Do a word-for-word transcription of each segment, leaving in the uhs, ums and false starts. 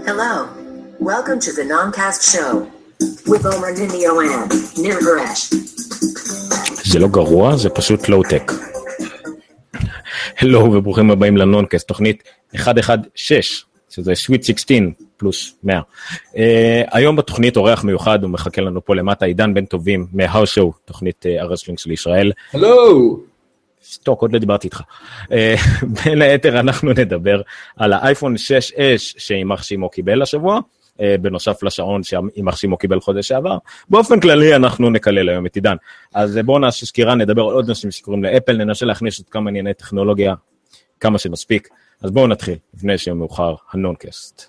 Hello, welcome to the Nomcast show with Omer Ninioan, Nir Haresh. זה לא גרוע, זה פשוט לואו-טק. הלו וברוכים הבאים לנונקאסט, תוכנית אחת אחת שש, שזה סוויט שש עשרה פלוס מאה. Uh, היום בתוכנית אורח מיוחד, הוא מחכה לנו פה למטה, עידן בן טובים מהאוס שואו, תוכנית uh, הרסלינג של ישראל. הלו! סטוק, עוד לא דיברתי איתך. Uh, בין היתר אנחנו נדבר על האייפון שש אס שאימח שימו קיבל השבוע, uh, בנוסף לשעון שאימח שימו קיבל חודש שעבר. באופן כללי אנחנו נקלל היום את עידן. אז בואו נעשה סקירה, נדבר על עוד נושאים שקוראים לאפל, ננסה להכניס את כמה ענייני טכנולוגיה, כמה שנספיק. אז בואו נתחיל, לפני שיום מאוחר, הנונקאסט.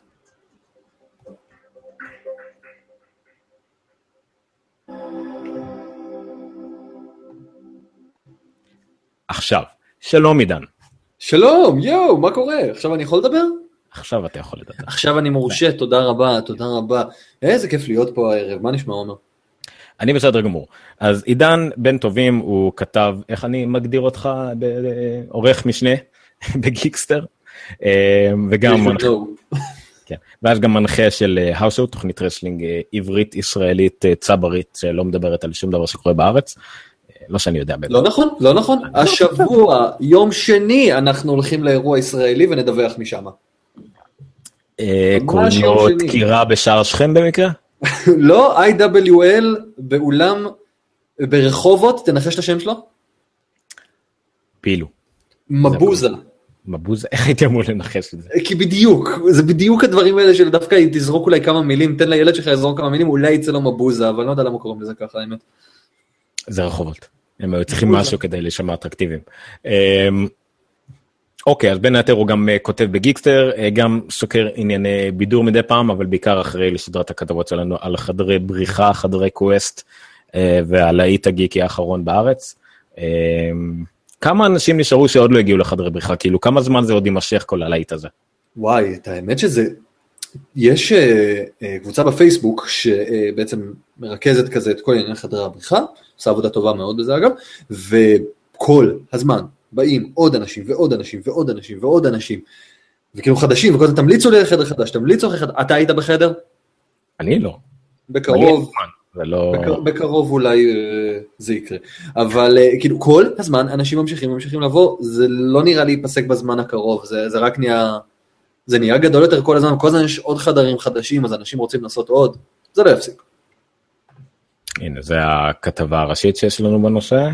עכשיו, שלום עידן. שלום, יואו, מה קורה? עכשיו אני יכול לדבר? עכשיו אתה יכול לדבר. עכשיו אני מורשה, תודה רבה, תודה רבה. איזה כיף להיות פה הערב, מה נשמע עומר? אני בסדר גמור. אז עידן בן טובים הוא כתב, איך אני מגדיר אותך, עורך משנה בגיקסטר, וגם מנחה, כן, ואז גם מנחה של האוס שואו, תוכנית רסלינג עברית ישראלית צברית, שלא מדברת על שום דבר שקורה בארץ, לא שאני יודע. לא נכון, לא נכון. השבוע, יום שני, אנחנו הולכים לאירוע ישראלי ונדווח משם. קוראים דקירה בשער שכם במקרה? לא, איי דאבליו אל באולם, ברחובות, תנחש את השם שלו? פילו. מבוזה. מבוזה, איך הייתי אמור לנחש את זה? כי בדיוק, זה בדיוק הדברים האלה של דווקא תזרוק אולי כמה מילים, תן לילד שלך לזרוק כמה מילים, אולי יצא לו מבוזה, אבל אני לא יודע למה קוראים לזה ככה, האמת. זה רחובות. הם היו צריכים משהו כדי לשמע אטרקטיביים. אוקיי, אז בין היתר הוא גם כותב בגיקסטר, גם סוקר ענייני בידור מדי פעם, אבל בעיקר אחרי לסדרת הכתבות שלנו על חדרי בריחה, חדרי קווסט, ועל האית הגיקי האחרון בארץ. כמה אנשים נשארו שעוד לא הגיעו לחדרי בריחה? כאילו, כמה זמן זה עוד יימשך כל הלהיט הזה? וואי, את האמת שזה, יש קבוצה בפייסבוק שבעצם מרכזת כזה את כל ענייני חדרי הבריחה, עושה עבודה טובה מאוד בזה אגב, וכל הזמן באים עוד אנשים ועוד אנשים ועוד אנשים ועוד אנשים, וכאילו חדשים, וכל זה תמליצו לי לחדר חדש, תמליצו לחדר, אתה היית בחדר? אני לא. בקרוב, בקרוב אולי זה יקרה, אבל כאילו כל הזמן אנשים ממשיכים, ממשיכים לבוא, זה לא נראה לי ייפסק בזמן הקרוב, זה רק נהיה, זה נהיה גדול יותר כל הזמן, כל הזמן יש עוד חדרים חדשים, אז אנשים רוצים לעשות עוד, זה לא יפסיק. הנה, זה הכתבה הראשית שיש לנו בנושא.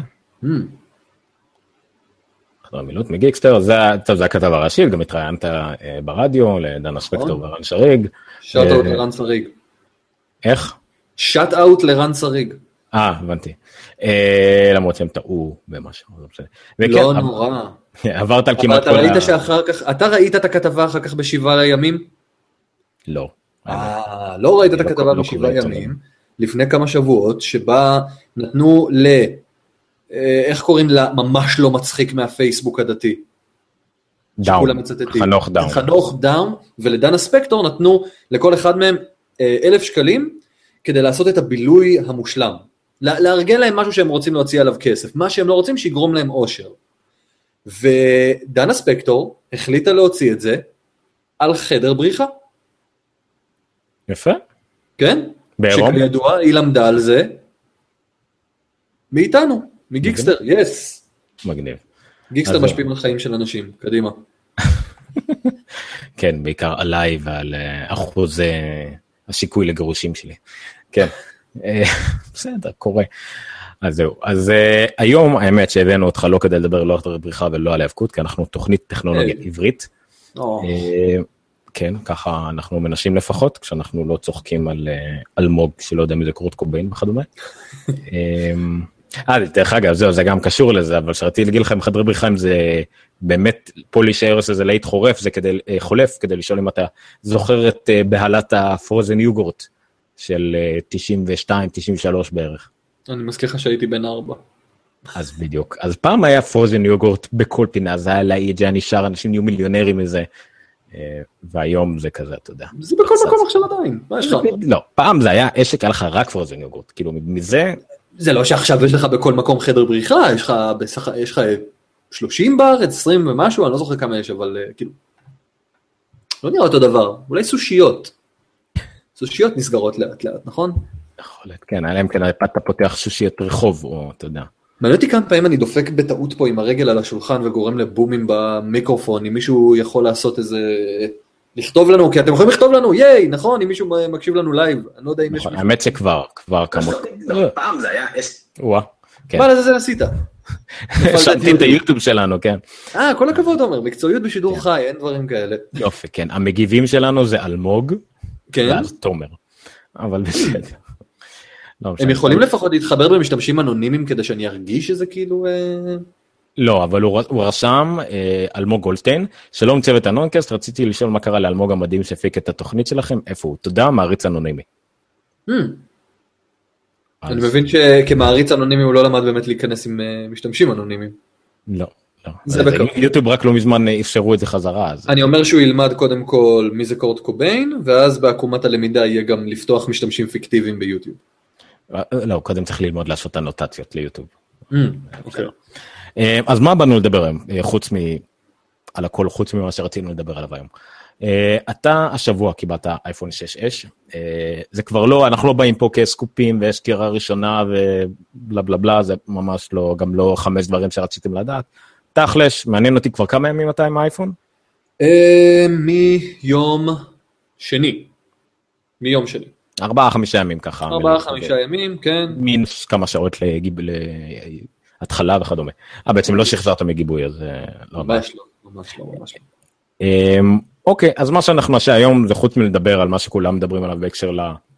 חדר מילות מגיקסטר, זה הכתבה הראשית, גם התראיינת ברדיו, לדנה ספקטור ורן שריג. שאט אאוט לרן שריג. איך? שאט אאוט לרן שריג. אה, הבנתי. למרות שהם טעו במשהו. לא נורא. עברת על כמעט כל ה... אבל אתה ראית שאחר כך, אתה ראית את הכתבה אחר כך בשבעה ימים? לא. אה, לא ראית את הכתבה בשבעה ימים, לפני כמה שבועות, שבה נתנו ל... איך קוראים לה? ממש לא מצחיק מהפייסבוק הדתי. דאון. חנוך דאון. חנוך דאון, ולדנה ספקטור נתנו לכל אחד מהם אלף שקלים, כדי לעשות את הבילוי המושלם. לארגן להם משהו שהם רוצים להוציא עליו כסף. מה שהם לא רוצים שיגרום להם אושר. ודנה ספקטור החליטה להוציא את זה על חדר בריחה. יפה. כן? בעירום? שכידוע, היא למדה על זה מאיתנו, מגיקסטר, יס. מגניב. גיקסטר משפיעים על חיים של אנשים, קדימה. כן, בעיקר עליי ועל אחוז הסיכוי לגירושים שלי. כן, בסדר, קורה. אז זהו, אז uh, היום האמת שהבאנו אותך לא כדי לדבר לא על בריחה ולא על האבקות, כי אנחנו תוכנית טכנולוגיה hey. עברית, oh. uh, כן, ככה אנחנו מנשים לפחות, כשאנחנו לא צוחקים על uh, אלמוג, שלא יודע מי זה קורות קוביין וכדומה. אה, דרך אגב, זהו, זה גם קשור לזה, אבל שרתי להגיד לכם, חדרי בריחה, אם זה באמת פולי שיירס הזה להיט חורף, זה כדי, uh, חולף, כדי לשאול אם אתה זוכר את uh, בהלת הפרוזן יוגורט, של uh, תשעים ושתיים תשעים ושלוש בערך. אני מזכיר לך שהייתי בן ארבע. אז בדיוק. אז פעם היה פרוזן יוגורט בכל פינה, זה היה להיט, זה היה נשאר, אנשים נהיו מיליונרים מזה, והיום זה כזה, אתה יודע. זה בכל מקום עכשיו עדיין, מה יש לך? לא, פעם זה היה עשק, היה לך רק פרוזן יוגורט, כאילו מזה... זה לא שעכשיו יש לך בכל מקום חדר בריחה, יש לך, יש לך שלושים בארץ, עשרים ומשהו, אני לא זוכר כמה יש, אבל כאילו... לא נראה אותו דבר, אולי סושיות. סושיות נסגרות לאט לאט, נכון? יכול להיות, כן, עליהם כן, אתה פותח שושיות רחוב, או אתה יודע. מעניין אותי כמה פעמים אני דופק בטעות פה עם הרגל על השולחן וגורם לבומים במיקרופון, אם מישהו יכול לעשות איזה, לכתוב לנו, כי אתם יכולים לכתוב לנו, ייי, נכון, אם מישהו מקשיב לנו לייב, אני לא יודע אם יש מישהו. האמת שכבר, כבר כמות. פעם זה היה, וואה, כן. מה לזה עשית? שמתי את היוטיוב שלנו, כן. אה, כל הכבוד, אומר, מקצועיות בשידור חי, אין דברים כאלה. יופי, כן, המגיבים שלנו זה אלמוג, ואז תומר, אבל בסדר. הם יכולים לפחות להתחבר במשתמשים אנונימיים כדי שאני ארגיש שזה כאילו... לא, אבל הוא רשם, אלמוג גולדשטיין, שלום צוות הנונקאסט, רציתי לשאול מה קרה לאלמוג המדהים שהפיק את התוכנית שלכם, איפה הוא? תודה, מעריץ אנונימי. אני מבין שכמעריץ אנונימי הוא לא למד באמת להיכנס עם משתמשים אנונימיים. לא, לא. יוטיוב רק לא מזמן אפשרו את זה חזרה. אני אומר שהוא ילמד קודם כל מי זה קורט קוביין, ואז בעקומת הלמידה יהיה גם לפתוח משתמשים פיקטיביים ביוטיוב. לא, קודם צריך ללמוד לעשות אנוטציות ליוטיוב. אז מה באנו לדבר היום, חוץ מ... על הכל, חוץ ממה שרצינו לדבר עליו היום. אתה השבוע קיבלת אייפון שש אס, זה כבר לא, אנחנו לא באים פה כסקופים ויש סקירה ראשונה ובלה בלה בלה, זה ממש לא, גם לא חמש דברים שרציתם לדעת. תכלש, מעניין אותי כבר כמה ימים אתה עם האייפון? מיום שני. מיום שני. ארבעה, חמישה ימים ככה. ארבעה, חמישה ימים, כן. מינוס כמה שעות להתחלה וכדומה. אה, בעצם לא שחזרת מגיבוי, אז... ממש לא, ממש לא, ממש לא. אוקיי, אז מה שאנחנו נעשה היום, זה חוץ מלדבר על מה שכולם מדברים עליו בהקשר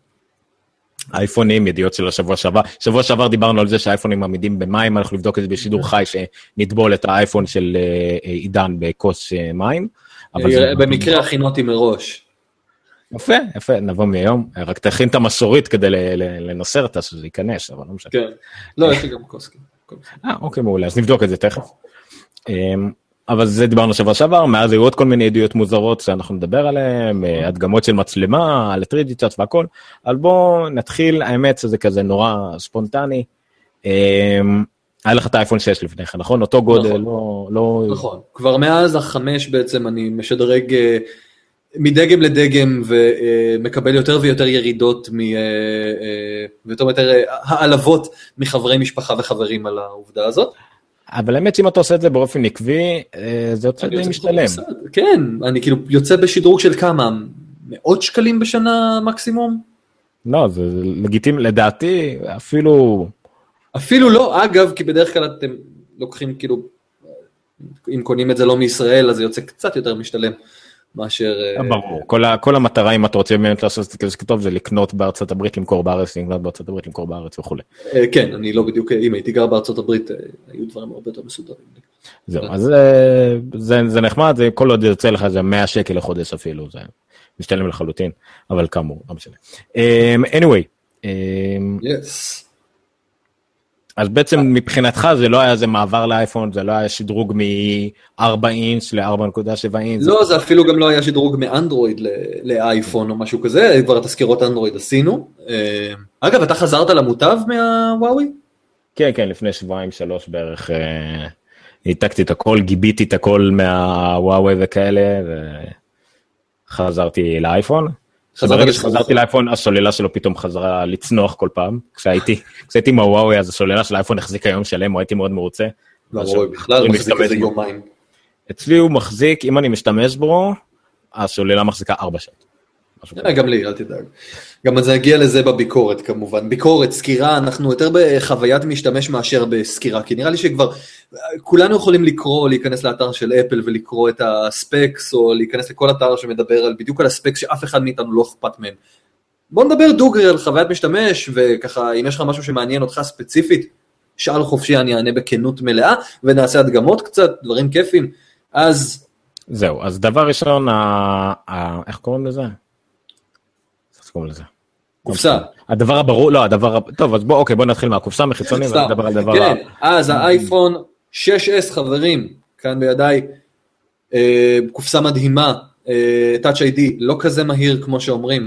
לאייפונים, ידיעות של השבוע שעבר. שבוע שעבר דיברנו על זה שהאייפונים עמידים במים, אנחנו לבדוק את זה בשידור חי, שנטבול את האייפון של עידן בכוס מים. במקרה הכינותי מראש. יפה, יפה, נבוא מהיום, רק תכין את המסורית כדי לנסר אותה, שזה ייכנס, אבל לא משנה. כן, לא, יש לי גם כוס. אה, אוקיי, מעולה, אז נבדוק את זה תכף. אבל זה דיברנו שבוע שעבר, מאז היו עוד כל מיני עדויות מוזרות שאנחנו נדבר עליהן, הדגמות של מצלמה, על טרי די צ'אט והכל, אבל בואו נתחיל, האמת שזה כזה נורא ספונטני, היה לך את האייפון שש לפני כן, נכון? אותו גודל, לא... נכון, כבר מאז החמש בעצם אני משדרג... מדגם לדגם ומקבל יותר ויותר ירידות ויותר ויותר העלבות מחברי משפחה וחברים על העובדה הזאת. אבל האמת שאם אתה עושה את זה באופן עקבי, זה יוצא די משתלם. כן, אני כאילו יוצא בשדרוג של כמה, מאות שקלים בשנה מקסימום? לא, זה לגיטימי, לדעתי אפילו... אפילו לא, אגב, כי בדרך כלל אתם לוקחים כאילו, אם קונים את זה לא מישראל, אז זה יוצא קצת יותר משתלם. מאשר... ברור, כל, כל המטרה, אם אתה רוצה באמת לעשות את זה כזה כתוב, זה לקנות בארצות הברית, למכור בארץ, לקנות בארצות הברית, למכור בארץ וכו'. כן, אני לא בדיוק, אם הייתי גר בארצות הברית, היו דברים הרבה יותר מסודרים. זהו, אז זה, זה נחמד, זה כל עוד יוצא לך, זה מאה שקל לחודש אפילו, זה משתלם לחלוטין, אבל כאמור, לא משנה. anyway. Yes. אז בעצם מבחינתך זה לא היה איזה מעבר לאייפון, זה לא היה שדרוג מ-ארבע אינץ' ל-ארבע נקודה שבע אינץ'. לא, זה אפילו גם לא היה שדרוג מאנדרואיד לאייפון או משהו כזה, כבר תזכירות אנדרואיד עשינו. אגב, אתה חזרת למוטב מהוואוי? כן, כן, לפני שבועיים, שלוש בערך, העתקתי את הכל, גיביתי את הכל מהוואוי וכאלה, וחזרתי לאייפון. ברגע שחזרתי לאייפון, הסוללה שלו פתאום חזרה לצנוח כל פעם, כשהייתי, כשהייתי עם הוואוי, אז הסוללה של האייפון החזיק היום שלם, הייתי מאוד מרוצה. לא, בכלל מחזיק איזה יומיים. אצלי הוא מחזיק, אם אני משתמש בו, הסוללה מחזיקה ארבע שעות. גם לי, אל תדאג. גם זה הגיע לזה בביקורת כמובן. ביקורת, סקירה, אנחנו יותר בחוויית משתמש מאשר בסקירה, כי נראה לי שכבר כולנו יכולים לקרוא, להיכנס לאתר של אפל ולקרוא את הספקס, או להיכנס לכל אתר שמדבר על, בדיוק על הספקס שאף אחד מאיתנו לא אכפת מהם. בוא נדבר דוגרי על חוויית משתמש, וככה, אם יש לך משהו שמעניין אותך ספציפית, שאל חופשי, אני אענה בכנות מלאה, ונעשה הדגמות קצת, דברים כיפים. אז... זהו, אז דבר ראשון, איך קוראים לזה? לזה. קופסה. הדבר הברור, לא, הדבר, טוב, אז בוא, אוקיי, בוא נתחיל מהקופסה מחיצוני, ונדבר על דבר... כן, אז האייפון שש אס, חברים, כאן בידיי, קופסה מדהימה, Touch איי די, לא כזה מהיר כמו שאומרים,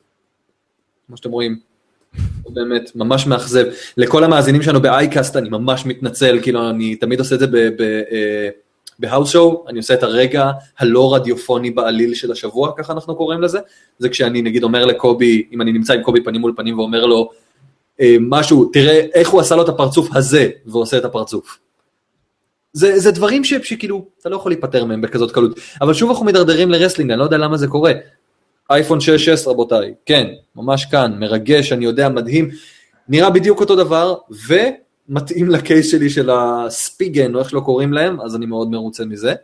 כמו שאתם רואים, באמת, ממש מאכזב. לכל המאזינים שלנו באייקאסט, אני ממש מתנצל, כאילו, אני תמיד עושה את זה בהאוס שואו, אני עושה את הרגע הלא רדיופוני בעליל של השבוע, ככה אנחנו קוראים לזה, זה כשאני נגיד אומר לקובי, אם אני נמצא עם קובי פנים מול פנים ואומר לו, משהו, תראה איך הוא עשה לו את הפרצוף הזה, ועושה את הפרצוף. זה, זה דברים ש, שכאילו, אתה לא יכול להיפטר מהם בכזאת קלות, אבל שוב אנחנו מדרדרים לרסלינג, אני לא יודע למה זה קורה. אייפון שש אס רבותיי, כן, ממש כאן, מרגש, אני יודע, מדהים, נראה בדיוק אותו דבר, ומתאים לקייס שלי של הספיגן, או איך שלא קוראים להם, אז אני מאוד מרוצה מזה.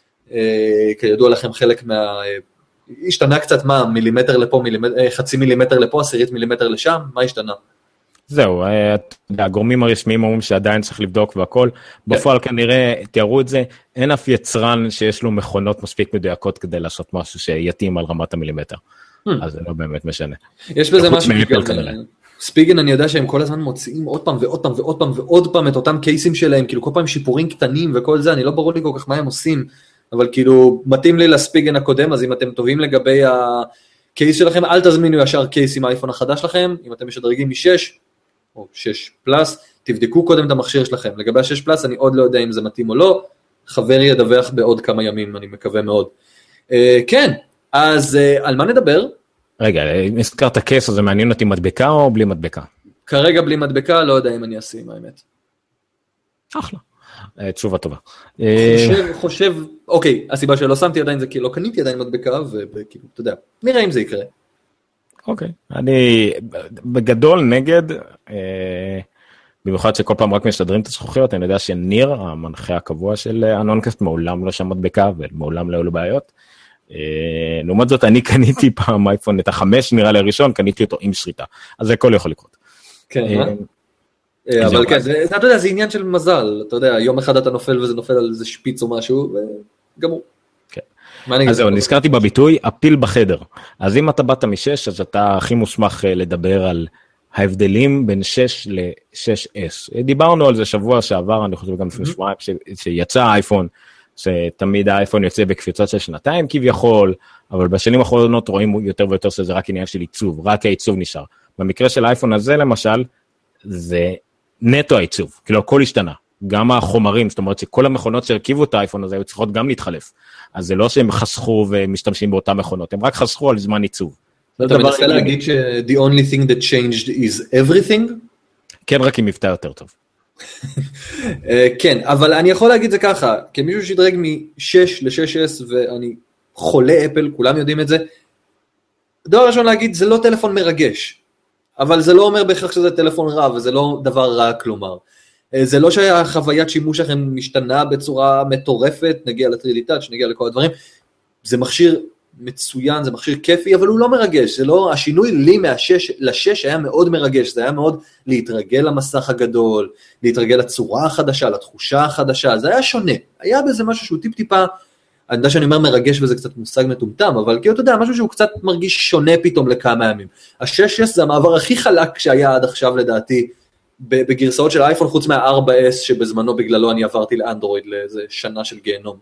כידוע לכם חלק מה... השתנה קצת מה, מילימטר לפה, מילימטר, חצי מילימטר לפה, עשירית מילימטר לשם, מה השתנה? זהו, הגורמים הרשמיים אומרים שעדיין צריך לבדוק והכל, בפועל כנראה תיארו את זה, אין אף יצרן שיש לו מכונות מספיק מדויקות כדי לעשות משהו שיתאים על רמת המילימטר, אז זה לא באמת משנה. יש בזה משהו, ספיגן אני יודע שהם כל הזמן מוציאים עוד פעם ועוד פעם ועוד פעם ועוד פעם את אותם קייסים שלהם, כאילו כל פעם שיפורים קטנים וכל זה, אני לא ברור לי כל כך מה הם עושים, אבל כאילו מתאים לי לספיגן הקודם, אז אם אתם טובים לגבי הקייס שלכם, אל תזמינו ישר קייס עם האייפון החדש שלכם, אם אתם משדרגים מ-שש או שש פלאס, תבדקו קודם את המכשיר שלכם, לגבי ה-שש פלאס אני עוד לא יודע אם זה מתאים או לא, חברי ידווח בעוד כמה ימים, אני מקווה מאוד. כן, אז על מה נדבר? רגע, הזכרת קייס, אז זה מעניין אותי מדבקה או בלי מדבקה? כרגע בלי מדבקה, לא יודע אם אני אשים, האמת. אחלה. תשובה טובה. חושב, חושב, אוקיי, הסיבה שלא שמתי עדיין זה כי לא קניתי עדיין מדבקה, וכאילו, אתה יודע, נראה אם זה יקרה. אוקיי, אני בגדול נגד, במיוחד שכל פעם רק משדרים את הזכוכיות, אני יודע שניר, המנחה הקבוע של אנונקאסט, מעולם לא שם מדבקה, ומעולם לא היו לו בעיות. לעומת זאת, אני קניתי פעם אייפון, את החמש נראה לי הראשון, קניתי אותו עם שריטה, אז זה הכל יכול לקרות. כן, אבל כן, אתה יודע, זה עניין של מזל, אתה יודע, יום אחד אתה נופל וזה נופל על איזה שפיץ או משהו, וגמור. אז זהו, נזכרתי בביטוי, הפיל בחדר. אז אם אתה באת משש, אז אתה הכי מוסמך לדבר על ההבדלים בין שש ל-שש אס. דיברנו על זה שבוע שעבר, אני חושב גם לפני שבועיים, שיצא האייפון, שתמיד האייפון יוצא בקפיצות של שנתיים כביכול, אבל בשנים האחרונות רואים יותר ויותר שזה רק עניין של עיצוב, רק העיצוב נשאר. במקרה של האייפון הזה למשל, זה נטו העיצוב, כאילו הכל השתנה. גם החומרים, זאת אומרת שכל המכונות שהרכיבו את האייפון הזה, היו צריכות גם להתחלף. אז זה לא שהם חסכו ומשתמשים באותה מכונות, הם רק חסכו על זמן עיצוב. אתה מנסה להגיד ש- the only thing that changed is everything? כן, רק עם מבטא יותר טוב. כן, אבל אני יכול להגיד זה ככה, כמישהו שדרג מ-שש ל-שש אס, ואני חולה אפל, כולם יודעים את זה, דבר ראשון להגיד, זה לא טלפון מרגש, אבל זה לא אומר בהכרח שזה טלפון רע, וזה לא דבר רע כלומר. זה לא שהחוויית שימוש שלכם משתנה בצורה מטורפת, נגיע ל-תרי די Touch, נגיע לכל הדברים, זה מכשיר מצוין, זה מכשיר כיפי, אבל הוא לא מרגש, זה לא, השינוי לי מהשש לשש היה מאוד מרגש, זה היה מאוד להתרגל למסך הגדול, להתרגל לצורה החדשה, לתחושה החדשה, זה היה שונה, היה בזה משהו שהוא טיפ טיפה, אני יודע שאני אומר מרגש וזה קצת מושג מטומטם, אבל כאילו אתה יודע, משהו שהוא קצת מרגיש שונה פתאום לכמה ימים. ה-שש אס זה המעבר הכי חלק שהיה עד עכשיו לדעתי, בגרסאות של האייפון, חוץ מה-ארבע אס, שבזמנו בגללו אני עברתי לאנדרואיד לאיזה שנה של גיהנום.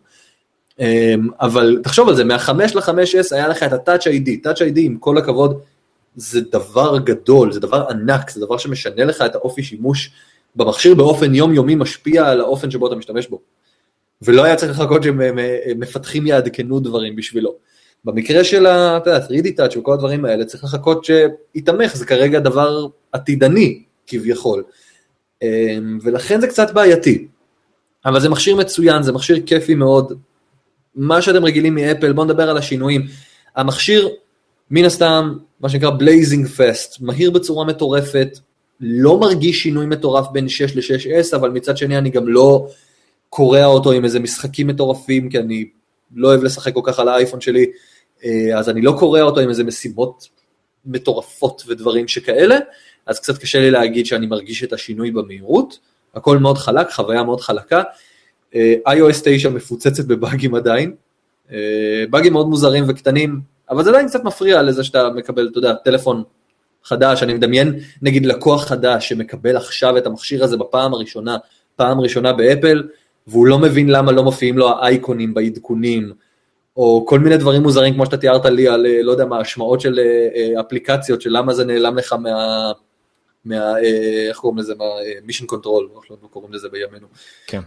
אבל תחשוב על זה, מה-חמש ל-חמש אס היה לך את ה-Touch איי די, Touch איי די עם כל הכבוד, זה דבר גדול, זה דבר ענק, זה דבר שמשנה לך את האופי שימוש במכשיר באופן יומיומי, משפיע על האופן שבו אתה משתמש בו. ולא היה צריך לחכות שמפתחים יעדכנו דברים בשבילו. במקרה של ה-תרי די Touch וכל הדברים האלה, צריך לחכות שיתמך, זה כרגע דבר עתידני, כביכול. ולכן זה קצת בעייתי. אבל זה מכשיר מצוין, זה מכשיר כיפי מאוד. מה שאתם רגילים מאפל, בואו נדבר על השינויים. המכשיר, מן הסתם, מה שנקרא בלייזינג פסט, מהיר בצורה מטורפת, לא מרגיש שינוי מטורף בין שש ל-שש אס, אבל מצד שני אני גם לא קורא אותו עם איזה משחקים מטורפים, כי אני לא אוהב לשחק כל כך על האייפון שלי, אז אני לא קורא אותו עם איזה משימות מטורפות ודברים שכאלה, אז קצת קשה לי להגיד שאני מרגיש את השינוי במהירות, הכל מאוד חלק, חוויה מאוד חלקה, איי או אס תשע מפוצצת בבאגים עדיין, באגים מאוד מוזרים וקטנים, אבל זה עדיין קצת מפריע לזה שאתה מקבל, אתה יודע, טלפון חדש, אני מדמיין נגיד לקוח חדש שמקבל עכשיו את המכשיר הזה בפעם הראשונה, פעם ראשונה באפל, והוא לא מבין למה לא מופיעים לו האייקונים בעדכונים, או כל מיני דברים מוזרים כמו שאתה תיארת לי על, לא יודע מה, השמעות של אפליקציות, של למה זה נעלם לך מה, מה איך קוראים לזה, מה, מישן קונטרול, איך לא קוראים לזה בימינו. כן.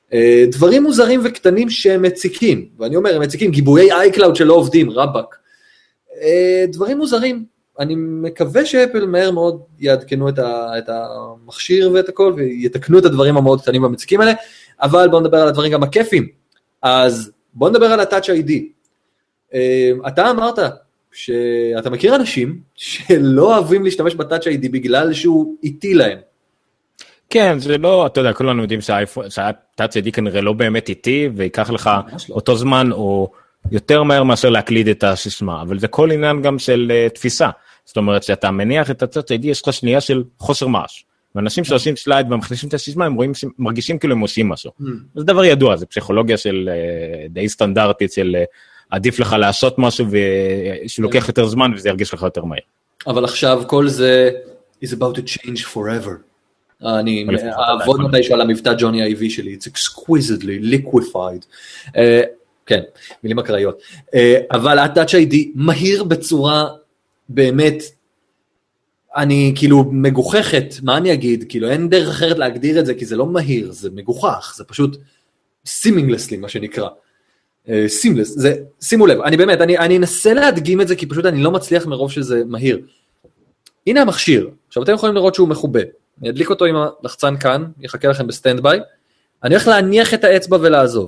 דברים מוזרים וקטנים שהם מציקים, ואני אומר, הם מציקים, גיבויי iCloud שלא עובדים, רבק. דברים מוזרים, אני מקווה שאפל מהר מאוד יעדכנו את, ה, את המכשיר ואת הכל, ויתקנו את הדברים המאוד קטנים והמציקים האלה, אבל בואו נדבר על הדברים גם הכיפים. אז בואו נדבר על ה-Touch איי די. אתה אמרת שאתה מכיר אנשים שלא אוהבים להשתמש ב-Touch איי די בגלל שהוא איטי להם. כן, זה לא, אתה יודע, כולנו יודעים שה-Touch איי די כנראה לא באמת איטי, ויקח לך אותו זמן או יותר מהר מאשר להקליד את הסיסמה, אבל זה כל עניין גם של uh, תפיסה. זאת אומרת, שאתה מניח את ה-Touch איי די, יש לך שנייה של חוסר מעש. ואנשים שעושים סלייד ומכניסים את הסיסמה, הם רואים, מרגישים כאילו הם עושים משהו. זה דבר ידוע, זה פסיכולוגיה של uh, די סטנדרטית, של uh, עדיף לך לעשות משהו, ושלוקח יותר זמן, וזה ירגיש לך יותר מהר. אבל עכשיו כל זה is about to change forever. אני אעבוד מתישהו על המבטא ג'וני איי-וי שלי, it's exquisitely liquefied. כן, מילים אקראיות. אבל ה-Touch איי די מהיר בצורה באמת, אני כאילו מגוחכת, מה אני אגיד? כאילו אין דרך אחרת להגדיר את זה, כי זה לא מהיר, זה מגוחך, זה פשוט seamlessly מה שנקרא. seamless, זה, שימו לב, אני באמת, אני, אני אנסה להדגים את זה, כי פשוט אני לא מצליח מרוב שזה מהיר. הנה המכשיר, עכשיו אתם יכולים לראות שהוא מחובה. אני אדליק אותו עם הלחצן כאן, יחכה לכם בסטנד ביי, אני הולך להניח את האצבע ולעזוב.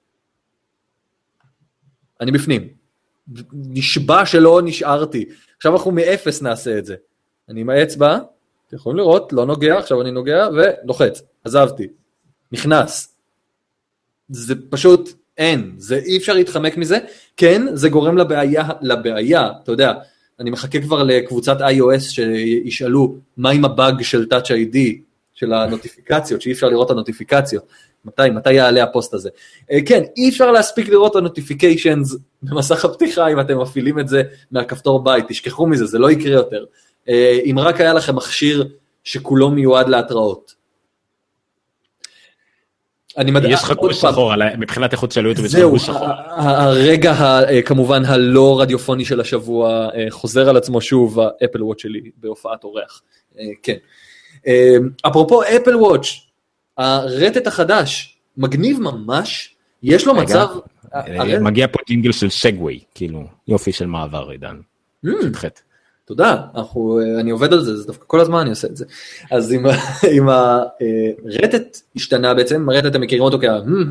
אני בפנים. נשבע שלא נשארתי. עכשיו אנחנו מאפס נעשה את זה. אני עם האצבע, אתם יכולים לראות, לא נוגע, עכשיו אני נוגע ולוחץ. עזבתי. נכנס. זה פשוט אין. זה אי אפשר להתחמק מזה. כן, זה גורם לבעיה, לבעיה, אתה יודע, אני מחכה כבר לקבוצת iOS שישאלו מה עם הבאג של Touch איי די, של הנוטיפיקציות, שאי אפשר לראות את הנוטיפיקציות. מתי, מתי יעלה הפוסט הזה? כן, אי אפשר להספיק לראות את הנוטיפיקיישנס במסך הפתיחה, אם אתם מפעילים את זה מהכפתור בית, תשכחו מזה, זה לא יקרה יותר. אם רק היה לכם מכשיר שכולו מיועד להתראות. יש לך גוש שחור, מבחינת איכות של יוטיוב, זהו, הרגע כמובן הלא רדיופוני של השבוע, חוזר על עצמו שוב, האפל וואץ' שלי בהופעת אורח. כן. אפרופו אפל וואץ', הרטט החדש, מגניב ממש, יש לו מצב... מגיע פה ג'ינגל של סגווי, כאילו, יופי של מעבר, עידן. שתחת. תודה, אנחנו, אני עובד על זה, זה דווקא כל הזמן אני עושה את זה. אז עם, עם הרטט השתנה בעצם, הרטט אתם מכירים אותו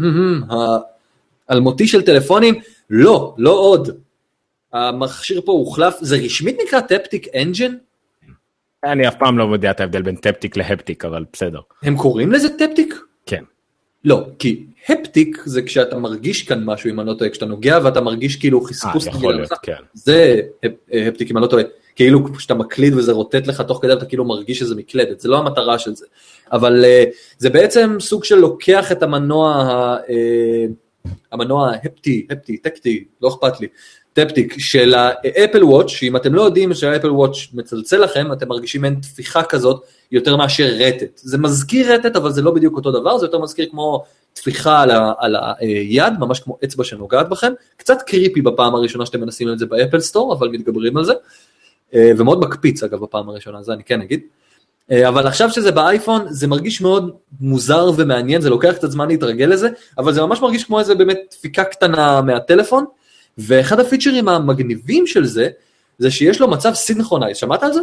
כאלמותי של טלפונים, לא, לא עוד. המכשיר פה הוחלף, זה רשמית נקרא טפטיק אנג'ן? אני אף פעם לא יודע את ההבדל בין טפטיק להפטיק, אבל בסדר. הם קוראים לזה טפטיק? כן. לא, כי הפטיק זה כשאתה מרגיש כאן משהו אם אני לא טועה, כשאתה נוגע ואתה מרגיש כאילו חספוס. אה, יכול להיות, כן. זה הפטיק אם אני לא טועה. כאילו כשאתה מקליד וזה רוטט לך תוך כדי, אתה כאילו מרגיש שזה מקלדת, זה לא המטרה של זה. אבל uh, זה בעצם סוג של לוקח את המנוע, uh, המנוע הפטי, הפטי, טקטי, לא אכפת לי, טפטיק של האפל וואץ', שאם אתם לא יודעים שהאפל וואץ' מצלצל לכם, אתם מרגישים אין תפיחה כזאת יותר מאשר רטט. זה מזכיר רטט, אבל זה לא בדיוק אותו דבר, זה יותר מזכיר כמו תפיחה על, ה, על היד, ממש כמו אצבע שנוגעת בכם, קצת קריפי בפעם הראשונה שאתם מנסים את זה באפל סטור, אבל מתגברים על זה. ומאוד מקפיץ אגב בפעם הראשונה, זה אני כן אגיד, אבל עכשיו שזה באייפון, זה מרגיש מאוד מוזר ומעניין, זה לוקח קצת זמן להתרגל לזה, אבל זה ממש מרגיש כמו איזה באמת דפיקה קטנה מהטלפון, ואחד הפיצ'רים המגניבים של זה, זה שיש לו מצב סינכרונייז, שמעת על זה?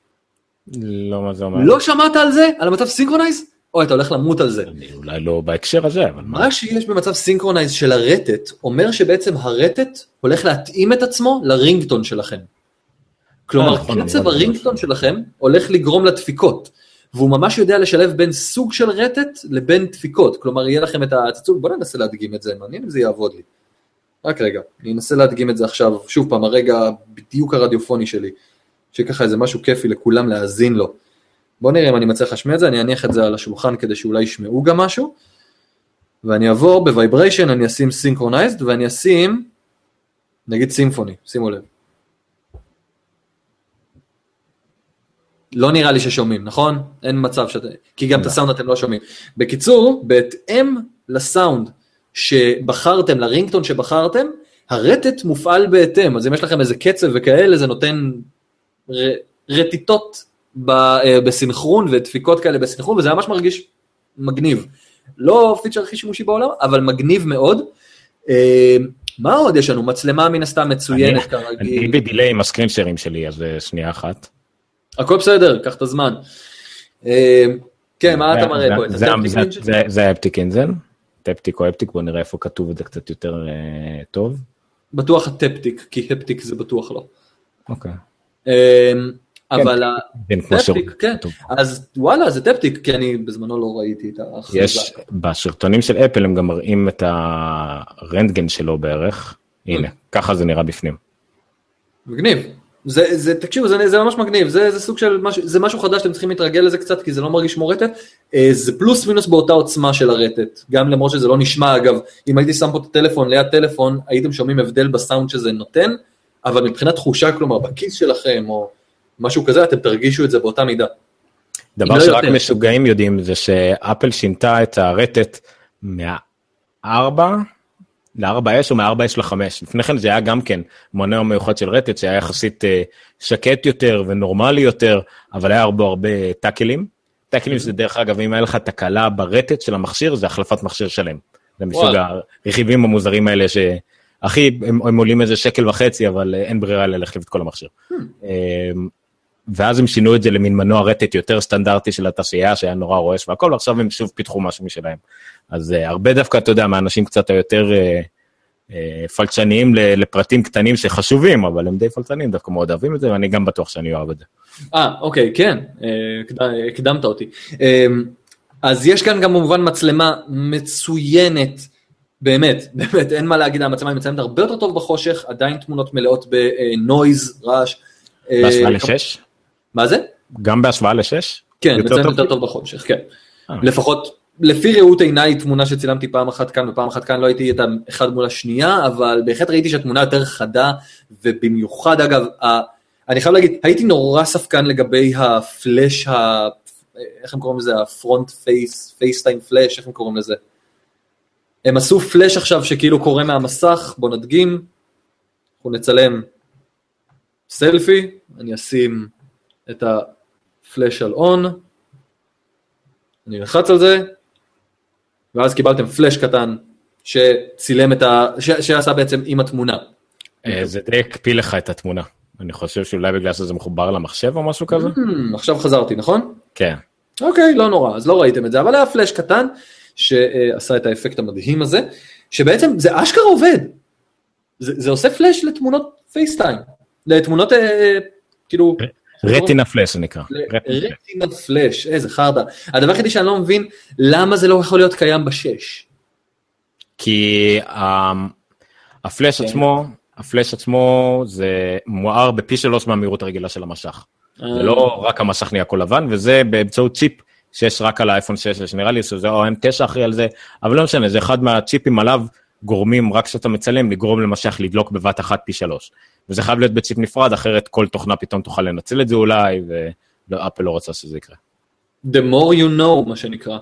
לא, מה זה אומר? לא שמעת על זה? על המצב סינכרונייז? או אתה הולך למות על זה. אני אולי לא בהקשר הזה, אבל מה? מה שיש במצב סינכרונייז של הרטט, אומר שבעצם הרטט הולך להתאים את עצמו לרינגטון שלכם. כלומר, קצב הרינגטון שלכם הולך לגרום לדפיקות, והוא ממש יודע לשלב בין סוג של רטט לבין דפיקות, כלומר, יהיה לכם את הצצול, בוא ננסה להדגים את זה, מעניין אם זה יעבוד לי. רק רגע, אני אנסה להדגים את זה עכשיו, שוב פעם, הרגע בדיוק הרדיופוני שלי, שככה איזה משהו כיפי לכולם להאזין לו. בוא נראה אם אני מצליח לשמע את זה, אני אניח את זה על השולחן כדי שאולי ישמעו גם משהו, ואני אעבור בוויבריישן, אני אשים סינכרונייזד, ואני אשים, נגיד סימפוני, שימו לב. לא נראה לי ששומעים, נכון? אין מצב שאתם, כי גם את הסאונד אתם לא שומעים. בקיצור, בהתאם לסאונד שבחרתם, לרינגטון שבחרתם, הרטט מופעל בהתאם, אז אם יש לכם איזה קצב וכאלה, זה נותן ר, רטיטות ב, בסינכרון ודפיקות כאלה בסינכרון, וזה ממש מרגיש מגניב. לא פיצ'ר הכי שימושי בעולם, אבל מגניב מאוד. מה עוד יש לנו? מצלמה מן הסתם מצוינת כרגיל. אני בדילי עם הסקרינשרים שלי, אז שנייה אחת. הכל בסדר, קח את הזמן. כן, מה אתה מראה פה? זה אפטיק אינזן, טפטיק או אפטיק, בוא נראה איפה כתוב את זה קצת יותר טוב. בטוח הטפטיק, כי הפטיק זה בטוח לא. אוקיי. אבל הטפטיק, כן, אז וואלה, זה טפטיק, כי אני בזמנו לא ראיתי את ההכרזה. יש, בשרטונים של אפל הם גם מראים את הרנטגן שלו בערך, הנה, ככה זה נראה בפנים. מגניב. זה, זה, תקשיבו, זה, זה ממש מגניב, זה, זה סוג של משהו, זה משהו חדש, אתם צריכים להתרגל לזה קצת, כי זה לא מרגיש כמו רטט, זה פלוס מינוס באותה עוצמה של הרטט, גם למרות שזה לא נשמע, אגב, אם הייתי שם פה את הטלפון ליד טלפון, הייתם שומעים הבדל בסאונד שזה נותן, אבל מבחינת תחושה, כלומר, בכיס שלכם, או משהו כזה, אתם תרגישו את זה באותה מידה. דבר שרק משוגעים יודעים, זה שאפל שינתה את הרטט מהארבע, ל-ארבע אש או מ-ארבע אש ל-חמש. לפני כן זה היה גם כן מונע מיוחד של רטט, שהיה יחסית שקט יותר ונורמלי יותר, אבל היה הרבה הרבה טאקלים. טאקלים זה דרך אגב, אם היה לך תקלה ברטט של המכשיר, זה החלפת מכשיר שלם. זה מסוג הרכיבים המוזרים האלה, שהכי הם, הם עולים איזה שקל וחצי, אבל אין ברירה להחליף את כל המכשיר. ואז הם שינו את זה למין מנוע רטט יותר סטנדרטי של התעשייה, שהיה נורא רועש והכל, ועכשיו הם שוב פיתחו משהו משלהם. אז uh, הרבה דווקא, אתה יודע, מהאנשים קצת היותר uh, uh, פלצניים לפרטים קטנים שחשובים, אבל הם די פלצניים, דווקא מאוד אוהבים את זה, ואני גם בטוח שאני אוהב את זה. אה, אוקיי, כן, הקדמת אותי. אז יש כאן גם במובן מצלמה מצוינת, באמת, באמת, אין מה להגיד, המצלמה היא מצלמת הרבה יותר טוב בחושך, עדיין תמונות מלאות בנויז, רעש. בהשוואה לשש? מה זה? גם בהשוואה לשש? כן, מצלמת יותר טוב בחושך, כן. לפחות, לפי ראות עיניי, תמונה שצילמתי פעם אחת כאן ופעם אחת כאן, לא הייתי את אחד מול השנייה, אבל בהחלט ראיתי שהתמונה יותר חדה, ובמיוחד אגב, אני חייב להגיד, הייתי נורא ספקן לגבי הפלש, איך הם קוראים לזה? הפרונט פייס, פייסטיים פלש, איך הם קוראים לזה? הם עשו פלש עכשיו שכאילו קורא מהמסך, בוא נדגים, אנחנו נצלם סלפי, אני אשים את הפלש על און, אני לחץ על זה, ואז קיבלתם פלש קטן שצילם את ה... ש... שעשה בעצם עם התמונה. זה די הקפיא לך את התמונה. אני חושב שאולי בגלל שזה מחובר למחשב או משהו כזה. עכשיו חזרתי, נכון? כן. אוקיי, לא נורא, אז לא ראיתם את זה, אבל היה פלש קטן שעשה את האפקט המדהים הזה, שבעצם זה אשכרה עובד. זה, זה עושה פלש לתמונות פייסטיים, לתמונות כאילו... רטינה פלש זה נקרא. רטינה פלש, איזה חרדה. הדבר היחידי שאני לא מבין, למה זה לא יכול להיות קיים בשש? כי הפלש עצמו, הפלש עצמו זה מואר בפי שלוש מהמהירות הרגילה של המשך. זה לא רק המשך נהיה כל לבן, וזה באמצעות צ'יפ שיש רק על האייפון שש, שנראה לי שזה או אם תשע אחרי על זה, אבל לא משנה, זה אחד מהצ'יפים עליו גורמים, רק שאתה מצלם, לגרום למשך לדלוק בבת אחת פי שלוש. וזה חייב להיות בצ'יפ נפרד, אחרת כל תוכנה פתאום תוכל לנצל את זה אולי, ואפל לא רוצה שזה יקרה. The more you know, מה שנקרא.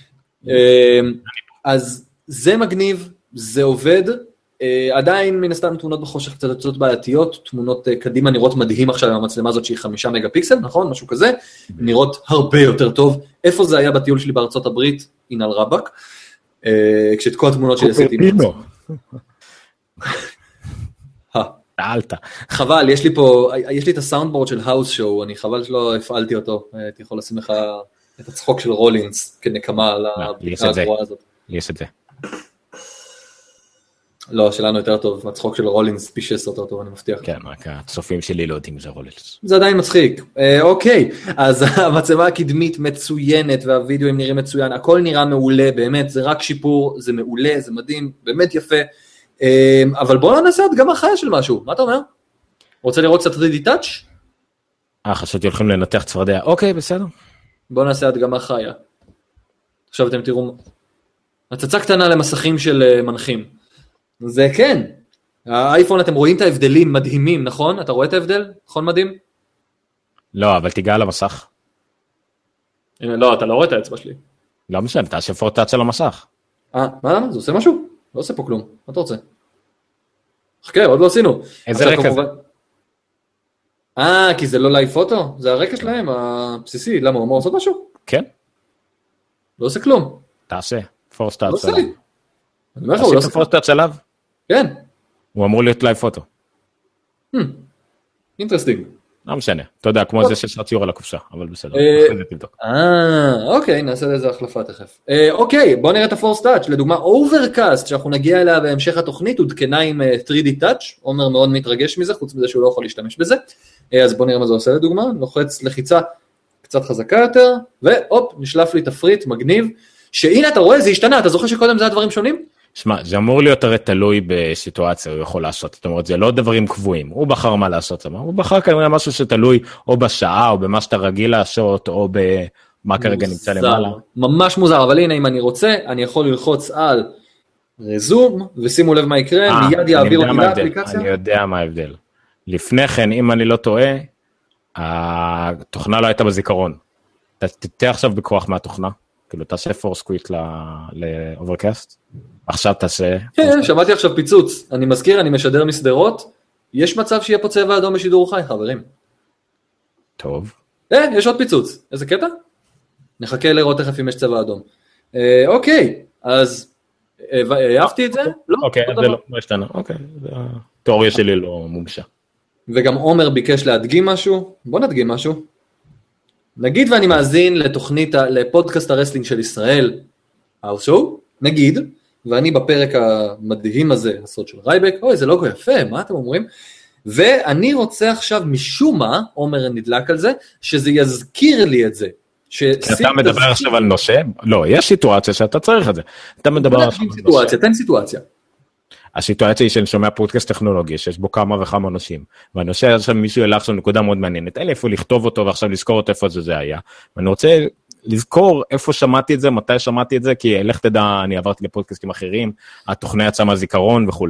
אז זה מגניב, זה עובד, עדיין מן הסתם תמונות בחושך קצת קצת בעייתיות, תמונות קדימה נראות מדהים עכשיו עם המצלמה הזאת שהיא חמישה מגה פיקסל, נכון? משהו כזה, נראות הרבה יותר טוב. איפה זה היה בטיול שלי בארצות הברית? אינל רבק, כשאת כל התמונות שלי עשיתי. טעלת. חבל, יש לי פה, יש לי את הסאונדבורד של האוס שואו, אני חבל שלא הפעלתי אותו, הייתי יכול לשים לך את הצחוק של רולינס כנקמה על הבדיקה הגרועה הזאת. יש את זה. לא, שלנו יותר טוב, הצחוק של רולינס פי שש יותר טוב, אני מבטיח. כן, רק הצופים שלי לא יודעים זה רולינס. זה עדיין מצחיק. אוקיי, אז המצלמה הקדמית מצוינת, והווידאו הם נראים מצוין, הכל נראה מעולה, באמת, זה רק שיפור, זה מעולה, זה מדהים, באמת יפה. אבל בואו נעשה עוד גם החיה של משהו, מה אתה אומר? רוצה לראות קצת תרי די טאץ'? אה, חשבתי הולכים לנתח צפרדע, אוקיי, בסדר. בואו נעשה עוד גם החיה. עכשיו אתם תראו, הצצה קטנה למסכים של מנחים. זה כן, האייפון אתם רואים את ההבדלים מדהימים, נכון? אתה רואה את ההבדל? נכון מדהים? לא, אבל תיגע על המסך. לא, אתה לא רואה את האצבע שלי. לא משנה, אתה שפור טאץ' על המסך. אה, מה, מה? זה עושה משהו? לא עושה פה כלום, מה אתה רוצה? חכה, עוד לא עשינו. איזה רקע זה? אה, כי זה לא לייב פוטו? זה הרקע שלהם, הבסיסי. למה, הוא אמור לעשות משהו? כן. לא עושה כלום. תעשה, פורסטאט עושה. שלב. אני אומר לך, הוא לא עשית פורסטאט שלב? כן. הוא אמור להיות לייב פוטו. אינטרסטינג. לא משנה, אתה יודע, כמו זה שיש ציור על הקופשה, אבל בסדר, אה, אחרי זה תבדוק. אה, אוקיי, נעשה לזה החלפה תכף. אה, אוקיי, בוא נראה את הפורס טאץ', לדוגמה אוברקאסט, שאנחנו נגיע אליה בהמשך התוכנית, הותקנה עם אה, תרי די טאץ', עומר מאוד מתרגש מזה, חוץ מזה שהוא לא יכול להשתמש בזה, אה, אז בוא נראה מה זה עושה לדוגמה, לוחץ לחיצה קצת חזקה יותר, והופ, נשלף לי תפריט מגניב, שהנה אתה רואה, זה השתנה, אתה זוכר שקודם זה הדברים שונים? שמע, זה אמור להיות הרי תלוי בסיטואציה, הוא יכול לעשות, זאת אומרת, זה לא דברים קבועים, הוא בחר מה לעשות, הוא בחר כנראה משהו שתלוי או בשעה, או במה שאתה רגיל לעשות, או במה כרגע נמצא למעלה. ממש מוזר, אבל הנה, אם אני רוצה, אני יכול ללחוץ על רזום, ושימו לב מה יקרה, מיד יעביר אותי לאפליקציה. אני יודע מה ההבדל. לפני כן, אם אני לא טועה, התוכנה לא הייתה בזיכרון. אתה תתן עכשיו בכוח מהתוכנה, כאילו תעשה פורס קוויט לאוברקאסט, עכשיו תעשה... כן, שמעתי עכשיו פיצוץ, אני מזכיר, אני משדר מסדרות, יש מצב שיהיה פה צבע אדום בשידור חי, חברים. טוב. אה, יש עוד פיצוץ, איזה קטע? נחכה לראות תכף אם יש צבע אדום. אה, אוקיי, אז אהבתי את זה? לא. אוקיי, זה לא השתנה, אוקיי, התיאוריה שלי לא מומשה. וגם עומר ביקש להדגים משהו, בוא נדגים משהו. נגיד ואני מאזין לתוכנית, לפודקאסט הרסלינג של ישראל, האוס שואו, נגיד, ואני בפרק המדהים הזה, הסוד של רייבק, אוי, זה לוגו יפה, מה אתם אומרים? ואני רוצה עכשיו משום מה, עומר נדלק על זה, שזה יזכיר לי את זה. אתה מדבר עכשיו על נושא? לא, יש סיטואציה שאתה צריך את זה. אתה מדבר עכשיו על נושא. תן סיטואציה. הסיטואציה היא שאני שומע פודקאסט טכנולוגי, שיש בו כמה וכמה אנשים, והנושא עכשיו מישהו העלה עכשיו נקודה מאוד מעניינת, אין לי איפה לכתוב אותו ועכשיו לזכור אותו איפה זה זה היה, ואני רוצה לזכור איפה שמעתי את זה, מתי שמעתי את זה, כי לך תדע, אני עברתי לפודקאסטים אחרים, התוכנה יצאה מהזיכרון וכו'.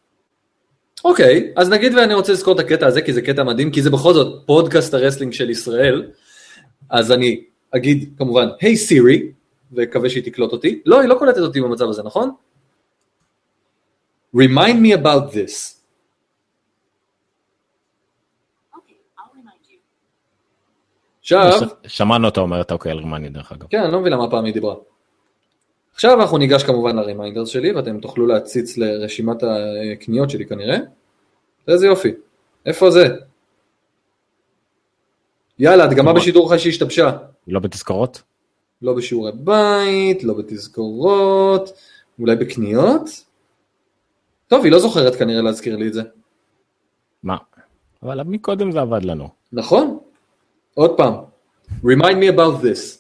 אוקיי, אז נגיד ואני רוצה לזכור את הקטע הזה, כי זה קטע מדהים, כי זה בכל זאת פודקאסט הרסלינג של ישראל, אז אני אגיד כמובן, היי סירי, וקווה שהיא תקלוט אותי, לא, היא לא קולטת אותי במצב הזה, נכון? Remind me about this. עכשיו... שמענו אותו אומרת, אוקיי, על רימיינדר דרך אגב. כן, אני לא מבין למה פעם היא דיברה. עכשיו אנחנו ניגש כמובן לרימיינדר שלי, ואתם תוכלו להציץ לרשימת הקניות שלי כנראה. איזה יופי. איפה זה? יאללה, הדגמה בשידור חי שהשתבשה. לא בתזכורות? לא בשיעורי בית, לא בתזכורות, אולי בקניות? טוב, היא לא זוכרת כנראה להזכיר לי את זה. מה? אבל מקודם זה עבד לנו. נכון? עוד פעם. Remind me about this.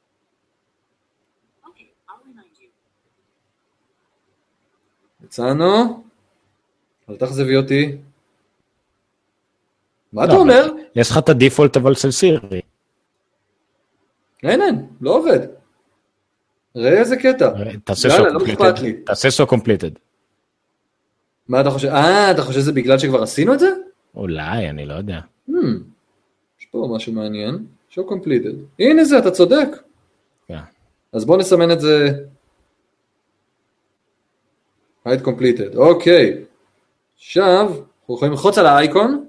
יצאנו. אל תחזבי אותי. מה אתה אומר? יש לך את הדיפולט אבל של סירי. אין, אין, לא עובד. ראה איזה קטע. יאללה, לא אכפת לי. תעשה so completed. מה אתה חושב? אה, אתה חושב שזה בגלל שכבר עשינו את זה? אולי, אני לא יודע. Hmm, יש פה משהו מעניין. show completed. הנה זה, אתה צודק. כן. אז בוא נסמן את זה. hide completed. אוקיי. עכשיו, אנחנו יכולים לחוץ על האייקון.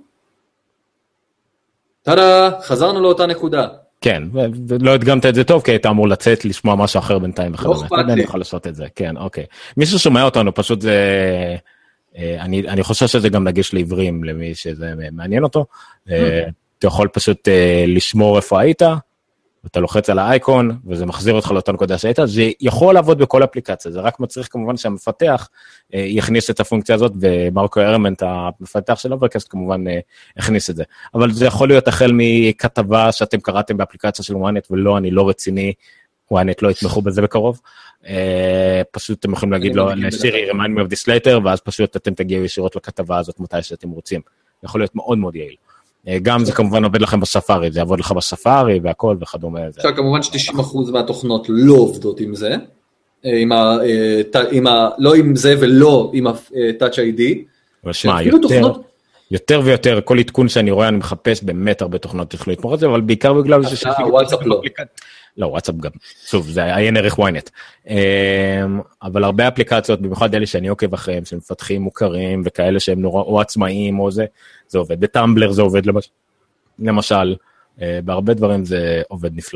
תדה, חזרנו לאותה נקודה. כן, ולא הדגמת את זה טוב, כי היית אמור לצאת לשמוע משהו אחר בינתיים. לא אכפת לי. אני יכול לעשות את זה, כן, אוקיי. מי ששומע אותנו, פשוט זה... אני, אני חושב שזה גם נגיש לעברים, למי שזה מעניין אותו. אתה יכול פשוט לשמור איפה היית, ואתה לוחץ על האייקון, וזה מחזיר אותך לאותה נקודה שהיית, זה יכול לעבוד בכל אפליקציה, זה רק מצריך כמובן שהמפתח יכניס את הפונקציה הזאת, ומרקו ארמנט, המפתח של אוברקאסט, כמובן הכניס את זה. אבל זה יכול להיות החל מכתבה שאתם קראתם באפליקציה של וואנט, ולא, אני לא רציני, וואנט לא יתמכו בזה בקרוב, פשוט אתם יכולים להגיד לו, לסירי, remind me of this later, ואז פשוט אתם תגיעו ישירות לכתבה הזאת, מתי שאתם רוצים. יכול להיות מאוד מאוד יעיל. גם זה כמובן עובד לכם בספארי, זה יעבוד לך בספארי והכל וכדומה. עכשיו כמובן ש-תשעים אחוז מהתוכנות לא עובדות עם זה, עם ה, עם ה, לא עם זה ולא עם ה-Touch איי די. ושמע, יותר, יותר ויותר, כל עדכון שאני רואה, אני מחפש באמת הרבה תוכנות יכולו לתמוך את זה, אבל בעיקר בגלל זה אה, וואטסאפ לא. לא, וואטסאפ גם, שוב, זה עיין ערך וויינט. אבל הרבה אפליקציות, במיוחד אלה שאני עוקב אחריהם, שמפתחים מוכרים וכאלה שהם נורא, או עצמאיים או זה, זה עובד. בטמבלר זה עובד למשל, בהרבה דברים זה עובד נפלא.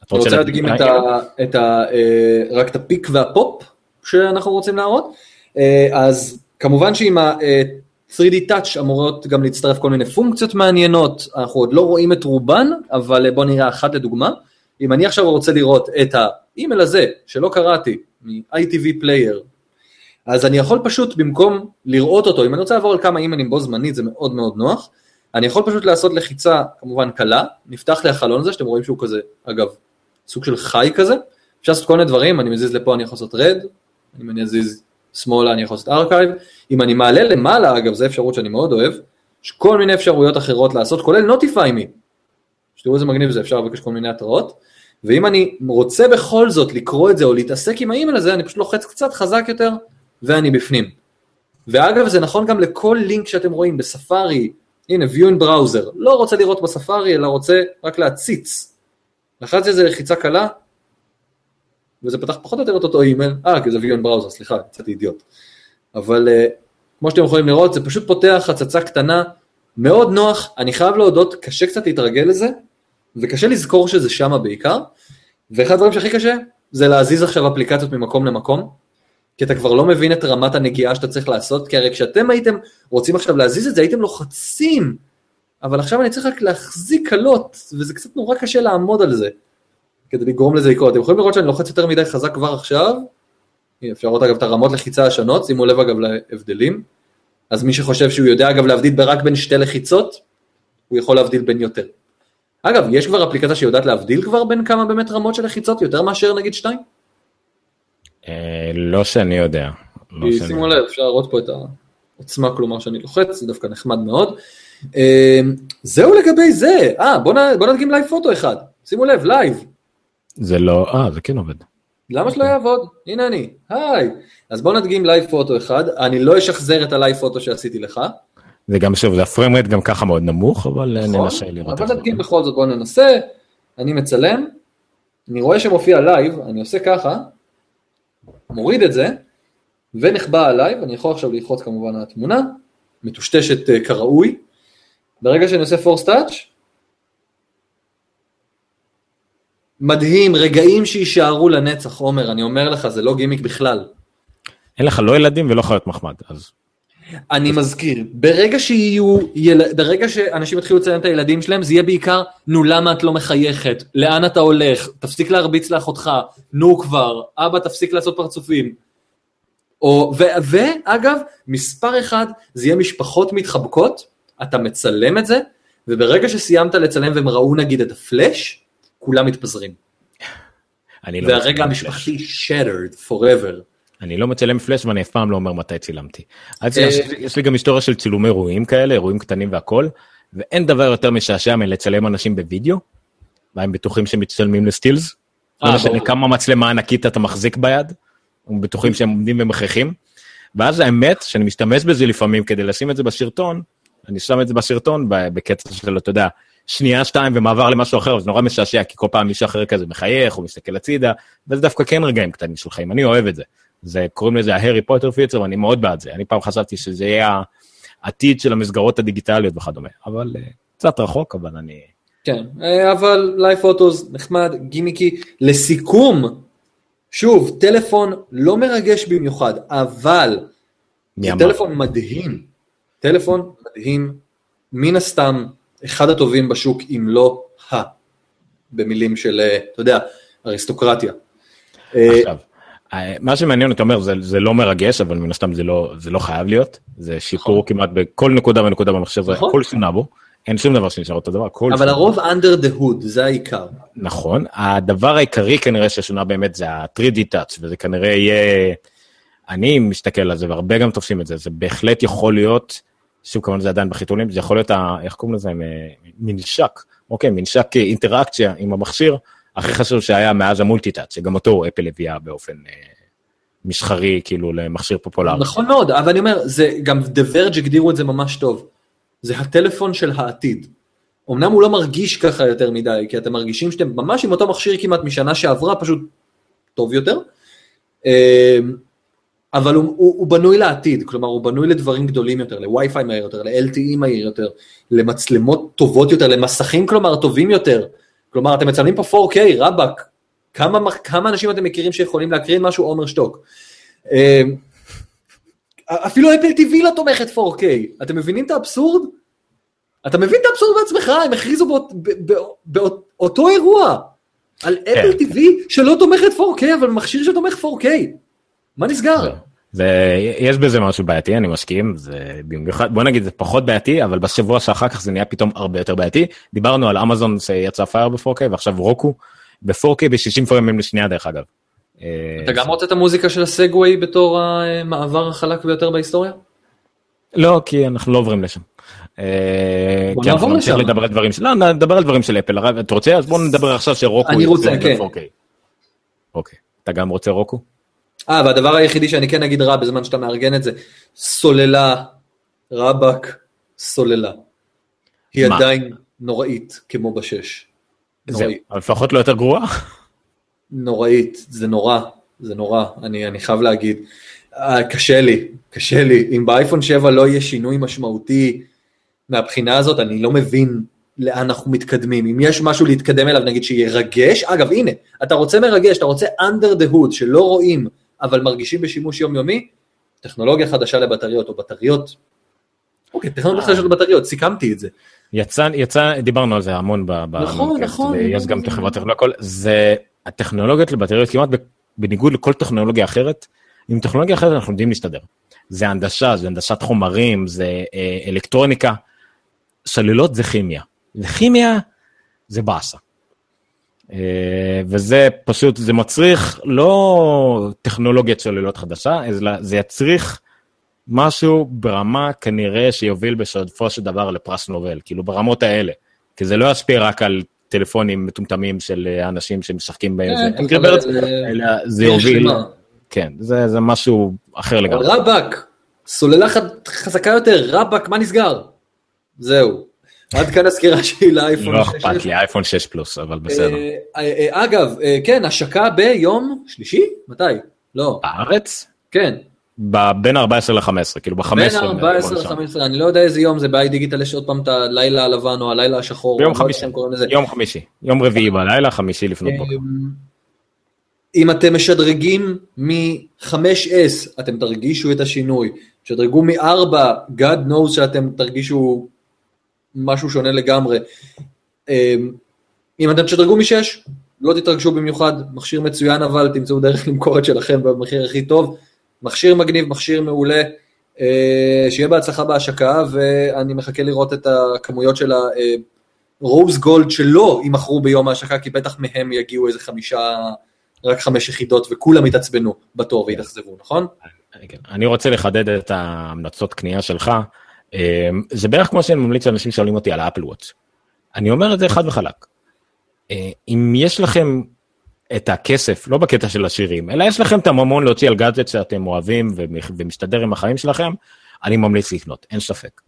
אתה רוצה להדגים את ה, את ה, רק את הפיק והפופ שאנחנו רוצים להראות? אז כמובן שעם ה-תרי די Touch אמורות גם להצטרף כל מיני פונקציות מעניינות, אנחנו עוד לא רואים את רובן, אבל בוא נראה אחת לדוגמה. אם אני עכשיו רוצה לראות את האימייל הזה, שלא קראתי, מ-איי טי וי Player, אז אני יכול פשוט במקום לראות אותו, אם אני רוצה לעבור על כמה אימיילים בו זמנית, זה מאוד מאוד נוח, אני יכול פשוט לעשות לחיצה כמובן קלה, נפתח לי החלון הזה, שאתם רואים שהוא כזה, אגב, סוג של חי כזה, אפשר לעשות כל מיני דברים, אני מזיז לפה אני יכול לעשות רד, אם אני מזיז שמאלה אני יכול לעשות ארכייב, אם אני מעלה למעלה, אגב, זו אפשרות שאני מאוד אוהב, יש כל מיני אפשרויות אחרות לעשות, כולל Notify Me, שתראו איזה מגניב זה, אפשר לבקש כל מיני התראות, ואם אני רוצה בכל זאת לקרוא את זה או להתעסק עם האימייל הזה, אני פשוט לוחץ קצת חזק יותר, ואני בפנים. ואגב, זה נכון גם לכל לינק שאתם רואים בספארי, הנה, view in browser, לא רוצה לראות בספארי, אלא רוצה רק להציץ. לחצתי איזה לחיצה קלה, וזה פתח פחות או יותר את אותו אימייל, אה, כי זה view in browser, סליחה, קצת אידיוט. אבל uh, כמו שאתם יכולים לראות, זה פשוט פותח הצצה קטנה, מאוד נוח, אני חייב להודות, קשה קצת להתרגל לזה, וקשה לזכור שזה שמה בעיקר, ואחד הדברים שהכי קשה, זה להזיז עכשיו אפליקציות ממקום למקום, כי אתה כבר לא מבין את רמת הנגיעה שאתה צריך לעשות, כי הרי כשאתם הייתם רוצים עכשיו להזיז את זה, הייתם לוחצים, אבל עכשיו אני צריך רק להחזיק קלות, וזה קצת נורא קשה לעמוד על זה, כדי לגרום לזה לקרות. אתם יכולים לראות שאני לוחץ יותר מדי חזק כבר עכשיו, אפשר לראות אגב את הרמות לחיצה השונות, שימו לב אגב להבדלים, אז מי שחושב שהוא יודע אגב להבדיל רק בין שתי לחיצות, הוא יכול להבדיל בין יותר. אגב, יש כבר אפליקציה שיודעת להבדיל כבר בין כמה באמת רמות של לחיצות, יותר מאשר נגיד שתיים? לא שאני יודע. שימו לב, אפשר לראות פה את העוצמה, כלומר שאני לוחץ, זה דווקא נחמד מאוד. זהו לגבי זה, אה, בוא נדגים לייב פוטו אחד, שימו לב, לייב. זה לא, אה, זה כן עובד. למה שלא יעבוד? הנה אני, היי. אז בוא נדגים לייב פוטו אחד, אני לא אשחזר את הלייב פוטו שעשיתי לך. זה גם שוב, זה הפריים רייט גם ככה מאוד נמוך, אבל ננסה לראות. אבל נדגים בכל זאת, בוא ננסה, אני מצלם, אני רואה שמופיע לייב, אני עושה ככה, מוריד את זה, ונחבא עליי, ואני יכול עכשיו ללחוץ כמובן על התמונה, מטושטשת כראוי, ברגע שאני עושה force touch, מדהים, רגעים שישארו לנצח, עומר, אני אומר לך, זה לא גימיק בכלל. אין לך לא ילדים ולא חיות מחמד, אז... אני מזכיר, ברגע שיהיו, ברגע שאנשים יתחילו לציין את הילדים שלהם, זה יהיה בעיקר, נו למה את לא מחייכת, לאן אתה הולך, תפסיק להרביץ לאחותך, נו כבר, אבא תפסיק לעשות פרצופים. או, ו, ואגב, מספר אחד, זה יהיה משפחות מתחבקות, אתה מצלם את זה, וברגע שסיימת לצלם והם ראו נגיד את הפלאש, כולם מתפזרים. והרגע המשפחתי shattered forever. אני לא מצלם פלאש ואני אף פעם לא אומר מתי צילמתי. יש לי גם היסטוריה של צילומי אירועים כאלה, אירועים קטנים והכל, ואין דבר יותר משעשע מלצלם אנשים בווידאו, והם בטוחים שמצלמים לסטילס, לא משנה כמה מצלמה ענקית אתה מחזיק ביד, הם בטוחים שהם עומדים ומחייכים, ואז האמת שאני משתמש בזה לפעמים כדי לשים את זה בשרטון, אני שם את זה בשרטון בקצב שלו, אתה יודע, שנייה, שתיים ומעבר למשהו אחר, וזה נורא משעשע, כי כל פעם מישהו אחר כזה מחייך, או מסתכל הצידה, וזה דווקא כן רגעים קטנים של חיים, אני אוהב את זה. זה, קוראים לזה ההרי פוטר פיצר, ואני מאוד בעד זה. אני פעם חשבתי שזה יהיה העתיד של המסגרות הדיגיטליות וכדומה, אבל קצת רחוק, אבל אני... כן, אבל לייב פוטוס נחמד, גימיקי, לסיכום, שוב, טלפון לא מרגש במיוחד, אבל זה טלפון מדהים, טלפון מדהים, מן הסתם, אחד הטובים בשוק, אם לא ה, במילים של, אתה יודע, אריסטוקרטיה. עכשיו, מה שמעניין, אתה אומר, זה, זה לא מרגש, אבל מן הסתם זה לא, זה לא חייב להיות, זה שיפור כמעט בכל נקודה ונקודה במחשב, זה הכל שונה בו, אין שום דבר שנשאר אותו דבר. אבל הרוב under the hood, זה העיקר. נכון, הדבר העיקרי כנראה ששונה באמת זה ה-תרי די Touch, וזה כנראה יהיה, אני מסתכל על זה, והרבה גם תופסים את זה, זה בהחלט יכול להיות, שוב כמובן זה עדיין בחיתולים, זה יכול להיות, איך קוראים לזה, מנשק, אוקיי, מנשק אינטראקציה עם המכשיר, הכי חשוב שהיה מאז המולטי-טאץ', שגם אותו אפל הביאה באופן משחרי, כאילו, למכשיר פופולרי. נכון מאוד, אבל אני אומר, זה גם The Verge הגדירו את זה ממש טוב. זה הטלפון של העתיד. אמנם הוא לא מרגיש ככה יותר מדי, כי אתם מרגישים שאתם ממש עם אותו מכשיר כמעט משנה שעברה, פשוט טוב יותר. אבל הוא, הוא, הוא בנוי לעתיד, כלומר, הוא בנוי לדברים גדולים יותר, לווי-פיי מהיר יותר, ל-אל טי אי מהיר יותר, למצלמות טובות יותר, למסכים, כלומר, טובים יותר. כלומר, אתם מצלמים פה פור קיי, רבק, כמה, כמה אנשים אתם מכירים שיכולים להקרין משהו עומר שטוק? אפילו אפל טי וי לא תומכת פור קיי, אתם מבינים את האבסורד? אתה מבין את האבסורד בעצמך, הם הכריזו באות, באותו אירוע, על אפל טי וי שלא תומכת פור קיי, אבל מכשיר שתומך פור קיי. מה נסגר? יש בזה משהו בעייתי, אני מסכים, זה במיוחד, בוא נגיד זה פחות בעייתי, אבל בשבוע שאחר כך זה נהיה פתאום הרבה יותר בעייתי. דיברנו על אמזון שיצא פייר ב-פור קיי, ועכשיו רוקו ב-פור קיי ב-שישים פריימים לשנייה דרך אגב. אתה גם רוצה את המוזיקה של הסגווי בתור המעבר החלק ביותר בהיסטוריה? לא, כי אנחנו לא עוברים לשם. בוא נעבור לשם. לדבר על דברים של, לא, נדבר על דברים של אפל. אתה רוצה? אז בוא נדבר עכשיו שרוקו... אני רוצה, כן. אוקיי. אתה גם רוצה רוקו? אה, והדבר היחידי שאני כן אגיד רע בזמן שאתה מארגן את זה, סוללה, רבק, סוללה. היא עדיין נוראית כמו בשש. נוראית. לפחות לא יותר גרועה? נוראית, זה נורא, זה נורא, אני, אני חייב להגיד. קשה לי, קשה לי. אם באייפון שבע לא יהיה שינוי משמעותי מהבחינה הזאת, אני לא מבין לאן אנחנו מתקדמים. אם יש משהו להתקדם אליו, נגיד שירגש, אגב, הנה, אתה רוצה מרגש, אתה רוצה under the hood, שלא רואים, אבל מרגישים בשימוש יומיומי, טכנולוגיה חדשה לבטריות, או בטריות, אוקיי, טכנולוגיה חדשה לבטריות, סיכמתי את זה. יצא, יצא, דיברנו על זה המון, נכון, נכון. ויש גם חברות טכנולוגיה, זה הטכנולוגיות לבטריות, כמעט בניגוד לכל טכנולוגיה אחרת, עם טכנולוגיה אחרת אנחנו יודעים להסתדר. זה הנדשה, זה הנדשת חומרים, זה אלקטרוניקה, סוללות זה כימיה. וכימיה זה באסה. וזה פשוט, זה מצריך לא טכנולוגיית סוללות חדשה, אלא זה יצריך משהו ברמה כנראה שיוביל בסופו של דבר לפרס נובל, כאילו ברמות האלה, כי זה לא ישפיע רק על טלפונים מטומטמים של אנשים שמשחקים באיזה, אלא זה יוביל, כן, זה משהו אחר לגמרי. רבק, סוללה חזקה יותר, רבק, מה נסגר? זהו. עד כאן הסקירה שלי לאייפון שש. לא אכפת לי, אייפון שש פלוס, אבל בסדר. אגב, כן, השקה ביום שלישי? מתי? לא. בארץ? כן. בין ארבע עשרה ל-חמש עשרה, כאילו ב-חמש עשרה. בין ארבע עשרה ל-חמש עשרה, אני לא יודע איזה יום זה, באי דיגיטל יש עוד פעם את הלילה הלבן או הלילה השחור. ביום חמישי, יום חמישי, יום רביעי בלילה, חמישי לפנות בוקר. אם אתם משדרגים מ-חמש אס, אתם תרגישו את השינוי. משדרגו מ-ארבע, God knows שאתם תרגישו משהו שונה לגמרי. אם אתם תשדרגו משש, לא תתרגשו במיוחד, מכשיר מצוין אבל תמצאו דרך למכור את שלכם במחיר הכי טוב, מכשיר מגניב, מכשיר מעולה, שיהיה בהצלחה בהשקה, ואני מחכה לראות את הכמויות של הרוז גולד שלא ימכרו ביום ההשקה, כי בטח מהם יגיעו איזה חמישה, רק חמש יחידות, וכולם יתעצבנו בתור ויתאכזבו, נכון? אני רוצה לחדד את ההמלצות קנייה שלך, זה בערך כמו שאני ממליץ לאנשים שואלים אותי על האפל וואץ'. אני אומר את זה חד וחלק. אם יש לכם את הכסף, לא בקטע של השירים, אלא יש לכם את הממון להוציא על גאדג'ט שאתם אוהבים ומשתדר עם החיים שלכם, אני ממליץ לקנות, אין ספק.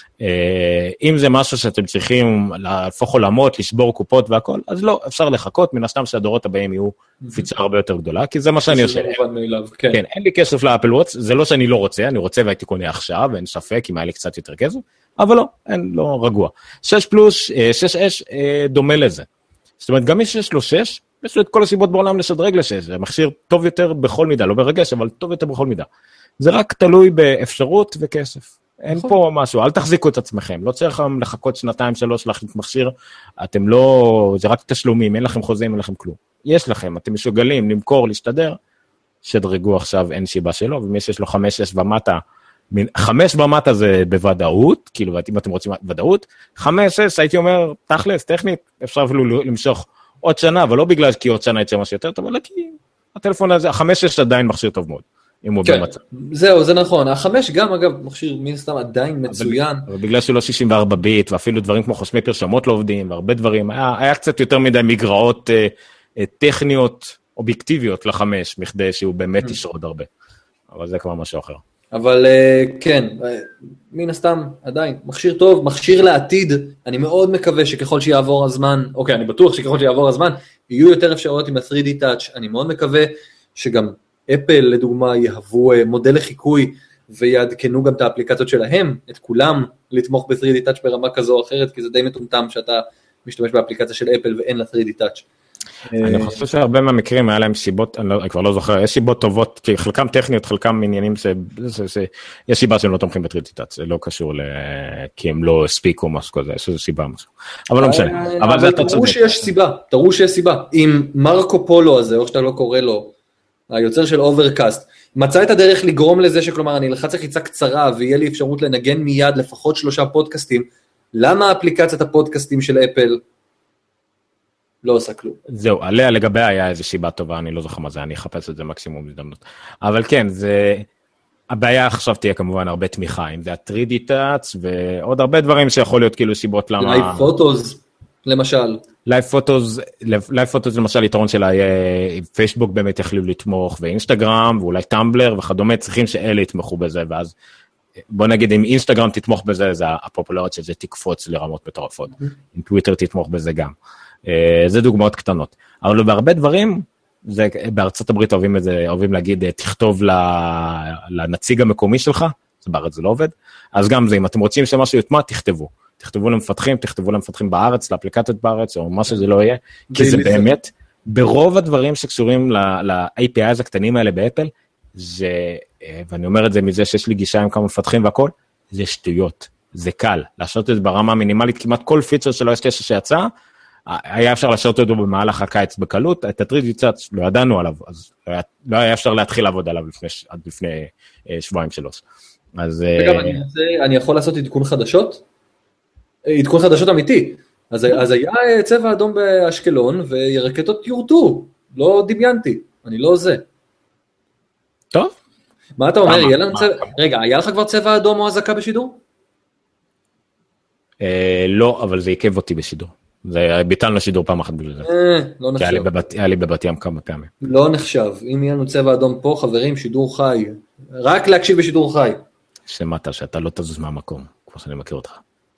אם זה משהו שאתם צריכים להפוך עולמות, לשבור קופות והכל, אז לא, אפשר לחכות, מן הסתם שהדורות הבאים יהיו פיצה הרבה יותר גדולה, כי זה מה שאני עושה. כן, אין לי כסף לאפל וואץ', זה לא שאני לא רוצה, אני רוצה והייתי קונה עכשיו, אין ספק, אם היה לי קצת יותר כסף, אבל לא, אין, לא רגוע. שש פלוס, שש אש, דומה לזה. זאת אומרת, גם מי שיש לו שש, יש לו את כל הסיבות בעולם לשדרג לשש, זה מכשיר טוב יותר בכל מידה, לא ברגש, אבל טוב יותר בכל מידה. זה רק תלוי באפשרות וכסף. אין פה משהו, אל תחזיקו את עצמכם, לא צריך לחכות שנתיים, שלוש, להחליט מכשיר, אתם לא, זה רק תשלומים, אין לכם חוזים, אין לכם כלום. יש לכם, אתם משוגלים, למכור, להשתדר, שדרגו עכשיו, אין שיבה שלו, ומי שיש לו חמש, שש ומטה, חמש במטה זה בוודאות, כאילו, אם אתם רוצים ודאות, חמש, שש, הייתי אומר, תכלס, טכנית, אפשר אפילו למשוך עוד שנה, אבל לא בגלל כי עוד שנה יצא משהו יותר טוב, אלא כי הטלפון הזה, החמש, שש עדיין מכשיר טוב מאוד. כן, זהו, זה נכון. החמש גם, אגב, מכשיר מן סתם עדיין מצוין. אבל בגלל שהוא לא שישים וארבע ביט, ואפילו דברים כמו חוסמי פרשמות לא עובדים, והרבה דברים, היה קצת יותר מדי מגרעות טכניות, אובייקטיביות לחמש, מכדי שהוא באמת ישרוד הרבה. אבל זה כבר משהו אחר. אבל כן, מן הסתם עדיין, מכשיר טוב, מכשיר לעתיד, אני מאוד מקווה שככל שיעבור הזמן, אוקיי, אני בטוח שככל שיעבור הזמן, יהיו יותר אפשרויות עם ה-תרי די Touch, אני מאוד מקווה שגם אפל לדוגמה יהוו מודל לחיקוי ויעדכנו גם את האפליקציות שלהם, את כולם, לתמוך ב-תרי די Touch ברמה כזו או אחרת, כי זה די מטומטם שאתה משתמש באפליקציה של אפל ואין לה תרי די Touch. אני חושב שהרבה מהמקרים היה להם סיבות, אני כבר לא זוכר, יש סיבות טובות, כי חלקם טכניות, חלקם עניינים יש סיבה שהם לא תומכים ב-תרי די Touch, זה לא קשור כי הם לא הספיקו משהו כזה, יש איזו סיבה משהו, אבל לא משנה. אבל תראו שיש סיבה, תראו שיש סיבה, אם מרקו פולו הזה, או שאתה לא קורא לו, היוצר של אוברקאסט, מצא את הדרך לגרום לזה שכלומר אני אלחץ לחיצה קצרה, ויהיה לי אפשרות לנגן מיד לפחות שלושה פודקאסטים, למה אפליקציית הפודקאסטים של אפל לא עושה כלום? זהו, עליה לגביה היה איזו שיבה טובה, אני לא זוכר מה זה, אני אחפש את זה מקסימום הזדמנות. אבל כן, זה, הבעיה עכשיו תהיה כמובן הרבה תמיכה, אם זה ה-תרי די Touch, ועוד הרבה דברים שיכול להיות כאילו סיבות למה... לייב פוטוס, למשל. לייב פוטוס, לייב פוטוס למשל יתרון שלה, פייסבוק באמת יכלו לתמוך, ואינסטגרם, ואולי טמבלר וכדומה, צריכים שאלה יתמכו בזה, ואז בוא נגיד, אם אינסטגרם תתמוך בזה, זה הפופולריות שזה תקפוץ לרמות מטורפות. אם טוויטר תתמוך בזה גם. זה דוגמאות קטנות. אבל בהרבה דברים, זה, בארצות הברית אוהבים את זה, אוהבים להגיד, תכתוב לנציג המקומי שלך, זה בארץ זה לא עובד. אז גם זה, אם אתם רוצים שמשהו יוטמע, תכתבו. תכתבו למפתחים, תכתבו למפתחים בארץ, לאפליקציות בארץ, או מה שזה לא יהיה. כי זה באמת, ברוב הדברים שקשורים ל-איי פי איז הקטנים האלה באפל, זה, ואני אומר את זה מזה שיש לי גישה עם כמה מפתחים והכל, זה שטויות, זה קל, לעשות את זה ברמה המינימלית, כמעט כל פיצ'ר של או אס תשע שיצא, היה אפשר לעשות אותו במהלך הקיץ בקלות, את ה-תרי די Touch לא ידענו עליו, אז לא היה, לא היה אפשר להתחיל לעבוד עליו לפני, עד לפני שבועיים שלוש. אז... וגם אני, רוצה, אני יכול לעשות עדכון חדשות? עדכון חדשות אמיתי. אז, אז היה צבע אדום באשקלון, וירקטות יורטו, לא דמיינתי, אני לא זה. טוב. מה אתה אומר? יהיה לנו צבע... רגע, היה לך כבר צבע אדום או הזקה בשידור? לא, אבל זה עיכב אותי בשידור. זה ביטלנו שידור פעם אחת בגלל זה. לא נחשב. היה לי בבת ים כמה פעמים. לא נחשב. אם יהיה לנו צבע אדום פה, חברים, שידור חי. רק להקשיב בשידור חי. שמעת שאתה לא תזוז מהמקום, כמו שאני מכיר אותך.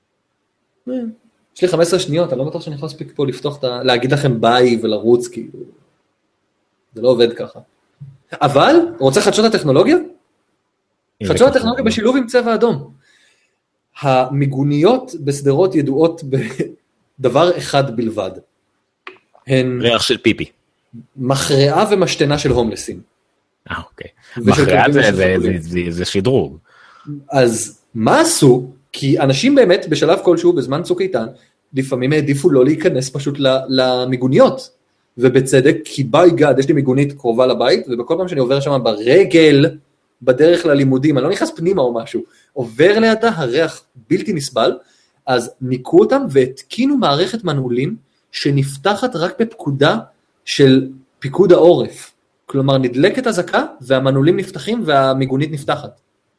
יש לי חמש עשרה שניות, אני לא בטוח שאני יכול להספיק פה לפתוח את ה... להגיד לכם ביי ולרוץ, כאילו. זה לא עובד ככה. אבל, רוצה חדשות הטכנולוגיה? חדשות הטכנולוגיה בשילוב עם צבע אדום. המיגוניות בסדרות ידועות בדבר אחד בלבד. הן... ריח של פיפי. מכרעה ומשתנה של הומלסים. אה, אוקיי. מכרעה זה, זה, זה, זה, זה שדרוג. אז מה עשו? כי אנשים באמת בשלב כלשהו בזמן צוק איתן, לפעמים העדיפו לא להיכנס פשוט למיגוניות. ובצדק, כי ביי גד, יש לי מיגונית קרובה לבית, ובכל פעם שאני עובר שם ברגל, בדרך ללימודים, אני לא נכנס פנימה או משהו, עובר לידה הריח בלתי נסבל, אז ניקו אותם והתקינו מערכת מנעולים, שנפתחת רק בפקודה של פיקוד העורף. כלומר, נדלקת הזקה, והמנעולים נפתחים, והמיגונית נפתחת.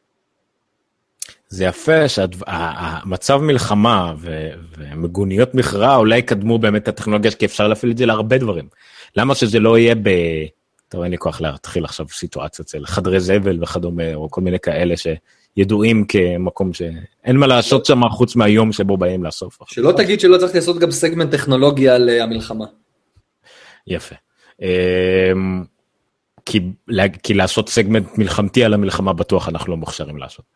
זה יפה שהמצב מלחמה ומגוניות מכרעה אולי יקדמו באמת את הטכנולוגיה, כי אפשר להפעיל את זה להרבה דברים. למה שזה לא יהיה ב... טוב, אין לי כוח להתחיל עכשיו סיטואציות של חדרי זבל וכדומה, או כל מיני כאלה שידועים כמקום שאין מה לעשות שם חוץ מהיום שבו באים לאסוף. שלא תגיד שלא צריך לעשות גם סגמנט טכנולוגיה על המלחמה. יפה. כי, כי לעשות סגמנט מלחמתי על המלחמה בטוח אנחנו לא מוכשרים לעשות.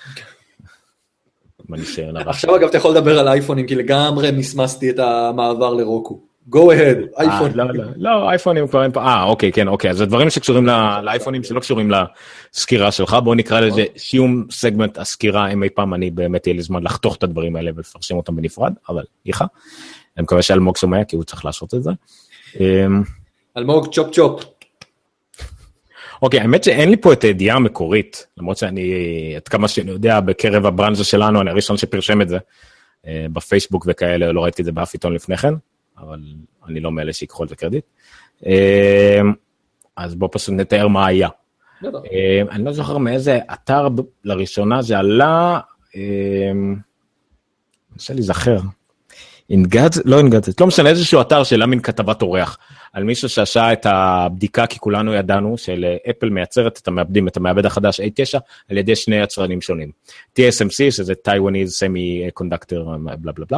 עכשיו אגב אתה יכול לדבר על אייפונים, כי לגמרי מסמסתי את המעבר לרוקו. go ahead, אייפון. לא, לא, לא, אייפונים כבר אין פה, אה, אוקיי, כן, אוקיי, אז זה דברים שקשורים לאייפונים שלא קשורים לסקירה שלך, בואו נקרא לזה סיום סגמנט הסקירה, אם אי פעם אני באמת יהיה לי זמן לחתוך את הדברים האלה ולפרשם אותם בנפרד, אבל איכה, אני מקווה שאלמוג שומע, כי הוא צריך לעשות את זה. אלמוג, צ'ופ צ'ופ. אוקיי, האמת שאין לי פה את הידיעה המקורית, למרות שאני, עד כמה שאני יודע, בקרב הברנז'ה שלנו, אני הראשון שפרשם את זה, בפייסבוק וכאלה, לא ראיתי את זה באף עיתון לפני כן, אבל אני לא מאלה שיקחו את זה קרדיט. אז בואו פשוט נתאר מה היה. אני לא זוכר מאיזה אתר לראשונה זה עלה, אני רוצה להיזכר, אינגאדס, לא אינגאדס, לא משנה, איזשהו אתר של מין כתבת אורח, על מישהו שעשה את הבדיקה, כי כולנו ידענו של אפל מייצרת את המעבדים, את המעבד החדש איי תשע, על ידי שני יצרנים שונים. טי אס אם סי, שזה Taiwanese Semiconductor, בלה בלה בלה,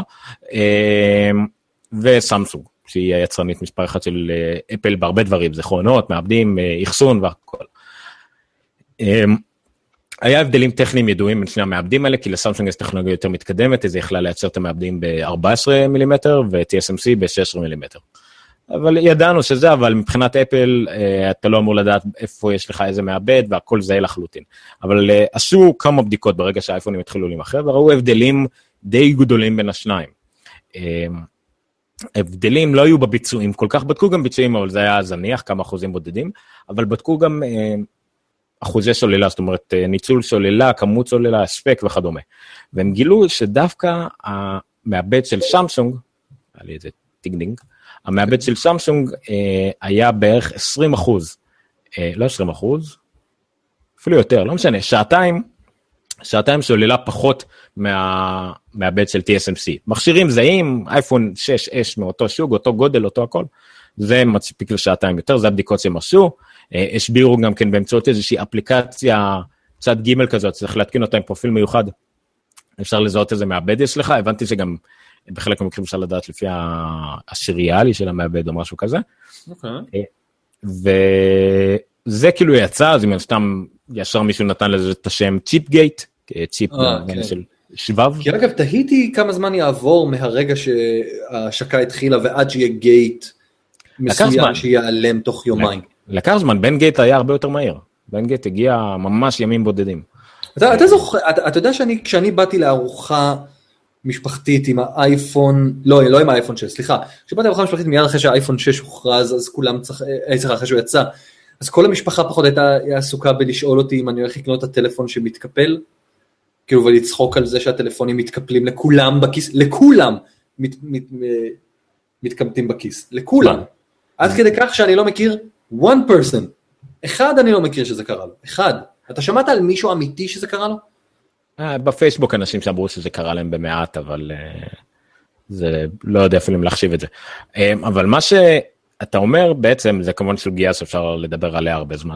וסמסונג, שהיא היצרנית מספר אחת של אפל בהרבה דברים, זיכרונות, מעבדים, אחסון והכל. היה הבדלים טכניים ידועים בין שני המעבדים האלה, כי לסמסונג יש טכנולוגיה יותר מתקדמת, אז היא יכלה לייצר את המעבדים ב-ארבע עשרה מילימטר, ו-טי אס אם סי ב-שש עשרה מילימטר. אבל ידענו שזה, אבל מבחינת אפל, אתה לא אמור לדעת איפה יש לך איזה מעבד, והכל זהה לחלוטין. אבל עשו כמה בדיקות ברגע שהאייפונים התחילו להימכר, וראו הבדלים די גדולים בין השניים. הבדלים לא היו בביצועים, כל כך בדקו גם ביצועים, אבל זה היה זניח, כמה אחוזים בודדים, אבל בדקו גם אחוזי סוללה, זאת אומרת, ניצול סוללה, כמות סוללה, הספק וכדומה. והם גילו שדווקא המעבד של סמסונג, היה לי איזה טיגדינג, המעבד של סמסונג אה, היה בערך עשרים אחוז, אה, לא עשרים אחוז, אפילו יותר, לא משנה, שעתיים, שעתיים סוללה פחות מהמעבד של טי אס אם סי. מכשירים זהים, אייפון שש אש מאותו שוג, אותו גודל, אותו הכל, זה מצפיק לשעתיים יותר, זה הבדיקות שהם עשו, אה, השבירו גם כן באמצעות איזושהי אפליקציה, צד ג' כזאת, צריך להתקין אותה עם פרופיל מיוחד, אפשר לזהות איזה מעבד יש לך, הבנתי שגם, בחלק מהמקרים אפשר לדעת לפי השריאלי של המעבד או משהו כזה. אוקיי. וזה כאילו יצא, אז אם סתם ישר מישהו נתן לזה את השם צ'יפ גייט, צ'יפ של שבב. כי אגב, תהיתי כמה זמן יעבור מהרגע שההשקה התחילה ועד שיהיה גייט מסוים שיעלם תוך יומיים. לקח זמן, בן גייט היה הרבה יותר מהיר. בן גייט הגיע ממש ימים בודדים. אתה זוכר, אתה יודע שאני, כשאני באתי לארוחה משפחתית עם האייפון, לא, לא עם האייפון שש, סליחה, כשבאתי לארוחה משפחתית מיד אחרי שהאייפון שש הוכרז, אז כולם צריך, צריך אחרי שהוא יצא, אז כל המשפחה פחות הייתה עסוקה בלשאול אותי אם אני הולך לקנות את הטלפון שמתקפל, כאילו ולצחוק על זה שהטלפונים מתקפלים לכולם בכיס, לכולם מת, מת, מתקמטים בכיס, לכולם, עד כדי כך שאני לא מכיר one person, אחד אני לא מכיר שזה קרה לו, אחד, אתה שמעת על מישהו אמיתי שזה קרה לו? בפייסבוק אנשים שאמרו שזה קרה להם במעט, אבל זה לא יודע אפילו אם להחשיב את זה. אבל מה שאתה אומר בעצם, זה כמובן סוגיה שאפשר לדבר עליה הרבה זמן,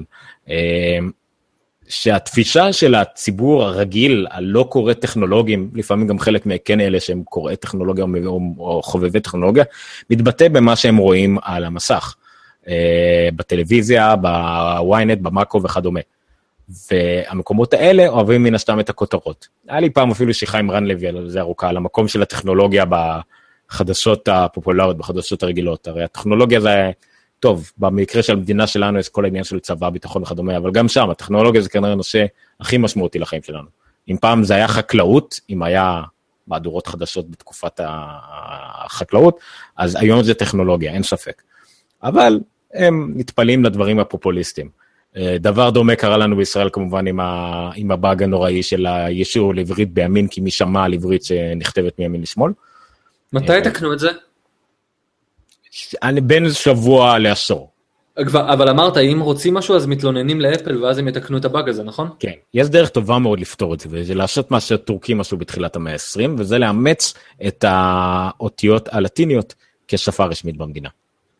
שהתפישה של הציבור הרגיל, הלא קורא טכנולוגים, לפעמים גם חלק מכן אלה שהם קוראי טכנולוגיה או חובבי טכנולוגיה, מתבטא במה שהם רואים על המסך, בטלוויזיה, בוויינט, במאקו וכדומה. והמקומות האלה אוהבים מן הסתם את הכותרות. היה לי פעם אפילו שיחה עם רן לוי על זה ארוכה, על המקום של הטכנולוגיה בחדשות הפופולריות, בחדשות הרגילות. הרי הטכנולוגיה זה טוב, במקרה של המדינה שלנו יש כל העניין של צבא, ביטחון וכדומה, אבל גם שם הטכנולוגיה זה כנראה נושא הכי משמעותי לחיים שלנו. אם פעם זה היה חקלאות, אם היה מהדורות חדשות בתקופת החקלאות, אז היום זה טכנולוגיה, אין ספק. אבל הם נטפלים לדברים הפופוליסטיים. דבר דומה קרה לנו בישראל כמובן עם, ה, עם הבאג הנוראי של הישור לעברית בימין, כי מי שמע על עברית שנכתבת מימין לשמאל. מתי תקנו את זה? בין שבוע לעשור. אבל אמרת, אם רוצים משהו אז מתלוננים לאפל ואז הם יתקנו את הבאג הזה, נכון? כן, יש דרך טובה מאוד לפתור את זה, וזה לעשות מה שטורקים עשו בתחילת המאה ה-עשרים, וזה לאמץ את האותיות הלטיניות כשפה רשמית במדינה.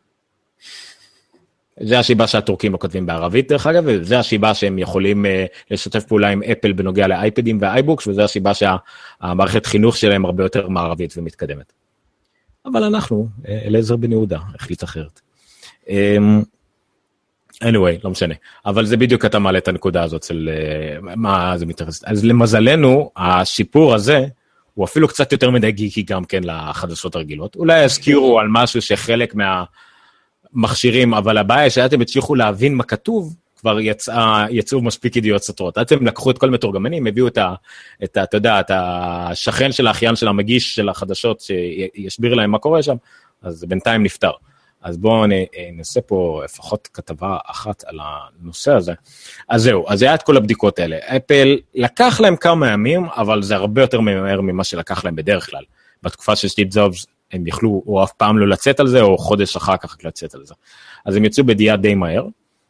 זה השיבה שהטורקים לא כותבים בערבית דרך אגב, וזה השיבה שהם יכולים uh, לשתף פעולה עם אפל בנוגע לאייפדים והאייבוקס, וזה השיבה שהמערכת חינוך שלהם הרבה יותר מערבית ומתקדמת. אבל אנחנו, אליעזר בן יהודה, החליט אחרת. Um, anyway, לא משנה. אבל זה בדיוק אתה מעלה את הנקודה הזאת של uh, מה זה מתייחס. אז למזלנו, השיפור הזה, הוא אפילו קצת יותר מדי גיקי גם כן לחדשות הרגילות. אולי יזכירו על משהו שחלק מה... מכשירים, אבל הבעיה שאתם הצליחו להבין מה כתוב, כבר יצא, יצאו מספיק ידיעות סתרות. אתם לקחו את כל מתורגמנים, הביאו את ה, את ה, אתה יודע, את השכן של האחיין של המגיש של החדשות, שיסביר להם מה קורה שם, אז בינתיים נפטר. אז בואו נעשה פה לפחות כתבה אחת על הנושא הזה. אז זהו, אז היה את כל הבדיקות האלה. אפל לקח להם כמה ימים, אבל זה הרבה יותר מהר ממה שלקח להם בדרך כלל. בתקופה של סטיב ג'ובס, הם יכלו או אף פעם לא לצאת על זה, או חודש אחר כך לצאת על זה. אז הם יצאו בדיעה די מהר.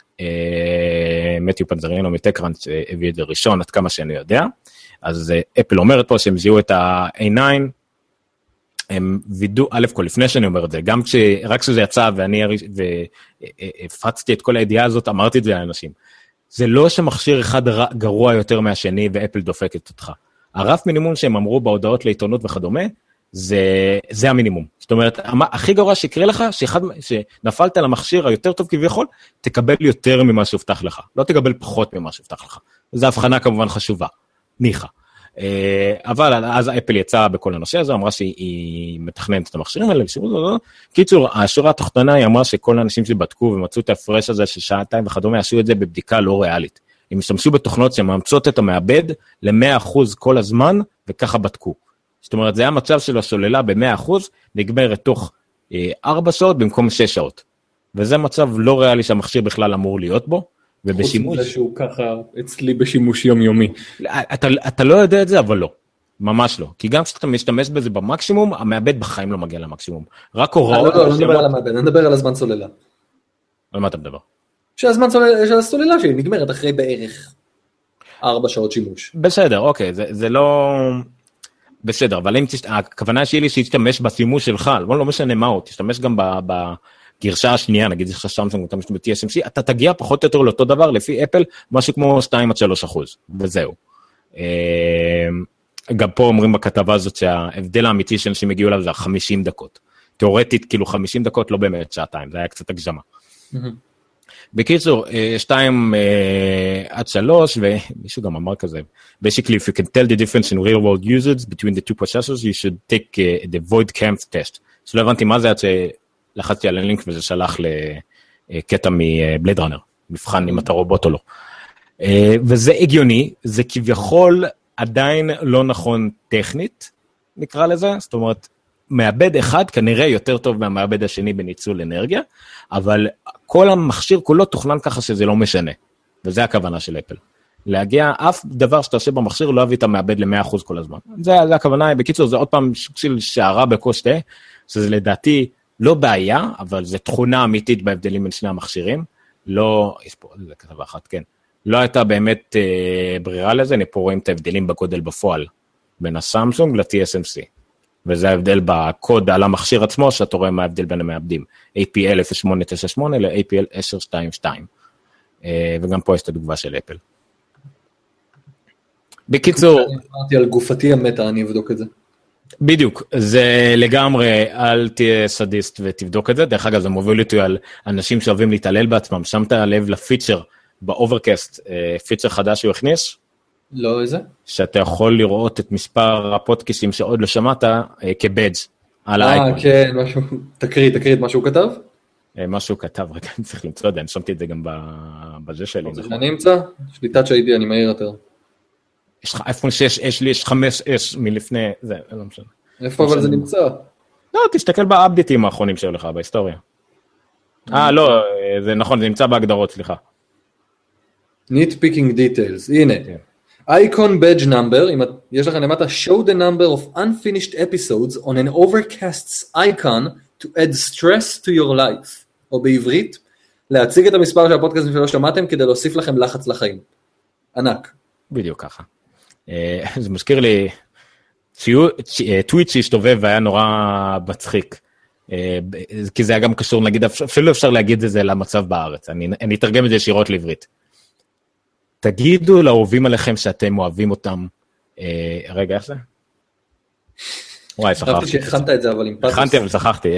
מתיו פנזרינו מטקראנט הביא את זה ראשון, עד כמה שאני יודע. אז אפל אומרת פה שהם זיהו את ה-איי תשע, הם וידאו, א' כל לפני שאני אומר את זה, גם כשרק כשזה יצא ואני הפצתי את כל הידיעה הזאת, אמרתי את זה לאנשים. זה לא שמכשיר אחד גרוע יותר מהשני ואפל דופקת אותך. הרף מינימום שהם אמרו בהודעות לעיתונות וכדומה, זה, זה המינימום. זאת אומרת, הכי גרוע שיקרה לך, שאחד, שנפלת על המכשיר היותר טוב כביכול, תקבל יותר ממה שהובטח לך. לא תקבל פחות ממה שהובטח לך. זו הבחנה כמובן חשובה, ניחא. אבל אז אפל יצאה בכל הנושא הזה, אמרה שהיא מתכננת את המכשירים האלה, קיצור, השורה התחתונה היא אמרה שכל האנשים שבדקו ומצאו את ההפרש הזה של שעתיים וכדומה, עשו את זה בבדיקה לא ריאלית. הם השתמשו בתוכנות שמאמצות את המעבד ל-מאה אחוז כל הזמן, וככה בדקו. זאת אומרת, זה היה מצב של השוללה ב-מאה אחוז, נגמרת תוך ארבע שעות במקום שש שעות. וזה מצב לא ריאלי שהמכשיר בכלל אמור להיות בו, ובשימוש... חוץ מזה שהוא ככה אצלי בשימוש יומיומי. אתה, אתה לא יודע את זה, אבל לא. ממש לא. כי גם כשאתה משתמש בזה במקסימום, המעבד בחיים לא מגיע למקסימום. רק הוראות... לא, לא, לא נדבר על המעבד, אני מדבר על הזמן סוללה. על מה אתה מדבר? שהזמן סוללה, שהסוללה שלי נגמרת אחרי בערך ארבע שעות שימוש. בסדר, אוקיי, זה, זה לא... בסדר, אבל אם תשת... הכוונה שלי שהיא תשתמש בשימוש שלך, לא, לא משנה מהו, תשתמש גם ב... ב... גרשה השנייה, נגיד יש לך סמסונג, אתה משתמש ב-טי אס אם סי, אתה תגיע פחות או יותר לאותו דבר, לפי אפל, משהו כמו שתיים עד שלוש אחוז, וזהו. גם פה אומרים בכתבה הזאת שההבדל האמיתי שאנשים הגיעו אליו זה חמישים דקות. תיאורטית, כאילו חמישים דקות, לא באמת שעתיים, זה היה קצת הגזמה. בקיצור, שתיים עד שלוש, ומישהו גם אמר כזה, basically, if you can tell the difference in real world usage between the two processors, you should take the void camp test. שלא הבנתי מה זה עד ש... לחצתי על הלינק וזה שלח לקטע מבלייד ראנר, מבחן אם אתה רובוט או לא. וזה הגיוני, זה כביכול עדיין לא נכון טכנית, נקרא לזה, זאת אומרת, מעבד אחד כנראה יותר טוב מהמעבד השני בניצול אנרגיה, אבל כל המכשיר כולו תוכנן ככה שזה לא משנה, וזה הכוונה של אפל. להגיע, אף דבר שאתה עושה במכשיר לא הביא את המעבד ל-מאה אחוז כל הזמן. זה, זה הכוונה, בקיצור, זה עוד פעם של שערה בקושטה, שזה לדעתי, לא בעיה, אבל זו תכונה אמיתית בהבדלים בין שני המכשירים, לא, יש פה, זה כתבה אחת, כן, לא הייתה באמת אה, ברירה לזה, אני פה רואים את ההבדלים בגודל בפועל, בין הסמסונג ל-טי אס אם סי, וזה ההבדל בקוד על המכשיר עצמו, שאתה רואה מה ההבדל בין המעבדים, איי פי אל אפס שמונה תשע שמונה ל-איי פי אל עשר שתיים שתיים, אה, וגם פה יש את התגובה של אפל. בקיצור... אני אמרתי על גופתי המטה, אני אבדוק את זה. בדיוק, זה לגמרי, אל תהיה סדיסט ותבדוק את זה, דרך אגב זה מוביל אותי על אנשים שאוהבים להתעלל בעצמם, שמת לב לפיצ'ר באוברקאסט, פיצ'ר חדש שהוא הכניס? לא, איזה? שאתה יכול לראות את מספר הפודקאסטים שעוד לא שמעת כבדג' על האייקון. אה, כן, משהו, תקריא, תקריא את מה שהוא כתב? מה שהוא כתב, רגע, אני צריך למצוא את זה, אני שמתי את זה גם בזה שלי. אני אמצא, יש לי טאץ' איי די, אני מהיר יותר. יש לך אייפון שש אש, לי יש חמש אש מלפני, זה, לא משנה. איפה אבל זה נמצא? לא, תסתכל באפדייטים האחרונים שהיו לך, בהיסטוריה. אה, לא, זה נכון, זה נמצא בהגדרות, סליחה. Nitpicking details, הנה. Icon badge number, אם יש לכם למטה, show the number of unfinished episodes on an overcast's icon to add stress to your life. או בעברית, להציג את המספר של הפודקאסטים שלא שמעתם, כדי להוסיף לכם לחץ לחיים. ענק. בדיוק ככה. זה מזכיר לי, טוויט שהשתובב והיה נורא מצחיק, כי זה היה גם קשור, נגיד, אפילו אפשר להגיד את זה למצב בארץ, אני, אני אתרגם את זה ישירות לעברית. תגידו לאהובים עליכם שאתם אוהבים אותם, רגע, איך זה? וואי, שכחתי. חשבתי שהכנת את זה, אבל עם פאטוס. הכנתי, אבל שכחתי.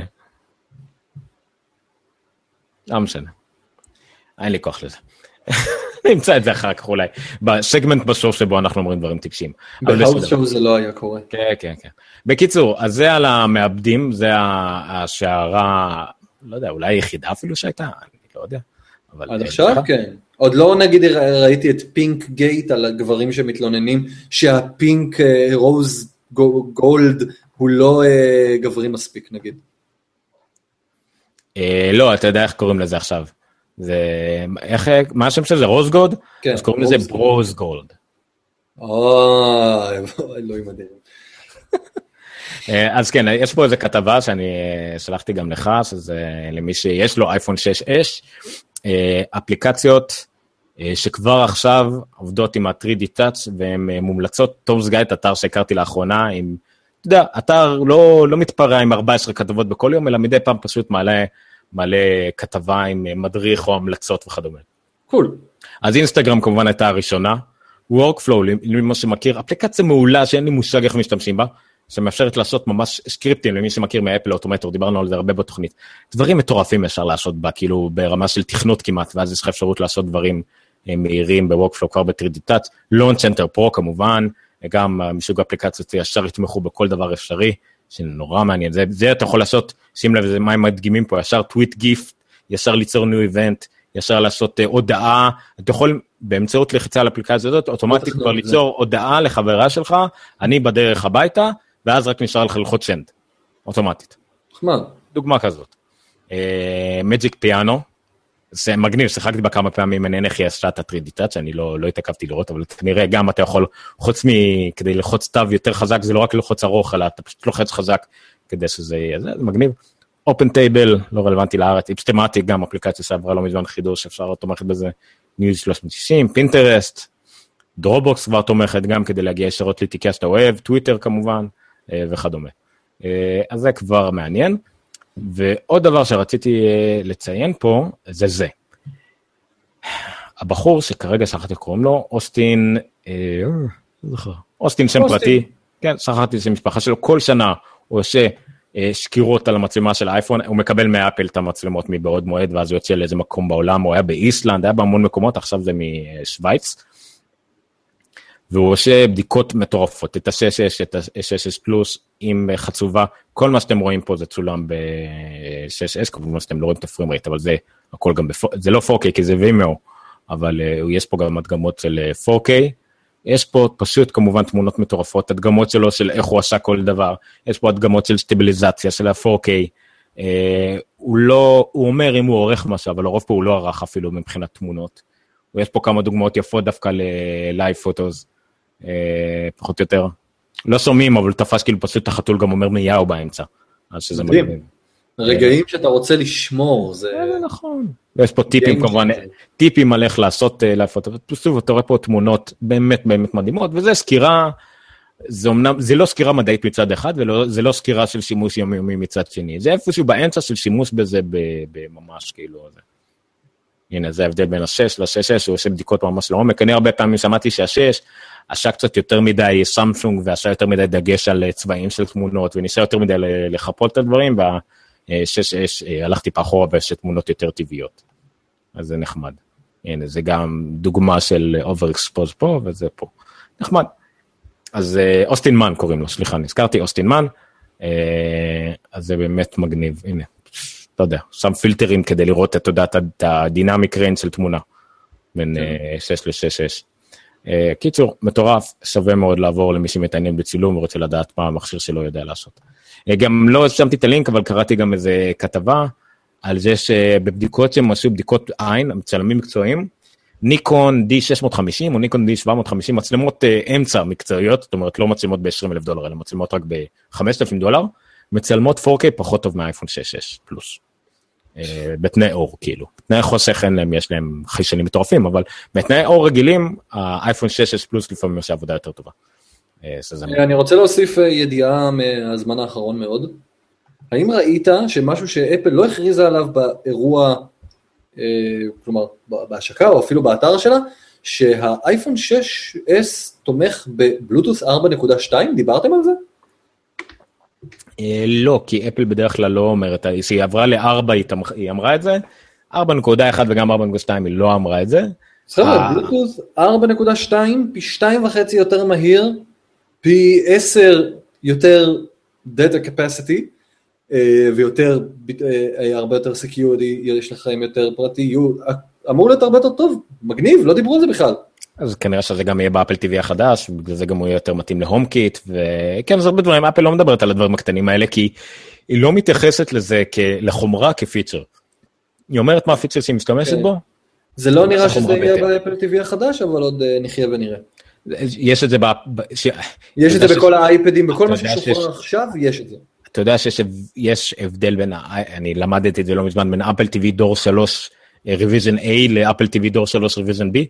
לא משנה. אין לי כוח לזה. נמצא את זה אחר כך אולי, בסגמנט בשור שבו אנחנו אומרים דברים טיפשים. בהאוס שואו זה לא היה קורה. כן, כן, כן. בקיצור, אז זה על המעבדים, זה השערה, לא יודע, אולי היחידה אפילו שהייתה, אני לא יודע. עד עכשיו כן. עוד לא נגיד ראיתי את פינק גייט על הגברים שמתלוננים, שהפינק רוז גולד הוא לא גברי מספיק נגיד. לא, אתה יודע איך קוראים לזה עכשיו. זה, איך, מה השם של זה, רוז גולד? כן. אז קוראים לזה ברוז גולד. אוי, אלוהים אדירים. אז כן, יש פה איזו כתבה שאני שלחתי גם לך, שזה למי שיש לו אייפון שש אש, אפליקציות שכבר עכשיו עובדות עם ה-תרי די Touch, והן מומלצות, טוב סגי את אתר שהכרתי לאחרונה, עם, אתה יודע, אתר לא, לא מתפרע עם ארבע עשרה כתבות בכל יום, אלא מדי פעם פשוט מעלה, מעלה כתבה עם מדריך או המלצות וכדומה. קול. אז אינסטגרם כמובן הייתה הראשונה, Workflow, למי שמכיר, אפליקציה מעולה שאין לי מושג איך משתמשים בה, שמאפשרת לעשות ממש סקריפטים למי שמכיר מאפל אוטומטור, דיברנו על זה הרבה בתוכנית. דברים מטורפים אפשר לעשות בה, כאילו ברמה של תכנות כמעט, ואז יש לך אפשרות לעשות דברים מהירים ב-Workflow כבר ב-תרי די Touch, Launch Center Pro כמובן, גם מסוג אפליקציות ישר יתמכו בכל דבר אפשרי, שנורא מעניין, זה, זה אתה יכול לעשות, שים לב, זה מה הם מדגימים פה, ישר טוויט גיפט, ישר ליצור ניו איבנט, ישר לעשות uh, הודעה, אתה יכול באמצעות לחיצה על אפליקציה הזאת, אוטומטית כבר ליצור הודעה לחברה שלך, אני בדרך הביתה, ואז רק נשאר לך ללחוץ סנד, אוטומטית. חמד. דוגמה כזאת. מג'יק פיאנו, זה מגניב, שיחקתי בה כמה פעמים, אני איך היא עשתה את ה-תרי די Touch, אני לא, לא התעכבתי לראות, אבל כנראה גם אתה יכול, חוץ מ... כדי ללחוץ תו יותר חזק, זה לא רק ללחוץ ארוך, אלא אתה פשוט לוחץ חזק, כדי שזה יהיה, זה, זה מגניב. Open Table, לא רלוונטי לארץ, איפסטמטיק, גם אפליקציה שעברה לא מזמן חידוש, אפשר תומכת בזה, News שלוש מאות שישים, Pinterest, Dropbox כבר תומכת גם כדי להגיע ישרות לתיקה שאתה אוהב, טוויטר כמובן, וכדומה. אז זה כבר מעניין. ועוד דבר שרציתי לציין פה, זה זה. הבחור שכרגע שכחתי קוראים לו, אוסטין, אוסטין שם פרטי, כן, שכחתי שם משפחה שלו, כל שנה הוא עושה שקירות על המצלמה של האייפון, הוא מקבל מאפל את המצלמות מבעוד מועד, ואז הוא יוצא לאיזה מקום בעולם, הוא היה באיסלנד, היה בהמון מקומות, עכשיו זה משוויץ, והוא עושה בדיקות מטורפות, את ה-שש שש, את ה-שש שש פלוס, עם חצובה, כל מה שאתם רואים פה זה צולם ב-שש שש, כמובן שאתם לא רואים את הפריים רייט, אבל זה הכל גם, זה לא פור קיי, כי זה וימאו, אבל יש פה גם הדגמות של פור קיי, יש פה פשוט כמובן תמונות מטורפות, הדגמות שלו של איך הוא עשה כל דבר, יש פה הדגמות של סטביליזציה של ה-פור קיי, הוא לא, הוא אומר אם הוא עורך משהו, אבל לרוב פה הוא לא ערך אפילו מבחינת תמונות, ויש פה כמה דוגמאות יפות דווקא ל-Live Photos, פחות או יותר, לא שומעים, אבל תפס כאילו פשוט החתול גם אומר מיהו באמצע, אז שזה מדהים. רגעים שאתה רוצה לשמור, זה... נכון. ויש פה טיפים כמובן, טיפים על איך לעשות Live Photos, פשוט אתה רואה פה תמונות באמת באמת מדהימות, וזה סקירה, זה אומנם, זה לא סקירה מדעית מצד אחד, וזה לא סקירה של שימוש יומיומי מצד שני, זה איפשהו באמצע של שימוש בזה בממש כאילו, הנה זה ההבדל בין ה-שש ל-שש שש, הוא עושה בדיקות ממש לעומק, אני הרבה פעמים שמעתי שה-שש, עשה קצת יותר מדי סמסונג, ועשה יותר מדי דגש על צבעים של תמונות, וניסה יותר מדי לחפות את הדברים, וה-שש שש הלכתי פחורה, ויש תמונות יותר טבעיות. אז זה נחמד. הנה, זה גם דוגמה של overexpose פה, וזה פה. נחמד. אז אוסטין מן קוראים לו, סליחה, נזכרתי, אוסטין מן, אז זה באמת מגניב, הנה. לא יודע, שם פילטרים כדי לראות את הדינמיק ריינג' של תמונה, בין שש ל-שש שש. קיצור, מטורף, שווה מאוד לעבור למי שמתעניין בצילום, ורוצה לדעת מה המכשיר שלו יודע לעשות. גם לא שמתי את הלינק, אבל קראתי גם איזה כתבה, על זה שבבדיקות שהם עשו בדיקות עין, מצלמים מקצועיים, ניקון די שש מאות חמישים, או ניקון די שבע מאות חמישים, מצלמות אמצע מקצועיות, זאת אומרת, לא מצלמות ב-עשרים אלף דולר, אלא מצלמות רק ב-חמשת אלפים דולר, מצלמות פור קיי פחות טוב מהאייפון שש שש פלוס. בתנאי אור, כאילו. בתנאי חוסך אין להם, יש להם חיישנים מטורפים, אבל בתנאי אור רגילים, האייפון שש שש פלוס לפעמים יש עבודה יותר טובה. אני רוצה להוסיף ידיעה מהזמן האחרון מאוד. האם ראית שמשהו שאפל לא הכריזה עליו באירוע, כלומר, בהשקה או אפילו באתר שלה, שהאייפון שש אס תומך בבלוטות' ארבע נקודה שתיים? דיברתם על זה? לא, כי אפל בדרך כלל לא אומרת, היא עברה ל-ארבע, היא אמרה את זה, ארבע נקודה אחת וגם ארבע נקודה שתיים היא לא אמרה את זה. בסדר, בלוטות' ארבע נקודה שתיים, פי שתיים וחצי יותר מהיר, פי עשר יותר data capacity, ויותר, הרבה יותר security, יש לכם יותר פרטי, אמור להיות הרבה יותר טוב, מגניב, לא דיברו על זה בכלל. אז כנראה שזה גם יהיה באפל טי וי החדש, בגלל זה גם הוא יהיה יותר מתאים להום קיט, וכן, אז הרבה דברים, אפל לא מדברת על הדברים הקטנים האלה, כי היא לא מתייחסת לזה לחומרה כפיצ'ר. היא אומרת מה הפיצ'ר שהיא משתמשת בו? זה לא נראה שזה יהיה באפל טי וי החדש, אבל עוד נחיה ונראה. יש את זה, יש את זה בכל האייפדים, בכל מה ששוחרר עכשיו, יש את זה. אתה יודע שיש הבדל בין, אני למדתי את זה לא מזמן, בין אפל טי וי דור שלוש ריוויז'ן A לאפל טי וי דור שלוש ריוויז'ן B?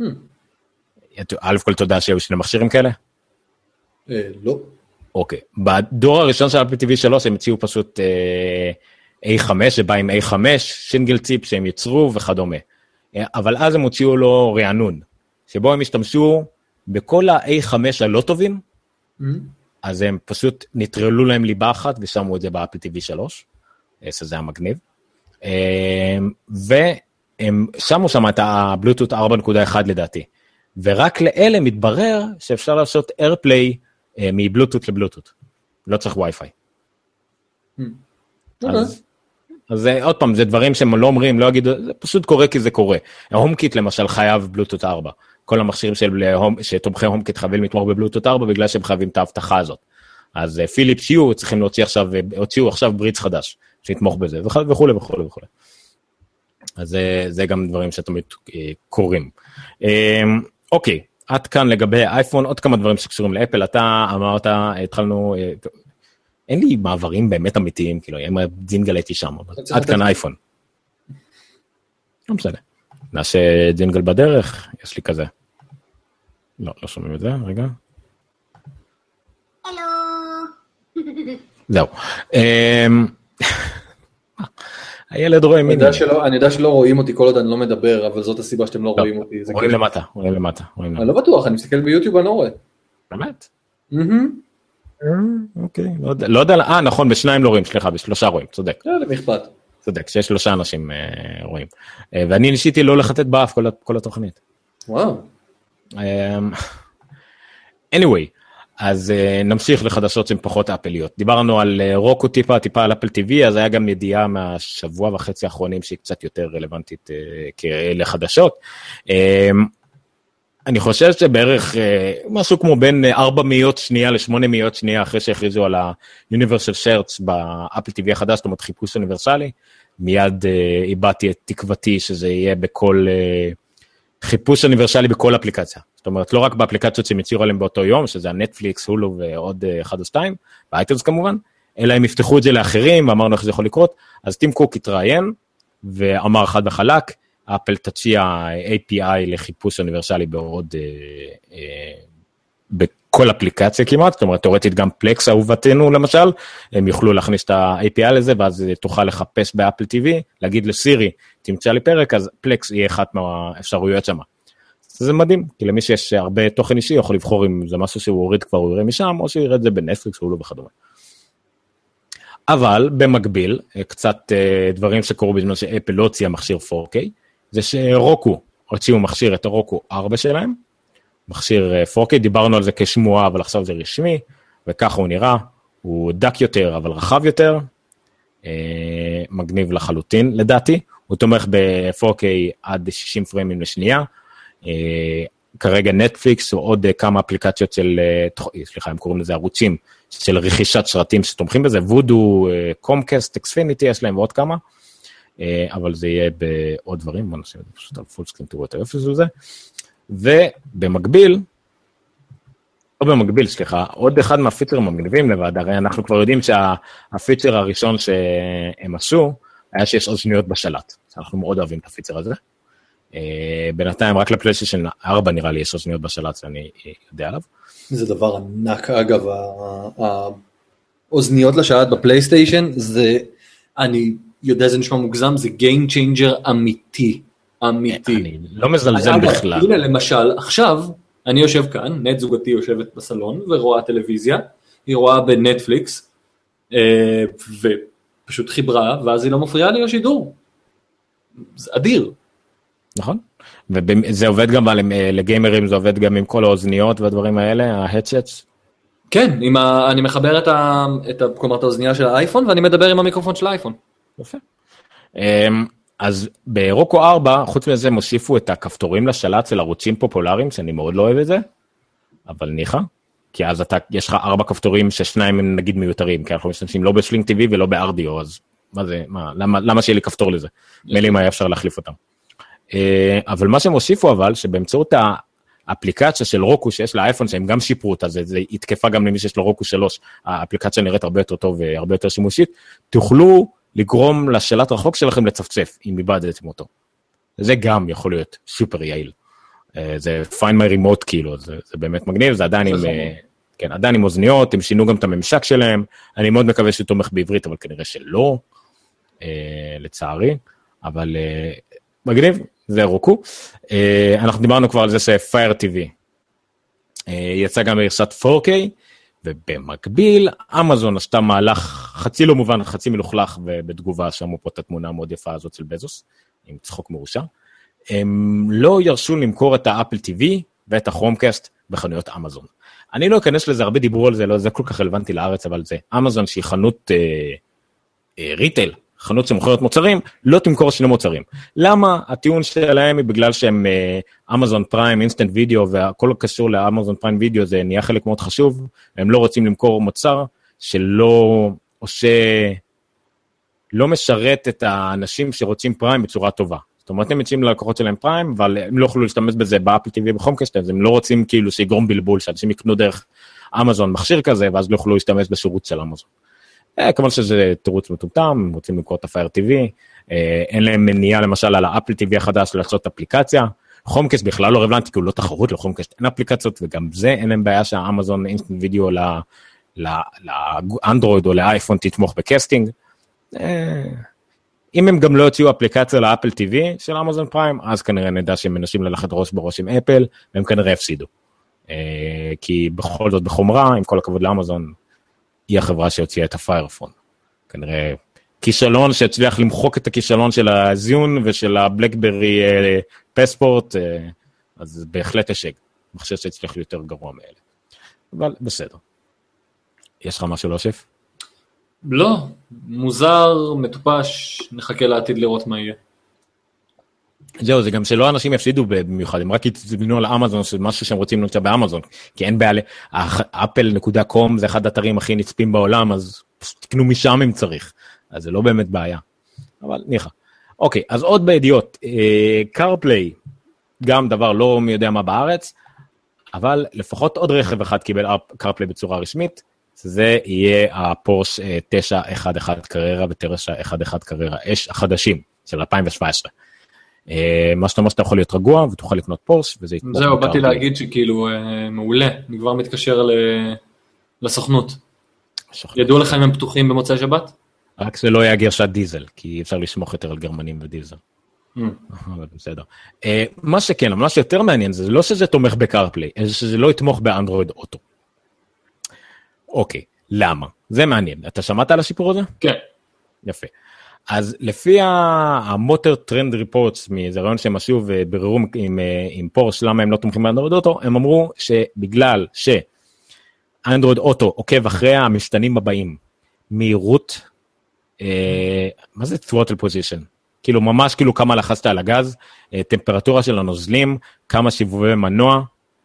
א' כל תודה שהיו שני מכשירים כאלה? לא. אוקיי. בדור הראשון של אפל טי וי שלוש הם הציעו פשוט איי חמש, שבא עם איי חמש, שינגל ציפ שהם יצרו וכדומה. אבל אז הם הוציאו לו רענון, שבו הם השתמשו בכל ה-איי חמש הלא טובים, אז הם פשוט נטרלו להם ליבה אחת, ושמו את זה באפל טי וי שלוש, שזה היה מגניב. הם שמו שם את הבלוטות ארבע נקודה אחת לדעתי, ורק לאלה מתברר שאפשר לעשות איירפליי מבלוטות לבלוטות, לא צריך וי-פיי. אז, אז עוד פעם, זה דברים שהם לא אומרים, לא יגידו, זה פשוט קורה כי זה קורה. ההומקיט למשל חייב בלוטות ארבע, כל המכשירים של, שתומכי הומקיט חייבים לתמוך בבלוטות ארבע, בגלל שהם חייבים את ההבטחה הזאת. אז פיליפס יו צריכים להוציא עכשיו, הוציאו עכשיו בריץ חדש, שיתמוך בזה, וכו' וכו' וכו'. אז זה, זה גם דברים שתמיד קורים. אוקיי, עד כאן לגבי אייפון, עוד כמה דברים שקשורים לאפל, אתה אמרת, התחלנו, אין לי מעברים באמת אמיתיים, כאילו, אם ג'ינגל הייתי שם, עד כאן אייפון. לא משנה. נעשה ג'ינגל בדרך, יש לי כזה. לא, לא שומעים את זה, רגע. הלו. זהו. הילד רואה מיני. אני יודע שלא רואים אותי כל עוד אני לא מדבר, אבל זאת הסיבה שאתם לא רואים אותי. רואים למטה, רואים למטה. אני לא בטוח, אני מסתכל ביוטיוב, אני לא רואה. באמת? אוקיי, לא יודע, אה נכון, בשניים לא רואים, סליחה, בשלושה רואים, צודק. לא, למכפת. צודק, שיש שלושה אנשים רואים. ואני ניסיתי לא לחטט באף כל התוכנית. וואו. anyway, אז נמשיך לחדשות שהן פחות אפליות. דיברנו על רוקו טיפה, טיפה על אפל טי וי, אז היה גם ידיעה מהשבוע וחצי האחרונים שהיא קצת יותר רלוונטית לחדשות. אני חושב שבערך משהו כמו בין ארבע מאיות שנייה לשמונה מאיות שנייה, אחרי שהכריזו על ה-Universal Search באפל טי וי החדש, זאת אומרת חיפוש אוניברסלי, מיד איבדתי את תקוותי שזה יהיה בכל חיפוש אוניברסלי בכל אפליקציה. זאת אומרת, לא רק באפליקציות שהם יצירו עליהם באותו יום, שזה הנטפליקס, הולו ועוד אחד או שתיים, באייטונס כמובן, אלא הם יפתחו את זה לאחרים, ואמרנו איך זה יכול לקרות, אז טים קוק התראיין, ואמר חד וחלק, אפל תציע איי פי איי לחיפוש אוניברסלי בעוד, אה, אה, בכל אפליקציה כמעט, זאת אומרת, תאורטית גם פלקס אהובתנו למשל, הם יוכלו להכניס את ה-איי פי איי לזה, ואז תוכל לחפש באפל טי וי, להגיד לסירי, תמצא לי פרק, אז פלקס יהיה אחת מהאפשרויות שמה. זה מדהים, כי למי שיש הרבה תוכן אישי, יכול לבחור אם זה משהו שהוא הוריד כבר, הוא יראה משם, או שהוא יראה את זה בנטפליקס, או לא וכדומה. אבל במקביל, קצת דברים שקורו בזמן שאפל לא הוציאה מכשיר פור קיי, זה שרוקו, הוציאו מכשיר את הרוקו ארבע שלהם, מכשיר פור קיי, דיברנו על זה כשמועה, אבל עכשיו זה רשמי, וככה הוא נראה, הוא דק יותר, אבל רחב יותר, מגניב לחלוטין לדעתי, הוא תומך ב-פור קיי עד שישים פריימים לשנייה, כרגע נטפליקס או עוד כמה אפליקציות של, סליחה, הם קוראים לזה ערוצים, של רכישת שרתים שתומכים בזה, וודו, קומקאסט, אקספיניטי, יש להם ועוד כמה, אבל זה יהיה בעוד דברים, בוא נשים את זה פשוט על פול סקרין, תראו את היופי של זה, ובמקביל, או במקביל, סליחה, עוד אחד מהפיצ'רים המגניבים לבד, הרי אנחנו כבר יודעים שהפיצ'ר הראשון שהם עשו, היה שיש אוזניות בשלט, אנחנו מאוד אוהבים את הפיצ'ר הזה, בינתיים רק לפלייסטיישן ארבע נראה לי יש אוזניות בשלט שאני יודע עליו. זה דבר ענק, אגב, האוזניות לשלט בפלייסטיישן, זה, אני יודע, זה נשמע מוגזם, זה game changer אמיתי, אמיתי. אני לא מזלזל בכלל. הנה למשל, עכשיו, אני יושב כאן, נט זוגתי יושבת בסלון, ורואה טלוויזיה, היא רואה בנטפליקס, ופשוט חיברה, ואז היא לא מפריעה לי לשידור. זה אדיר. נכון, וזה עובד גם לגיימרים, זה עובד גם עם כל האוזניות והדברים האלה, ההדסטס. כן, אני מחבר את האוזנייה של האייפון, ואני מדבר עם המיקרופון של האייפון. יפה. אז ברוקו ארבע, חוץ מזה, הם הוסיפו את הכפתורים לשלט של ערוצים פופולריים, שאני מאוד לא אוהב את זה, אבל ניחא, כי אז אתה, יש לך ארבע כפתורים ששניים הם נגיד מיותרים, כי אנחנו משתמשים לא בסלינג טי וי ולא בארדיו, אז מה זה, מה, למה, למה שיהיה לי כפתור לזה? מילא מה היה אפשר להחליף אותם. אבל מה שהם הוסיפו אבל, שבאמצעות האפליקציה של רוקו שיש לאייפון, שהם גם שיפרו אותה, זה, זה התקפה גם למי שיש לו רוקו שלוש, האפליקציה נראית הרבה יותר טוב והרבה יותר שימושית, תוכלו לגרום לשלט רחוק שלכם לצפצף, אם איבדתם אותו. זה גם יכול להיות סופר יעיל. זה find my remote כאילו, זה, זה באמת מגניב, זה עדיין עם, כן, עדיין עם אוזניות, הם שינו גם את הממשק שלהם, אני מאוד מקווה שהוא תומך בעברית, אבל כנראה שלא, לצערי, אבל מגניב, זה רוקו. אנחנו דיברנו כבר על זה שפייר טי וי יצא גם בגרסת פור קיי, ובמקביל, אמזון עשתה מהלך חצי לא מובן, חצי מלוכלך, ובתגובה שמו פה את התמונה המאוד יפה הזאת של בזוס, עם צחוק מרושע, הם לא ירשו למכור את האפל טי וי ואת הכרומקאסט בחנויות אמזון. אני לא אכנס לזה, הרבה דיברו על זה, לא, זה כל כך רלוונטי לארץ, אבל זה אמזון שהיא חנות אה, אה, ריטייל, חנות שמוכרת מוצרים, לא תמכור שני מוצרים. למה? הטיעון שלהם היא בגלל שהם אמזון פריים, אינסטנט וידאו, והכל קשור לאמזון פריים וידאו, זה נהיה חלק מאוד חשוב, הם לא רוצים למכור מוצר שלא, או שלא משרת את האנשים שרוצים פריים בצורה טובה. זאת אומרת, הם מציעים ללקוחות שלהם פריים, אבל הם לא יכולו להשתמש בזה באפל טי וי ובכרומקאסט, אז הם לא רוצים כאילו שיגרום בלבול, שאנשים יקנו דרך אמזון מכשיר כזה, ואז לא יכולו להשתמש בשירות של אמזון. כמובן שזה תירוץ מטומטם, הם רוצים למכור את הפייר טי וי, אין להם מניעה למשל על האפל טי וי החדש לעשות אפליקציה, כרומקאסט בכלל לא רלוונטי, כי הוא לא תחרות לכרומקאסט, אין אפליקציות, וגם זה אין להם בעיה שהאמזון אינסטנט וידאו לאנדרואיד או לאייפון תתמוך בקסטינג, אם הם גם לא יוציאו אפליקציה לאפל טי וי של אמזון פריים, אז כנראה נדע שהם מנסים ללכת ראש בראש עם אפל, והם כנראה הפסידו, כי בכל זאת בחומרה, עם כל הכבוד לאמזון, היא החברה שהוציאה את הפיירפון. כנראה כישלון שהצליח למחוק את הכישלון של הזיון ושל הבלקברי פספורט, אז בהחלט השג. אני חושב שהצליח יותר גרוע מאלה. אבל בסדר. יש לך משהו להוסיף? לא, מוזר, מטופש, נחכה לעתיד לראות מה יהיה. זהו, זה גם שלא אנשים יפסידו במיוחד, הם רק יצבינו על אמזון, שזה משהו שהם רוצים למצוא באמזון, כי אין בעיה, אפל נקודה קום זה אחד האתרים הכי נצפים בעולם, אז תקנו משם אם צריך, אז זה לא באמת בעיה, אבל ניחא. אוקיי, אז עוד בידיעות, קארפליי, גם דבר לא מי יודע מה בארץ, אבל לפחות עוד רכב אחד קיבל קארפליי בצורה רשמית, זה יהיה הפורש תשע אחת אחת קריירה ו-תשע אחת אחת קריירה אש החדשים של אלפיים שבע עשרה. מה שאתה אומר שאתה יכול להיות רגוע ותוכל לקנות פורש וזה יתמוך. זהו, באתי להגיד שכאילו מעולה, אני כבר מתקשר לסוכנות. ידעו לך אם הם פתוחים במוצאי שבת? רק זה לא יהיה גרשת דיזל, כי אפשר לשמוך יותר על גרמנים ודיזל. אבל בסדר. מה שכן, מה שיותר מעניין זה לא שזה תומך בקארפליי, אלא שזה לא יתמוך באנדרואיד אוטו. אוקיי, למה? זה מעניין. אתה שמעת על הסיפור הזה? כן. יפה. אז לפי המוטר טרנד ריפורטס, מאיזה רעיון שהם עשו ובררו עם, עם פורש, למה הם לא תומכים באנדרואיד אוטו, הם אמרו שבגלל שאנדרואיד אוטו עוקב אחרי המשתנים הבאים, מהירות, אה, מה זה throttle position? כאילו ממש כאילו כמה לחצת על הגז, טמפרטורה של הנוזלים, כמה שיבובי מנוע,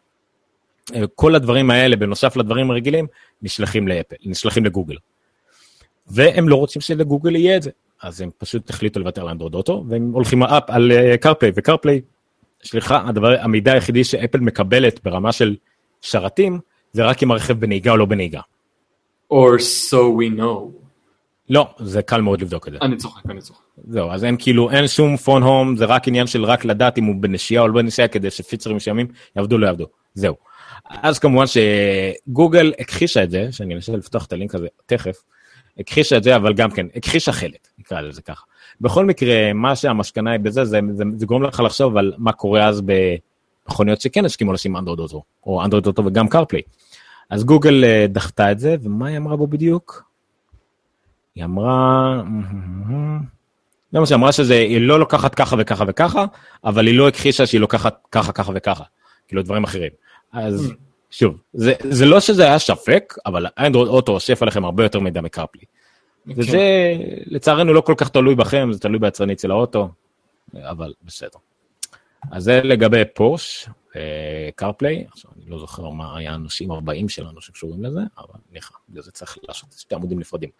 כל הדברים האלה, בנוסף לדברים הרגילים, נשלחים לאפל, נשלחים לגוגל. והם לא רוצים שלגוגל יהיה את זה. אז הם פשוט החליטו לוותר לאנדרואיד אוטו, והם הולכים אפ על קארפליי, וקארפליי, סליחה, הדבר, המידע היחידי שאפל מקבלת ברמה של שרתים, זה רק אם הרכב בנהיגה או לא בנהיגה. Or so we know. לא, זה קל מאוד לבדוק את זה. אני צוחק, אני צוחק. זהו, אז אין כאילו, אין שום פון הום, זה רק עניין של רק לדעת אם הוא בנשייה או לא בנשייה, כדי שפיצרים משעמים יעבדו או לא יעבדו. זהו. אז כמובן שגוגל הכחישה את זה, שאני אנסה לפתוח את הלינק הזה תכף, הכחישה את זה, אבל גם כן, הכחישה חלק, נקרא לזה ככה. בכל מקרה, מה שהמשכנה היא בזה, זה, זה, זה גורם לך לחשוב על מה קורה אז במכוניות שכן הסכימו לשים אנדרואיד אוטו, או אנדרואיד אוטו וגם קארפליי. אז גוגל דחתה את זה, ומה היא אמרה בו בדיוק? היא אמרה, זה מה שאמרה שזה, היא לא לוקחת ככה וככה וככה, אבל היא לא הכחישה שהיא לוקחת ככה ככה וככה, כאילו דברים אחרים. אז שוב, זה, זה לא שזה היה שפק, אבל האנדרואיד אוטו אוסף עליכם הרבה יותר מידע מקארפליי. וזה, לצערנו, לא כל כך תלוי בכם, זה תלוי ביצרנית של האוטו, אבל בסדר. אז זה לגבי פורש, קארפליי, עכשיו אני לא זוכר מה היה אנשים ארבעים שלנו שקשורים לזה, אבל ניחא, זה צריך לעשות שתי עמודים נפרדים.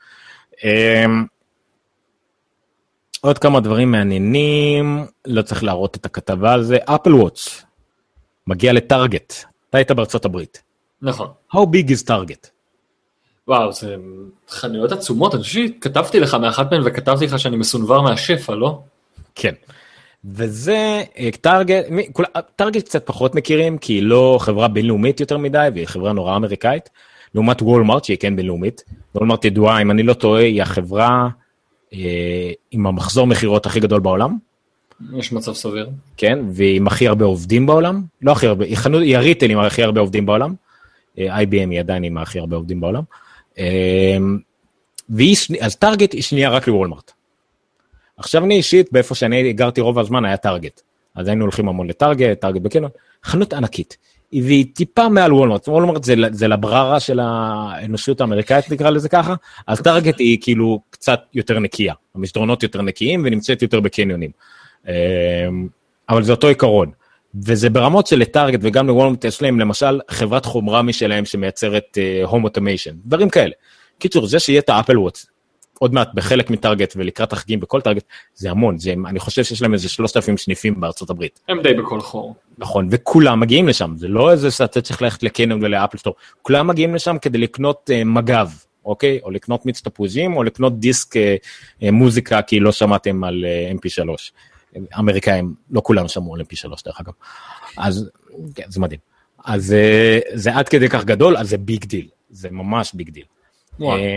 עוד כמה דברים מעניינים, לא צריך להראות את הכתבה על זה, אפל וואץ' מגיע לטארגט, אתה היית בארצות הברית. נכון. How big is Target? וואו, זה חנויות עצומות, אני חושב שכתבתי לך מאחת מהן וכתבתי לך שאני מסונבר מהשפע, לא? כן. וזה, טארגט, טארגט קצת פחות מכירים, כי היא לא חברה בינלאומית יותר מדי, והיא חברה נורא אמריקאית, לעומת וולמרט, שהיא כן בינלאומית. וולמרט ידועה, אם אני לא טועה, היא החברה אה, עם המחזור מחירות הכי גדול בעולם. יש מצב סביר. כן, ועם הכי הרבה עובדים בעולם. לא הכי הרבה, היא, חנות, היא הריטל עם הכי הרבה עובדים בעולם. איי בי אם היא עדיין עם הכי הרבה עובדים בעולם. אה, והיא, אז טארגט היא שנייה רק לוולמרט. עכשיו אני אישית, באיפה שאני גרתי רוב הזמן, היה טארגט. אז היינו הולכים המון לטארגט, טארגט בקניון, חנות ענקית. והיא טיפה מעל וולמרט, וולמרט זה, זה לבררה של האנושות האמריקאית, נקרא לזה ככה, אז טארגט היא כאילו קצת יותר נקייה, המשדרונות יותר נקיים, ונמצאת יותר בקניונים. אבל זה אותו עיקרון. וזה ברמות של טארגט, וגם לוולמרט יש להם למשל חברת חומרה משלהם, שמייצרת הום אוטומיישן, דברים כאלה. קיצור, זה שיהיה את האפל וואץ, עוד מעט בחלק מטארגט ולקראת החגים בכל טארגט, זה המון, זה, אני חושב שיש להם איזה שלושת אלפים סניפים בארצות הברית. הם די בכל חור. נכון, וכולם מגיעים לשם, זה לא איזה שאתה צריך ללכת לקניון ולאפל סטור, כולם מגיעים לשם כדי לקנות uh, מגב, אוקיי? או לקנות מיץ תפוזים, או לקנות דיסק uh, uh, מוזיקה, כי לא שמעתם על uh, אם פי שלוש. אמריקאים, לא כולם שמעו על אם פי שלוש, דרך אגב. אז, כן, זה מדהים. אז uh, זה עד כדי כך גדול, אז זה ביג דיל, זה ממש ביג דיל. וואו. Uh,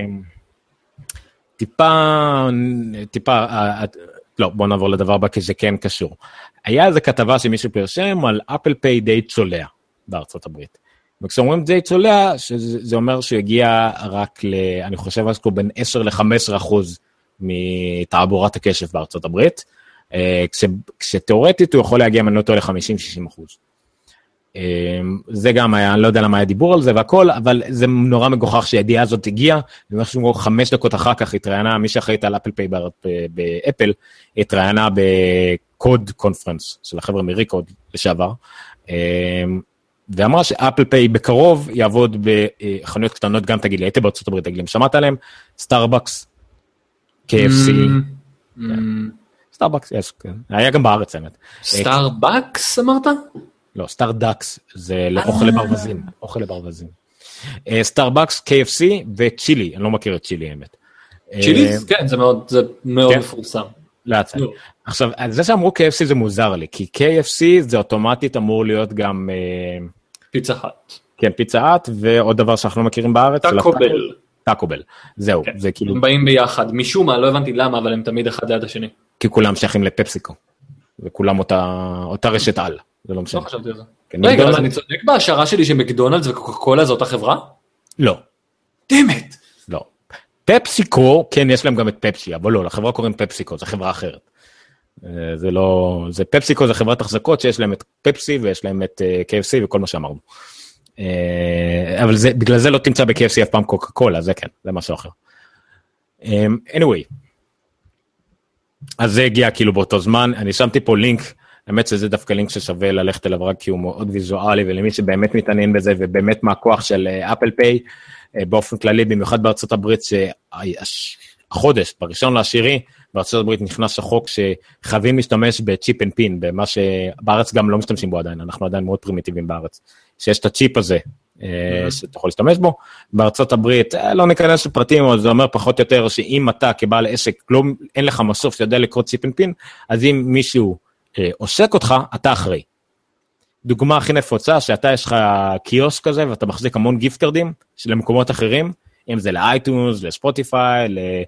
טיפה, טיפה, לא, בוא נעבור לדבר הבא, כי זה כן קשור. היה איזו כתבה שמישהו פרשם על אפל פיי די צולע בארצות הברית. וכשאומרים די צולע, זה אומר שהוא הגיע רק ל, אני חושב, אז בין עשר ל-חמש עשרה אחוז מתעבורת הקשב בארצות הברית, כש, כשתיאורטית הוא יכול להגיע מנותו ל-חמישים עד שישים אחוז. זה גם היה, אני לא יודע למה היה דיבור על זה והכל, אבל זה נורא מגוחך שהידיעה הזאת הגיעה, ומשהו חמש דקות אחר כך התראיינה, מי שאחראית על אפל פיי באפל, התראיינה בקוד קונפרנס של החבר'ה מריקוד לשעבר, ואמרה שאפל פיי בקרוב יעבוד בחנויות קטנות, גם תגיד לי, הייתי בארצות הברית, תגיד לי, שמעת עליהם? סטארבקס, קיי אף סי, סטארבקס, היה גם בארץ, האמת. סטארבקס אמרת? לא, סטארדקס, זה לאוכל לברווזים, אוכל לברווזים. סטארבקס, קיי אף סי וצ'ילי, אני לא מכיר את צ'ילי, האמת. צ'ילי? כן, זה מאוד, זה מאוד מפורסם. לעצם. עכשיו, זה שאמרו קיי אף סי זה מוזר לי, כי קיי אף סי זה אוטומטית אמור להיות גם... פיצה האט. כן, פיצה האט, ועוד דבר שאנחנו לא מכירים בארץ. טאקובל. טאקובל, זהו, זה כאילו... הם באים ביחד, משום מה, לא הבנתי למה, אבל הם תמיד אחד ליד השני. כי כולם שייכים לפפסיקו, וכולם אותה רשת על. זה לא משנה. לא חשבתי על זה. רגע, אז אני צודק בהשערה שלי שמקדונלדס וקוקה קולה זו אותה חברה? לא. דמת. לא. פפסיקו, כן, יש להם גם את פפסי, אבל לא, לחברה קוראים פפסיקו, זו חברה אחרת. זה לא, זה פפסיקו, זה חברת החזקות שיש להם את פפסי ויש להם את קיי אף סי וכל מה שאמרנו. אבל זה, בגלל זה לא תמצא ב-קיי אף סי אף פעם קוקה קולה, זה כן, זה משהו אחר. anyway. אז זה הגיע כאילו באותו זמן, אני שמתי פה לינק, האמת שזה דווקא לינק ששווה ללכת אליו רק כי הוא מאוד ויזואלי, ולמי שבאמת מתעניין בזה, ובאמת מהכוח של אפל פיי, באופן כללי, במיוחד בארצות הברית, שהחודש, בראשון לעשירי, בארצות הברית נכנס החוק שחייבים להשתמש בצ'יפ אנד פין, במה שבארץ גם לא משתמשים בו עדיין, אנחנו עדיין מאוד פרימיטיביים בארץ, שיש את הצ'יפ הזה, שאתה יכול להשתמש בו, בארצות הברית, לא ניכנס לפרטים, אבל זה אומר פחות או יותר, שאם אתה כבעל עסק, אין לך מסוף שיודע לקרוא צ'יפ אנד פין, אז אם מישהו עוסק אותך, אתה אחראי. דוגמה הכי נפוצה, שאתה יש לך קיוסק כזה, ואתה מחזיק המון גיפט קארדים, למקומות אחרים, אם זה לאייטונס, לספוטיפיי,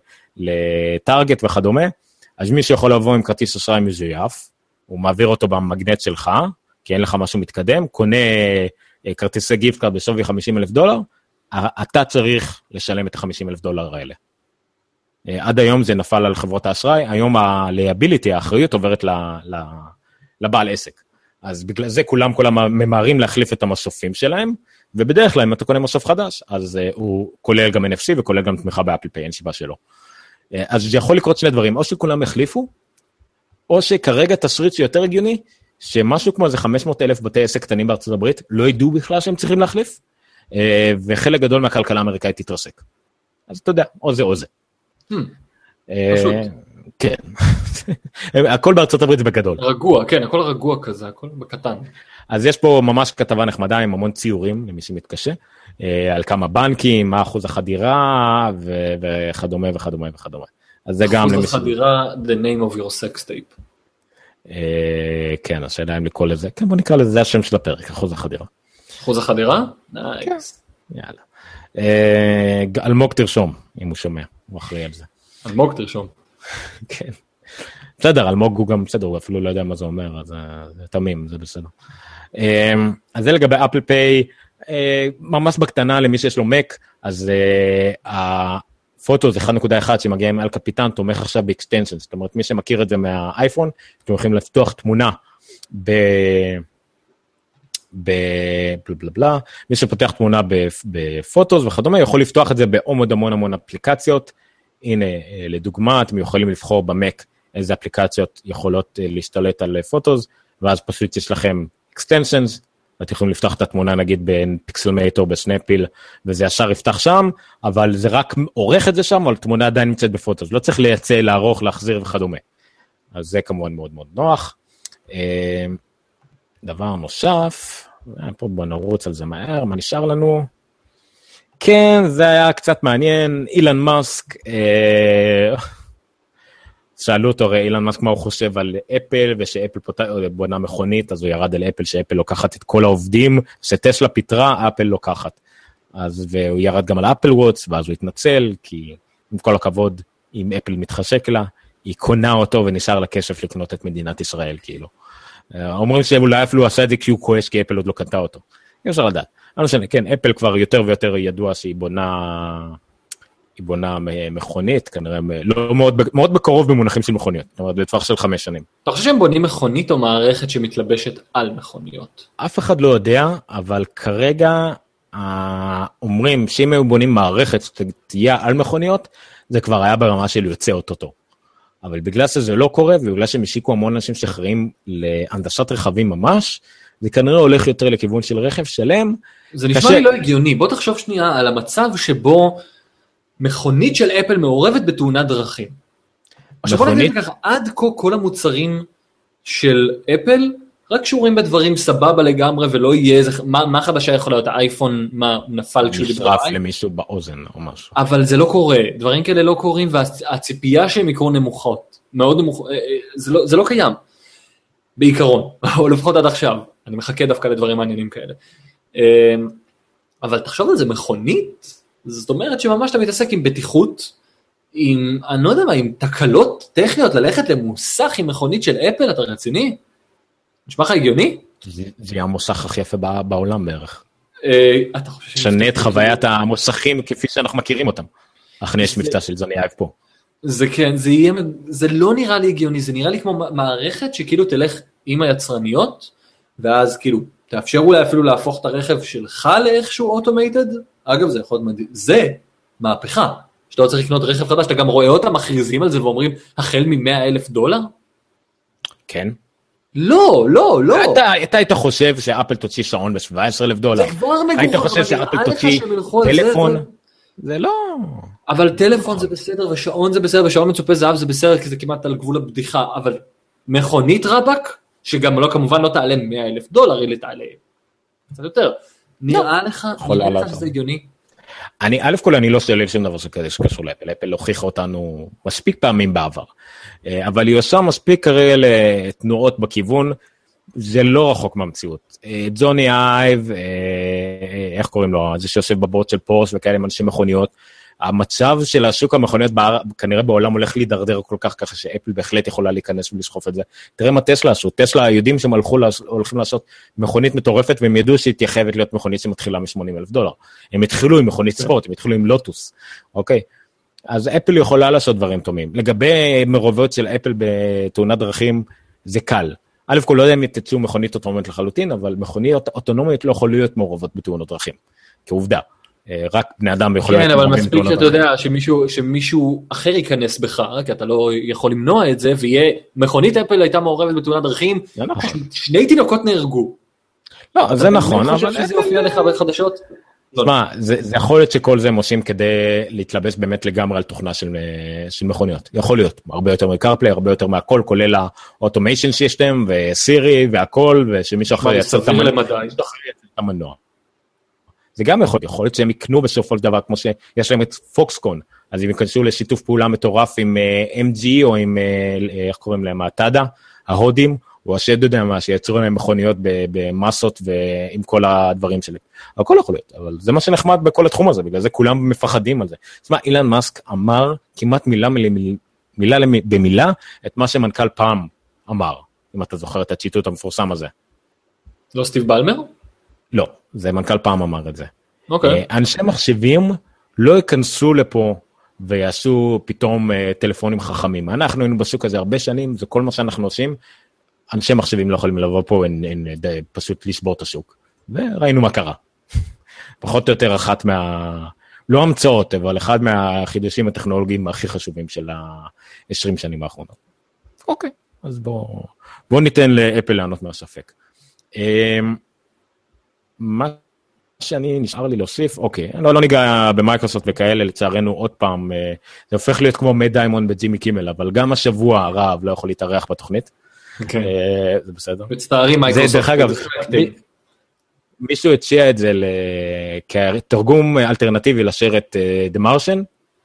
לטארגט וכדומה, אז מישהו יכול לבוא עם כרטיס אשראי מזויף, הוא מעביר אותו במגנט שלך, כי אין לך משהו מתקדם, קונה כרטיסי גיפט קארד בשווי חמישים אלף דולר, אתה צריך לשלם את ה-חמישים אלף דולר האלה. עד היום זה נפל על חברות האשראי, היום ה-liability, האחריות עוברת לבעל עסק. אז בגלל זה כולם כולם ממהרים להחליף את המסופים שלהם, ובדרך כלל אם אתה קונה מסוף חדש, אז הוא כולל גם אן אף סי וכולל גם תמיכה באפל פיי, אין שיבה שלו. אז זה יכול לקרות שני דברים, או שכולם החליפו, או שכרגע תשריט שיותר הגיוני, שמשהו כמו איזה חמש מאות אלף בתי עסק קטנים בארצות הברית, לא ידעו בכלל שהם צריכים להחליף, וחלק גדול מהכלכלה האמריקאית תתרסק. אז אתה יודע, או זה או זה. פשוט. כן. הכל בארצות הברית זה בגדול. רגוע, כן, הכל רגוע כזה, הכל בקטן. אז יש פה ממש כתבה נחמדה עם המון ציורים, למי שמתקשה, על כמה בנקים, מה אחוז החדירה, וכדומה וכדומה וכדומה. אז זה גם... אחוז החדירה, the name of your sex tape. כן, השאלה אם לקרוא לזה, כן, בוא נקרא לזה, זה השם של הפרק, אחוז החדירה. אחוז החדירה? נייס. יאללה. אלמוג תרשום, אם הוא שומע, הוא אחראי על זה. אלמוג תרשום. כן. בסדר, אלמוג הוא גם בסדר, הוא אפילו לא יודע מה זה אומר, אז זה תמים, זה בסדר. אז זה לגבי אפל פיי, ממש בקטנה למי שיש לו מק, אז פוטוס אחד נקודה אחת שמגיע עם אל קפיטן, תומך עכשיו באקסטנשן, זאת אומרת, מי שמכיר את זה מהאייפון, אתם יכולים לפתוח תמונה ב... ב... בלה בלה בלה, מי שפותח תמונה בפוטוס וכדומה, יכול לפתוח את זה בעוד המון המון אפליקציות, הנה, לדוגמה, אתם יכולים לבחור במק איזה אפליקציות יכולות להשתלט על פוטוס, ואז פשוט יש לכם extensions, ואתם יכולים לפתוח את התמונה נגיד בפיקסלמייט או בסנאפיל, וזה ישר יפתח שם, אבל זה רק עורך את זה שם, אבל תמונה עדיין נמצאת בפוטוס, לא צריך לייצא, לערוך, להחזיר וכדומה. אז זה כמובן מאוד מאוד נוח. דבר נוסף, פה בוא נרוץ על זה מהר, מה נשאר לנו? כן, זה היה קצת מעניין, אילן מאסק, שאלו אותו, הרי אילן מאסק מה הוא חושב על אפל, ושאפל בונה מכונית, אז הוא ירד על אפל, שאפל לוקחת את כל העובדים, שטסלה פיתרה, אפל לוקחת. אז והוא ירד גם על אפל וואטס, ואז הוא התנצל, כי עם כל הכבוד, אם אפל מתחשק לה, היא קונה אותו ונשאר לה כסף לקנות את מדינת ישראל, כאילו. אומרים שאולי אפילו עשה את זה כי הוא כועס, כי אפל עוד לא קנתה אותו. אי אפשר לדעת. אני לא משנה, כן, אפל כבר יותר ויותר ידוע שהיא בונה... היא בונה מכונית, כנראה, לא מאוד, מאוד בקרוב במונחים של מכוניות, זאת אומרת, בטווח של חמש שנים. אתה חושב שהם בונים מכונית או מערכת שמתלבשת על מכוניות? אף אחד לא יודע, אבל כרגע אומרים שאם היו בונים מערכת שתהיה על מכוניות, זה כבר היה ברמה של יוצא אוטוטו. אבל בגלל שזה לא קורה, ובגלל שהם השיקו המון אנשים שאחראים להנדסת רכבים ממש, זה כנראה הולך יותר לכיוון של רכב שלם. זה נשמע לי לא הגיוני, בוא תחשוב שנייה על המצב שבו מכונית של אפל מעורבת בתאונת דרכים. עכשיו בוא נגיד ככה, עד כה כל המוצרים של אפל, רק קשורים בדברים סבבה לגמרי, ולא יהיה איזה, מה, מה חדשה יכול להיות, האייפון, מה נפל כשהוא דיבר? נשרף למישהו באוזן או משהו. אבל זה לא קורה, דברים כאלה לא קורים, והציפייה שהם יקרו נמוכות, מאוד נמוכות, זה לא, זה לא קיים, בעיקרון, או לפחות עד עכשיו, אני מחכה דווקא לדברים מעניינים כאלה. אבל תחשוב על זה, מכונית, זאת אומרת שממש אתה מתעסק עם בטיחות, עם, אני לא יודע מה, עם תקלות טכניות, ללכת למוסך עם מכונית של אפל, אתה רציני? נשמע לך הגיוני? זה יהיה המוסך הכי יפה בעולם בערך. אתה חושב שנה את חוויית המוסכים כפי שאנחנו מכירים אותם. אכן יש מבטא של זוני אייב פה. זה כן, זה יהיה, זה לא נראה לי הגיוני, זה נראה לי כמו מערכת שכאילו תלך עם היצרניות, ואז כאילו תאפשר אולי אפילו להפוך את הרכב שלך לאיכשהו אוטומייטד, אגב זה יכול להיות מדהים, זה מהפכה, שאתה לא צריך לקנות רכב חדש, אתה גם רואה אותם מכריזים על זה ואומרים, החל מ-מאה אלף דולר? כן. לא, לא, לא. אתה, אתה היית חושב שאפל תוציא שעון ב-שבעה עשר אלף דולר. זה כבר מגוחך. היית חושב שאפל תוציא טלפון. זה, זה... זה לא... אבל טלפון זה בסדר, ושעון זה בסדר, ושעון מצופה זהב זה בסדר, כי זה כמעט על גבול הבדיחה, אבל מכונית רבק, שגם לא, כמובן לא תעלה מאה אלף דולר, אלא תעלה קצת יותר. נראה לך, נראה לך שזה הגיוני? אני, א' כל אני לא שואל שום דבר שכזה שקשור לאפל, אפל הוכיחה אותנו מספיק פעמים בעבר, אבל היא עושה מספיק כרגע לתנועות בכיוון, זה לא רחוק מהמציאות. זוני אייב, איך קוראים לו, זה שיושב בבורד של פורש וכאלה עם אנשים מכוניות, המצב של השוק המכוניות כנראה בעולם הולך להידרדר כל כך ככה שאפל בהחלט יכולה להיכנס ולשחוף את זה. תראה מה טסלה עשו, טסלה יודעים שהם הולכים לעשות מכונית מטורפת והם ידעו שהיא תהיה חייבת להיות מכונית שמתחילה מ-שמונים אלף דולר. הם התחילו עם מכונית ספורט, הם התחילו עם לוטוס, אוקיי? אז אפל יכולה לעשות דברים טובים. לגבי מרובות של אפל בתאונת דרכים, זה קל. א' כל לא יודע אם יתצאו מכונית אוטונומית לחלוטין, אבל מכוניות אוטונומיות לא יכולות להיות מעורבות בתאונות דרכים, כעובדה. רק בני אדם יכולים... כן, אבל מספיק שאתה יודע שמישהו, שמישהו אחר ייכנס בך, כי אתה לא יכול למנוע את זה, ויהיה, מכונית אפל הייתה מעורבת בתאונת דרכים, שני תינוקות נהרגו. לא, זה נכון, אבל... אני חושב שזה יופיע לך בחדשות. תשמע, זה יכול להיות שכל זה הם עושים כדי להתלבש באמת לגמרי על תוכנה של מכוניות. יכול להיות, הרבה יותר מקרפליי, הרבה יותר מהכל, כולל האוטומיישן שיש להם, וסירי והכל, ושמישהו אחר יצר את המנוע. זה גם יכול, יכול להיות שהם יקנו בסופו של דבר, כמו שיש להם את פוקסקון, אז הם ייכנסו לשיתוף פעולה מטורף עם אם ג'י, או עם, איך קוראים להם, הטאדה, ההודים, או השד יודע מה, שייצרו להם מכוניות במסות, ועם כל הדברים שלהם. הכל יכול להיות, אבל זה מה שנחמד בכל התחום הזה, בגלל זה כולם מפחדים על זה. זאת אומרת, אילן מאסק אמר כמעט מילה, מילה, מילה במילה, את מה שמנכ"ל פעם אמר, אם אתה זוכר את הציטוט המפורסם הזה. לא סטיב בלמר? לא, זה מנכ"ל פעם אמר את זה. אוקיי. אנשי מחשבים לא ייכנסו לפה ויעשו פתאום טלפונים חכמים. אנחנו היינו בשוק הזה הרבה שנים, זה כל מה שאנחנו עושים, אנשי מחשבים לא יכולים לבוא פה, אין, אין, אין, פשוט לשבור את השוק. וראינו מה קרה. פחות או יותר אחת מה... לא המצאות, אבל אחד מהחידושים הטכנולוגיים הכי חשובים של ה-עשרים שנים האחרונות. אוקיי, אז בואו בוא ניתן לאפל לענות מהספק. מה שאני נשאר לי להוסיף, אוקיי, לא, לא ניגע במייקרוסופט וכאלה, לצערנו עוד פעם, זה הופך להיות כמו מד דיימון בג'ימי קימל, אבל גם השבוע הרב לא יכול להתארח בתוכנית. אוקיי. זה בסדר. מצטערים מייקרוסופט. זה דרך אגב, מישהו הציע את זה כתרגום אלטרנטיבי לשרת The Martian,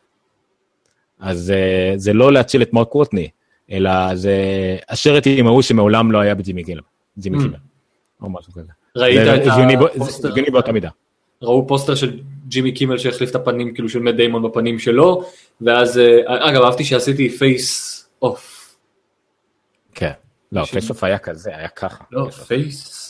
אז זה לא להציל את מרק ווטני, אלא זה השרת עם ההוא שמעולם לא היה בג'ימי קימל, ג'ימי קימל, או משהו כזה. ראית את הפוסטר? זה הגיוני באותה מידה. ראו פוסטר של ג'ימי קימל שהחליף את הפנים, כאילו של מט דיימון בפנים שלו, ואז, אגב, אהבתי שעשיתי פייס אוף. כן, לא, פייס אוף היה כזה, היה ככה. לא, פייס...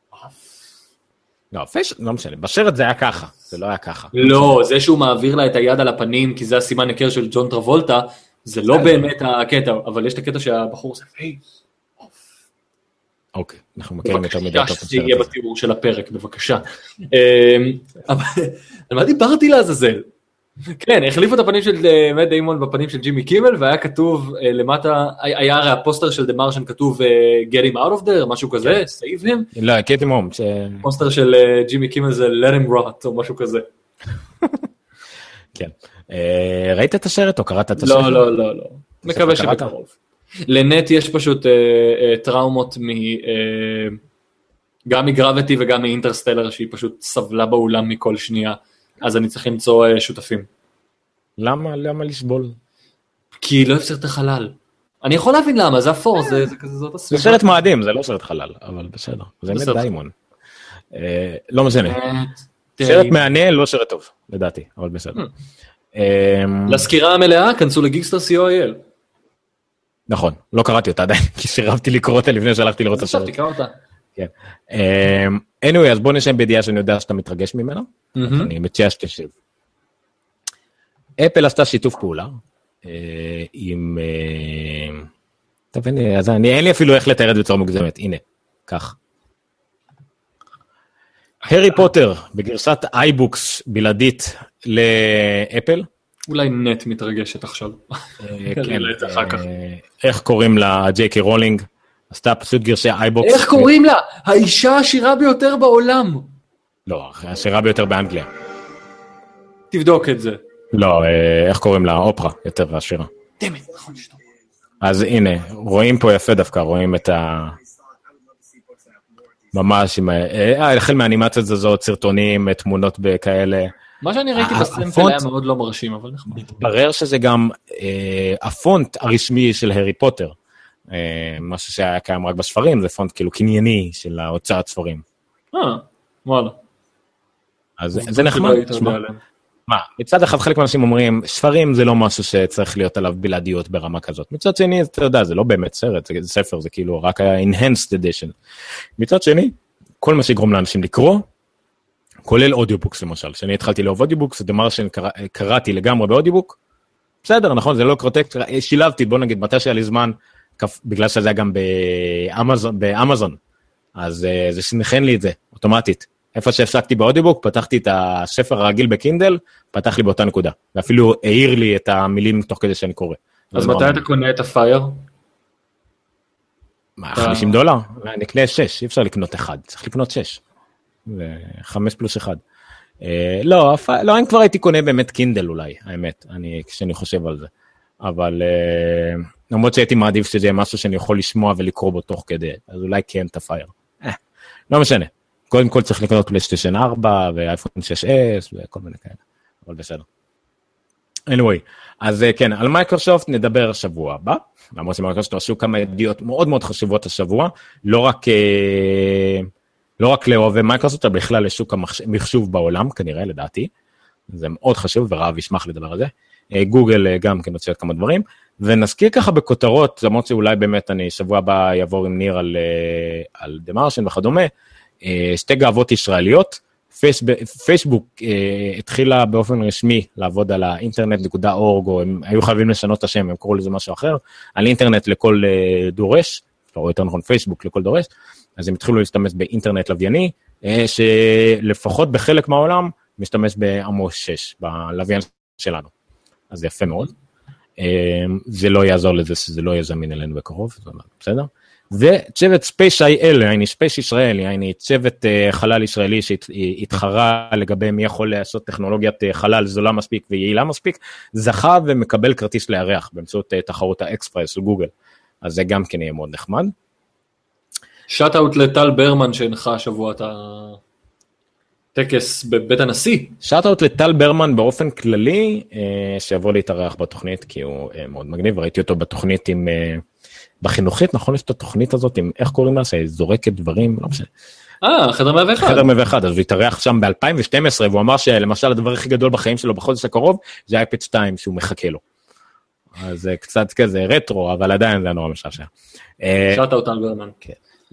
לא, פייס, לא משנה, בשרת זה היה ככה, זה לא היה ככה. לא, זה שהוא מעביר לה את היד על הפנים, כי זה הסימן הכר של ג'ון טרבולטה, זה לא באמת הקטע, אבל יש את הקטע שהבחור זה פייס. אוקיי, אנחנו מכירים יותר מדי. בבקשה, שזה יהיה בתיאור של הפרק, בבקשה. על מה דיברתי לעזאזל? כן, החליפו את הפנים של מט דיימון בפנים של ג'ימי קימל, והיה כתוב למטה, היה הרי הפוסטר של The Martian כתוב Get him out of there, משהו כזה, save him. לא, Get him home. הפוסטר של ג'ימי קימל זה Let him rot, או משהו כזה. כן. ראית את השרת או קראת את השרת? לא, לא, לא, לא. מקווה שבקרוב. לנט יש פשוט טראומות גם מגרביטי וגם מאינטרסטלר, שהיא פשוט סבלה באולם מכל שנייה. אז אני צריך למצוא שותפים. למה? למה לסבול? כי לא אפשר את החלל. אני יכול להבין למה, זה אפור, זה כזה, זאת הסביבה. זה שרת מאדים, זה לא שרת חלל, אבל בסדר. זה מט דיימון. לא משנה. שרת מעניין, לא שרת טוב, לדעתי, אבל בסדר. לסקירה המלאה, כנסו לגיגסטר סי או איי אל. נכון, לא קראתי אותה עדיין, כי סירבתי לקרוא אותה לפני שהלכתי לראות את השרת. תקרא אותה. כן. anyway, אז בוא נשם בידיעה שאני יודע שאתה מתרגש ממנה. אני מציע שתשב. אפל עשתה שיתוף פעולה עם... טוב, אז אין לי אפילו איך לתאר את זה בצורה מוגזמת. הנה, כך. הרי פוטר בגרסת אייבוקס בלעדית לאפל. אולי נט מתרגשת עכשיו. כן, איך קוראים לה ג'יי קיי רולינג? עשתה פשוט גרשי אייבוקס. איך קוראים לה? האישה העשירה ביותר בעולם. לא, העשירה ביותר באנגליה. תבדוק את זה. לא, איך קוראים לה? אופרה, יותר עשירה. דמת, נכון שטוב. אז הנה, רואים פה יפה דווקא, רואים את ה... ממש, החל מהאנימציות הזאת, סרטונים, תמונות בכאלה. מה שאני ראיתי בסמפל היה מאוד לא מרשים, אבל נחמד. מתברר שזה גם הפונט הרשמי של הרי פוטר. משהו שהיה קיים רק בספרים, זה פונט כאילו קנייני של ההוצאת ספרים. אה, וואלה. אז זה נחמד. מה, מצד אחד חלק מהאנשים אומרים, ספרים זה לא משהו שצריך להיות עליו בלעדיות ברמה כזאת. מצד שני, אתה יודע, זה לא באמת סרט, זה ספר, זה כאילו רק היה enhanced edition. מצד שני, כל מה שיגרום לאנשים לקרוא, כולל אודיובוקס למשל. כשאני התחלתי לאהוב אודיובוקס, The Martian קראתי לגמרי באודיובוק, בסדר, נכון, זה לא קרוטקט, שילבתי, בוא נגיד, מתי שהיה לי זמן, בגלל שזה היה גם באמזון, באמזון, אז זה שנחן לי את זה, אוטומטית. איפה שהפסקתי באודיובוק, פתחתי את הספר הרגיל בקינדל, פתח לי באותה נקודה, ואפילו העיר לי את המילים תוך כדי שאני קורא. אז מתי אתה קונה את הפייר? מה, חמישים דולר? נקנה שש, אי אפשר לקנות אחד, צריך לקנות שש. וחמש פלוס אחד. לא, לא, אני כבר הייתי קונה באמת קינדל אולי, האמת, כשאני חושב על זה. אבל למרות שהייתי מעדיף שזה יהיה משהו שאני יכול לשמוע ולקרוא בו תוך כדי, אז אולי כן את הפייר. לא משנה. קודם כל צריך לקנות פלייסטיישן ארבע ואייפון שש אס וכל מיני כאלה, אבל בסדר. anyway, אז כן, על מייקרוסופט נדבר שבוע הבא, למרות שמייקרוסופט עשו כמה ידיעות מאוד מאוד חשובות השבוע, לא רק, לא רק לאוהבי מייקרוסופט, אלא בכלל לשוק המחשוב בעולם, כנראה לדעתי, זה מאוד חשוב ורב ישמח לדבר על זה, גוגל גם כן הוציא עוד כמה דברים, ונזכיר ככה בכותרות, למרות שאולי באמת אני שבוע הבא יעבור עם ניר על, על The Martian וכדומה, שתי גאוות ישראליות, פייסבוק התחילה באופן רשמי לעבוד על האינטרנט נקודה אורג, או הם היו חייבים לשנות את השם, הם קראו לזה משהו אחר, על אינטרנט לכל דורש, או יותר נכון פייסבוק לכל דורש, אז הם התחילו להשתמש באינטרנט לווייני, שלפחות בחלק מהעולם משתמש בעמוס שש, בלוויין שלנו. אז זה יפה מאוד. זה לא יעזור לזה שזה לא יהיה זמין אלינו בקרוב, בסדר? וצוות ספייס איי אל, יעני ספייס ישראל, יעני צוות חלל ישראלי שהתחרה לגבי מי יכול לעשות טכנולוגיית חלל זולה מספיק ויעילה מספיק, זכה ומקבל כרטיס לארח באמצעות תחרות האקספרס של גוגל. אז זה גם כן יהיה מאוד נחמד. שאט-אוט לטל ברמן שהנחה השבוע את הטקס בבית הנשיא. שאט-אוט לטל ברמן באופן כללי, שיבוא להתארח בתוכנית, כי הוא מאוד מגניב, ראיתי אותו בתוכנית עם, בחינוכית, נכון? יש את התוכנית הזאת עם, איך קוראים לה? שזורקת דברים, לא משנה. אה, חדר מאה ואחת. חדר מאה ואחת, אז הוא התארח שם ב-אלפיים ושתים עשרה, והוא אמר שלמשל הדבר הכי גדול בחיים שלו בחודש הקרוב, זה אייפד שתיים שהוא מחכה לו. אז זה קצת כזה רטרו, אבל עדיין זה נורא משעשע. שאט-אוט טל ברמן. כן.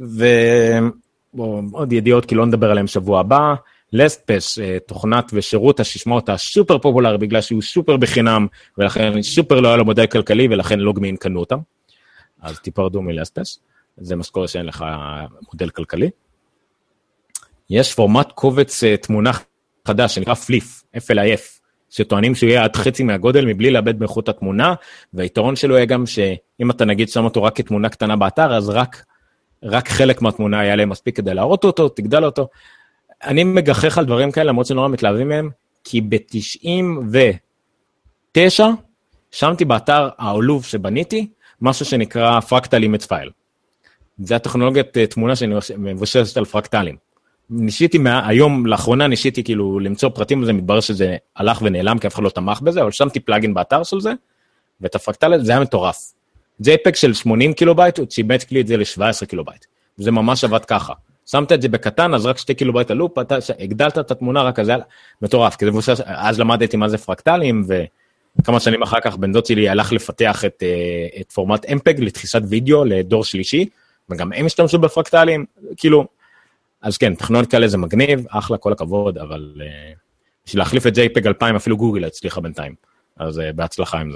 ועוד ידיעות, כי לא נדבר עליהם שבוע הבא, לסטפס, תוכנת ושירות הששמעות הסופר פופולרי, בגלל שהוא סופר בחינם, ולכן סופר לא היה לו מודל כלכלי, ולכן לוגמין קנו אותם, אז תיפרדו מלסטפס, זה משקורה שאין לך מודל כלכלי. יש פורמט קובץ תמונה חדש, שנקרא פליף, אף אל איי אף, שטוענים שהוא יהיה עד חצי מהגודל, מבלי לאבד באיכות התמונה, והיתרון שלו יהיה גם שאם אתה נגיד שם אותו רק כתמונה קטנה באתר, אז רק רק חלק מהתמונה היה להם מספיק כדי להראות אותו, תגדל אותו. אני מגחך על דברים כאלה, למרות שנורא מתלהבים מהם, כי ב-תשעים ותשע, שמתי באתר העולוב שבניתי, משהו שנקרא פרקטל אימג' פייל. זה הטכנולוגיית תמונה שאני מבוששת על פרקטלים. ניסיתי, מה, היום, לאחרונה ניסיתי כאילו למצוא פרטים על זה, מתברר שזה הלך ונעלם, כי אף אחד לא תמך בזה, אבל שמתי פלאגין באתר של זה, ואת הפרקטל, זה היה מטורף. ג'יי-פג של שמונים קילובייט, הוא צימט לי את זה ל-שבע עשרה קילובייט. וזה ממש עבד ככה. שמת את זה בקטן, אז רק שתי קילובייט עלו, אתה הגדלת את התמונה, רק אז זה מטורף, כי זה מבושש, אז למדתי מה זה פרקטלים, וכמה שנים אחר כך בן דוד שלי הלך לפתח את, את פורמט אמפג לתחיסת וידאו לדור שלישי, וגם הם השתמשו בפרקטלים, כאילו, אז כן, טכנולוגיה כאלה זה מגניב, אחלה, כל הכבוד, אבל בשביל להחליף את ג'יי-פג אלפיים, אפילו גוגל הצליחה בינתיים, אז בהצלחה עם זה.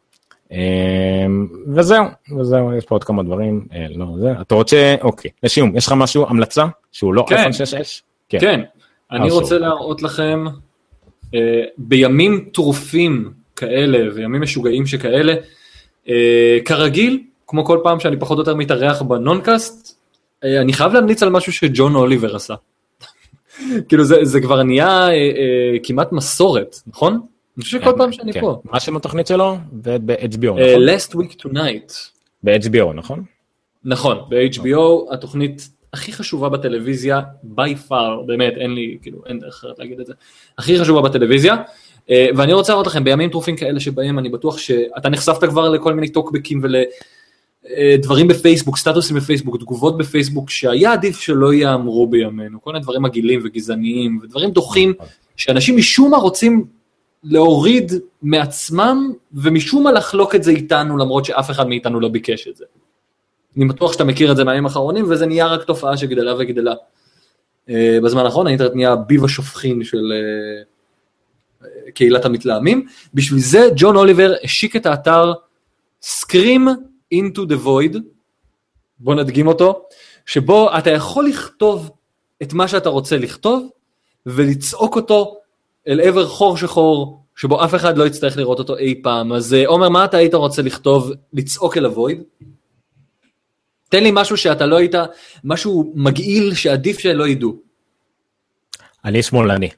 וזהו, וזהו, יש פה עוד כמה דברים, לא, זה, אתה רוצה, אוקיי, לשיום, יש לך משהו, המלצה, שהוא לא אייפון שש אס? כן, אני רוצה להראות לכם, בימים טרופים כאלה, וימים משוגעים שכאלה, כרגיל, כמו כל פעם שאני פחות או יותר מתארח בנונקאסט, אני חייב להמליץ על משהו שג'ון אוליבר עשה. כאילו זה כבר נהיה כמעט מסורת, נכון? אני חושב שכל פעם שאני פה. מה שם התוכנית שלו? ב-אייץ' בי או, נכון? Last Week Tonight. ב-אייץ' בי או, נכון? נכון, ב-אייץ' בי או, התוכנית הכי חשובה בטלוויזיה, by far, באמת, אין לי, כאילו, אין דרך אחרת להגיד את זה, הכי חשובה בטלוויזיה, ואני רוצה לראות לכם, בימים טרופים כאלה שבהם אני בטוח שאתה נחשפת כבר לכל מיני טוקבקים ולדברים בפייסבוק, סטטוסים בפייסבוק, תגובות בפייסבוק, שהיה עדיף שלא יאמרו בימינו, כל מיני דברים מגעילים וגזעניים, ודברים דוחים, שאנשים משום מה רוצים להוריד מעצמם, ומשום מה לחלוק את זה איתנו, למרות שאף אחד מאיתנו לא ביקש את זה. אני בטוח שאתה מכיר את זה מהימים האחרונים, וזה נהיה רק תופעה שגדלה וגדלה. בזמן האחרון, האינטרנט נהיה ביב השופכין של קהילת המתלהמים. בשביל זה, ג'ון אוליבר השיק את האתר Scream into the Void, בוא נדגים אותו, שבו אתה יכול לכתוב את מה שאתה רוצה לכתוב, ולצעוק אותו אל עבר חור שחור, שבו אף אחד לא יצטרך לראות אותו אי פעם. אז עומר, מה אתה היית רוצה לכתוב, לצעוק אל הוויד? תן לי משהו שאתה לא היית, משהו מגעיל שעדיף שלא ידעו. אני שמאלני.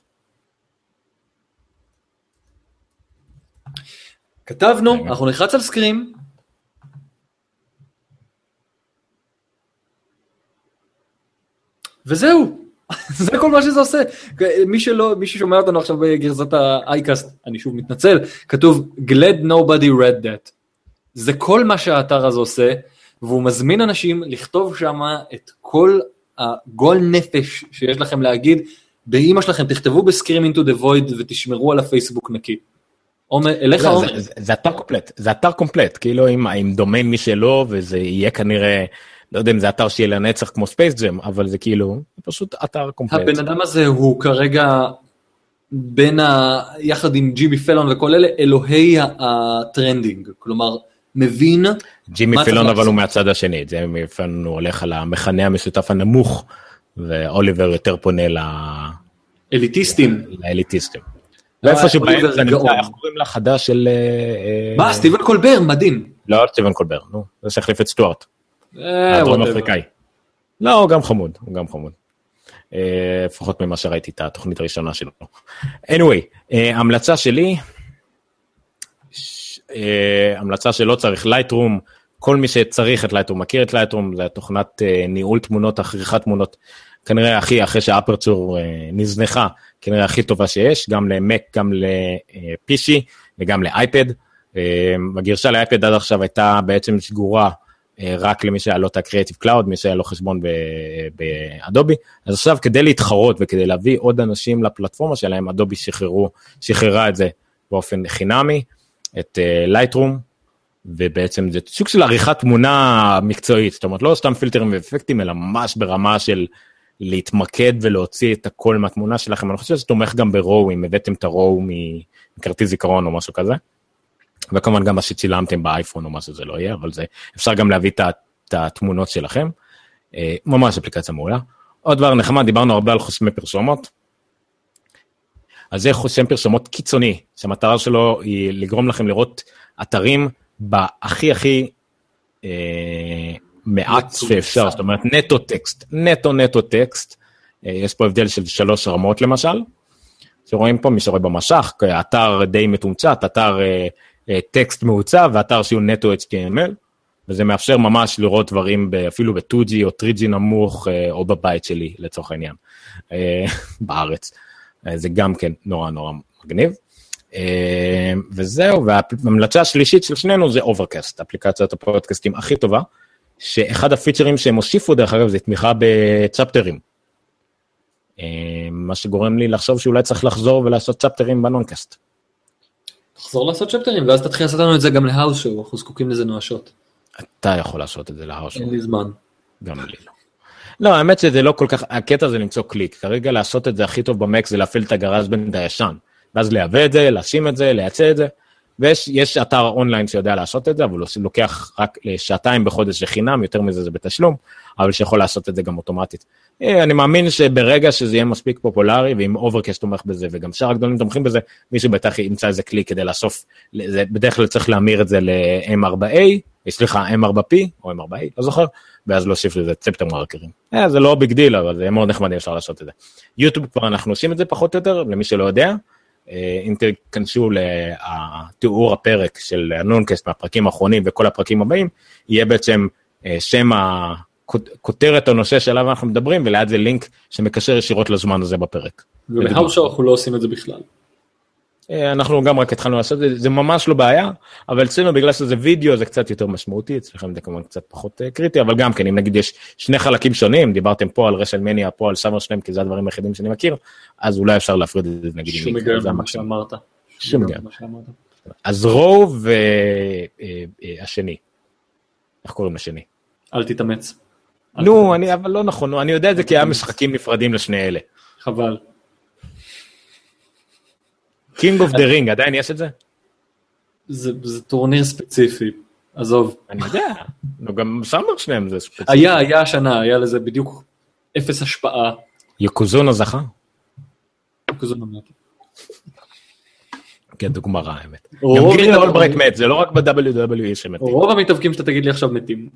כתבנו, אנחנו נחרץ על סקרים. וזהו. זה כל מה שזה עושה. מי שלא, מי ששומע אותנו עכשיו בגרסת האייקאסט, אני שוב מתנצל, כתוב, glad nobody read that. זה כל מה שהאתר הזה עושה, והוא מזמין אנשים לכתוב שם את כל הגול נפש שיש לכם להגיד, באמא שלכם, תכתבו ב-Scream into the Void, ותשמרו על הפייסבוק נקי. אליך עומר. זה אתר קומפלט, זה אתר קומפלט, כאילו עם דומיין משלו, וזה יהיה כנראה לא יודע אם זה אתר שיהיה לנצח כמו ספייס ג'ם, אבל זה כאילו, פשוט אתר קומפלט. הבן אדם הזה הוא כרגע, בין ה... יחד עם ג'ימי פלון וכל אלה, אלוהי הטרנדינג, כלומר, מבין... ג'ימי פלון אבל הוא מהצד השני, ג'ימי פלון הוא הולך על המכנה המשותף הנמוך, ואוליבר יותר פונה ל... אליטיסטים. לאליטיסטים. ואיפשהו באמצע נמצא, איך קוראים לה חדש של... מה, סטיבן קולבר, מדהים. לא, סטיבן קולבר, נו, זה שהחליף את סטוארט. הדרום אפריקאי. לא, הוא גם חמוד, הוא גם חמוד. לפחות ממה שראיתי את התוכנית הראשונה שלו. anyway, המלצה שלי, המלצה שלא צריך, לייטרום, כל מי שצריך את לייטרום, מכיר את לייטרום, זה תוכנת ניהול תמונות, עריכת תמונות, כנראה הכי, אחרי שהאפרצ'ור נזנחה, כנראה הכי טובה שיש, גם למק, גם ל-פי סי וגם לאייפד. הגרשה לאייפד עד עכשיו הייתה בעצם סגורה, רק למי שהיה לו את הקריאטיב קלאוד, מי שהיה לו חשבון באדובי, אז עכשיו כדי להתחרות וכדי להביא עוד אנשים לפלטפורמה שלהם, אדובי שחררו, שחררה את זה באופן חינמי, את לייטרום, ובעצם זה סוג של עריכת תמונה מקצועית, זאת אומרת לא סתם פילטרים ואפקטים, אלא ממש ברמה של להתמקד ולהוציא את הכל מהתמונה שלכם, אני חושב שזה תומך גם ברואו, אם הבאתם את הרואו מכרטיס זיכרון או משהו כזה, וכמובן גם מה שצילמתם באייפון או מה שזה לא יהיה, אבל זה אפשר גם להביא את התמונות שלכם, ממש אפליקציה מעולה. עוד דבר נחמד, דיברנו הרבה על חוסמי פרסומות, אז זה חוסם פרסומות קיצוני, שהמטרה שלו היא לגרום לכם לראות אתרים בהכי הכי אה, מעט שאפשר, זאת אומרת נטו טקסט, נטו נטו טקסט, אה, יש פה הבדל של שלוש רמות למשל, שרואים פה מי שרואה במשך, אתר די מתומצת, אתר אה, אה, טקסט מעוצב, ואתר שהוא נטו אייץ' טי אם אל, וזה מאפשר ממש לראות דברים אפילו ב-טו ג'י או תרי ג'י נמוך, אה, או בבית שלי לצורך העניין, אה, בארץ. אה, זה גם כן נורא נורא מגניב. וזהו, וההמלצה השלישית של שנינו זה אוברקאסט, אפליקציית הפודקאסטים הכי טובה, שאחד הפיצ'רים שהם הוסיפו דרך אגב זה תמיכה בצ'פטרים, מה שגורם לי לחשוב שאולי צריך לחזור ולעשות צ'פטרים בנונקאסט. תחזור לעשות צ'פטרים, ואז תתחיל לעשות לנו את זה גם להאוס שואו, אנחנו זקוקים לזה נואשות. אתה יכול לעשות את זה להאוס שואו. אין לי זמן. גם לי לא. לא, האמת שזה לא כל כך, הקטע זה למצוא קליק, כרגע לעשות את זה הכי טוב במק זה להפעיל את הגראז' בנד הישן. ואז להביא את זה, להשים את זה, לייצא את זה, ויש יש אתר אונליין שיודע לעשות את זה, אבל הוא לוקח רק שעתיים בחודש לחינם, יותר מזה זה בתשלום, אבל שיכול לעשות את זה גם אוטומטית. אני מאמין שברגע שזה יהיה מספיק פופולרי, ואם אוברקאסט תומך בזה, וגם שאר הגדולים תומכים בזה, מישהו בטח ימצא איזה כלי כדי לאסוף, זה, בדרך כלל צריך להמיר את זה ל-אם ארבע איי, סליחה, אם ארבע פי, או אם ארבע איי, לא זוכר, ואז להוסיף לזה צפטר מרקרים. זה לא ביג דיל, אבל זה מאוד נחמד, אפשר לעשות את זה. יוטיוב כבר אנחנו עושים את זה פחות או יותר, למי שלא יודע, אם תכנסו לתיאור הפרק של הנונקאסט מהפרקים האחרונים וכל הפרקים הבאים, יהיה בעצם שם הכותרת הנושא שעליו אנחנו מדברים, וליד זה לינק שמקשר ישירות לזמן הזה בפרק. ובהאוס שואו אנחנו לא עושים את זה בכלל. אנחנו גם רק התחלנו לעשות את זה, זה ממש לא בעיה, אבל אצלנו בגלל שזה וידאו זה קצת יותר משמעותי, אצלכם זה כמובן קצת פחות קריטי, אבל גם כן, אם נגיד יש שני חלקים שונים, דיברתם פה על רשלמניה, פה על סאמר שלם, כי זה הדברים היחידים שאני מכיר, אז אולי אפשר להפריד את זה, נגיד. שום היגיון מה שאמרת. שום היגיון. אז רוב והשני, איך קוראים לשני? אל תתאמץ. נו, אני, אבל לא נכון, אני יודע את זה כי היה משחקים נפרדים לשני אלה. חבל. קינג אוף דה רינג, עדיין יש את זה? זה, זה טורניר ספציפי, עזוב. אני יודע, גם סאמר שלהם זה ספציפי. היה, היה השנה, היה לזה בדיוק אפס השפעה. יוקוזונה זכה? יוקוזונה מת. כן, דוגמה רעה, האמת. גם גירי אולברייט מת, זה לא רק ב-דאבליו דאבליו אי שמתים. רוב המתאבקים שאתה תגיד לי עכשיו מתים.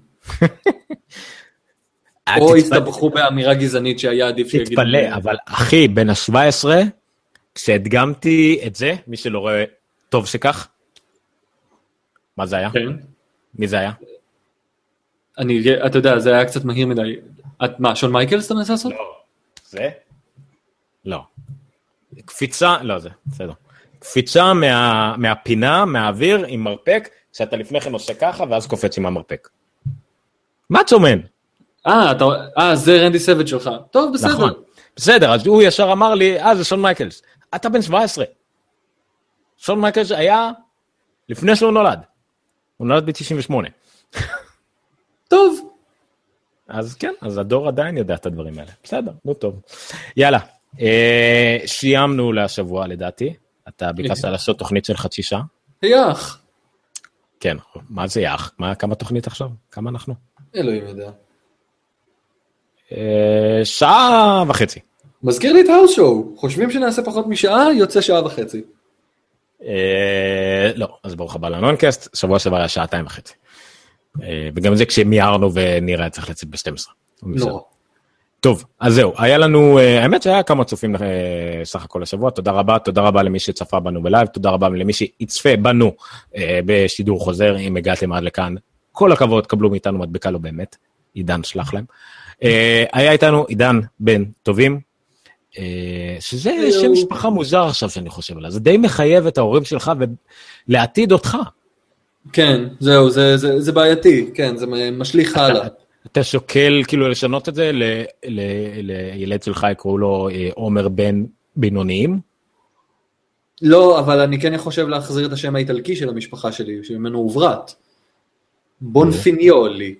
או הסתבכו באמירה גזענית שהיה עדיף שיגיד. תתפלא, אבל אחי, בין ה-שבע עשרה, כשהדגמתי את זה, מי שלא רואה טוב שכך, מה זה היה? כן. מי זה היה? אני, אתה יודע, זה היה קצת מהיר מדי. את, מה, שון מייקלס אתה מנסה לעשות? לא. זה? לא. קפיצה, לא זה, בסדר. קפיצה מה, מהפינה, מהאוויר, עם מרפק, שאתה לפני כן עושה ככה, ואז קופץ עם המרפק. מה צומן? אה, אתה, אה, זה רנדי סבט שלך. טוב, בסדר. נכון. בסדר, אז הוא ישר אמר לי, אה, זה שון מייקלס. אתה בן שבע עשרה. שון מייקלס היה לפני שהוא נולד. הוא נולד ב-תשעים ושמונה. טוב. אז כן, אז הדור עדיין יודע את הדברים האלה. בסדר, נו טוב. יאללה, אה, סיימנו לשבוע לדעתי. אתה ביקשת לעשות תוכנית של חצי שעה? יח. כן, מה זה יח? מה, כמה תוכנית עכשיו? כמה אנחנו? אלוהים יודע. אה, שעה וחצי. מזכיר לי את האוס שואו. חושבים שנעשה פחות משעה, יוצא שעה וחצי. אה, לא, אז ברוך הבא לנונקאסט, שבוע שעבר היה שעתיים וחצי. אה, וגם זה כשמיירנו ונראה צריך לצאת ב-שתים עשרה. לא. טוב, אז זהו, היה לנו, האמת שהיה כמה צופים סך הכל השבוע, תודה רבה, תודה רבה למי שצפה בנו בלייב, תודה רבה למי שיצפה בנו בשידור חוזר, אם הגעתם עד לכאן, כל הכבוד, קבלו מאיתנו מדבקה לו באמת, עידן שלח להם. היה איתנו עידן בן טובים, שזה שם משפחה מוזר עכשיו שאני חושב עליו, זה די מחייב את ההורים שלך ולעתיד אותך. כן, זהו, זה, זה, זה בעייתי, כן, זה משליך הלאה. אתה שוקל כאילו לשנות את זה, לילד שלך יקראו לו עומר בן בינוניים? לא, אבל אני כן חושב להחזיר את השם האיטלקי של המשפחה שלי, שממנו הוברט. בונפיניולי.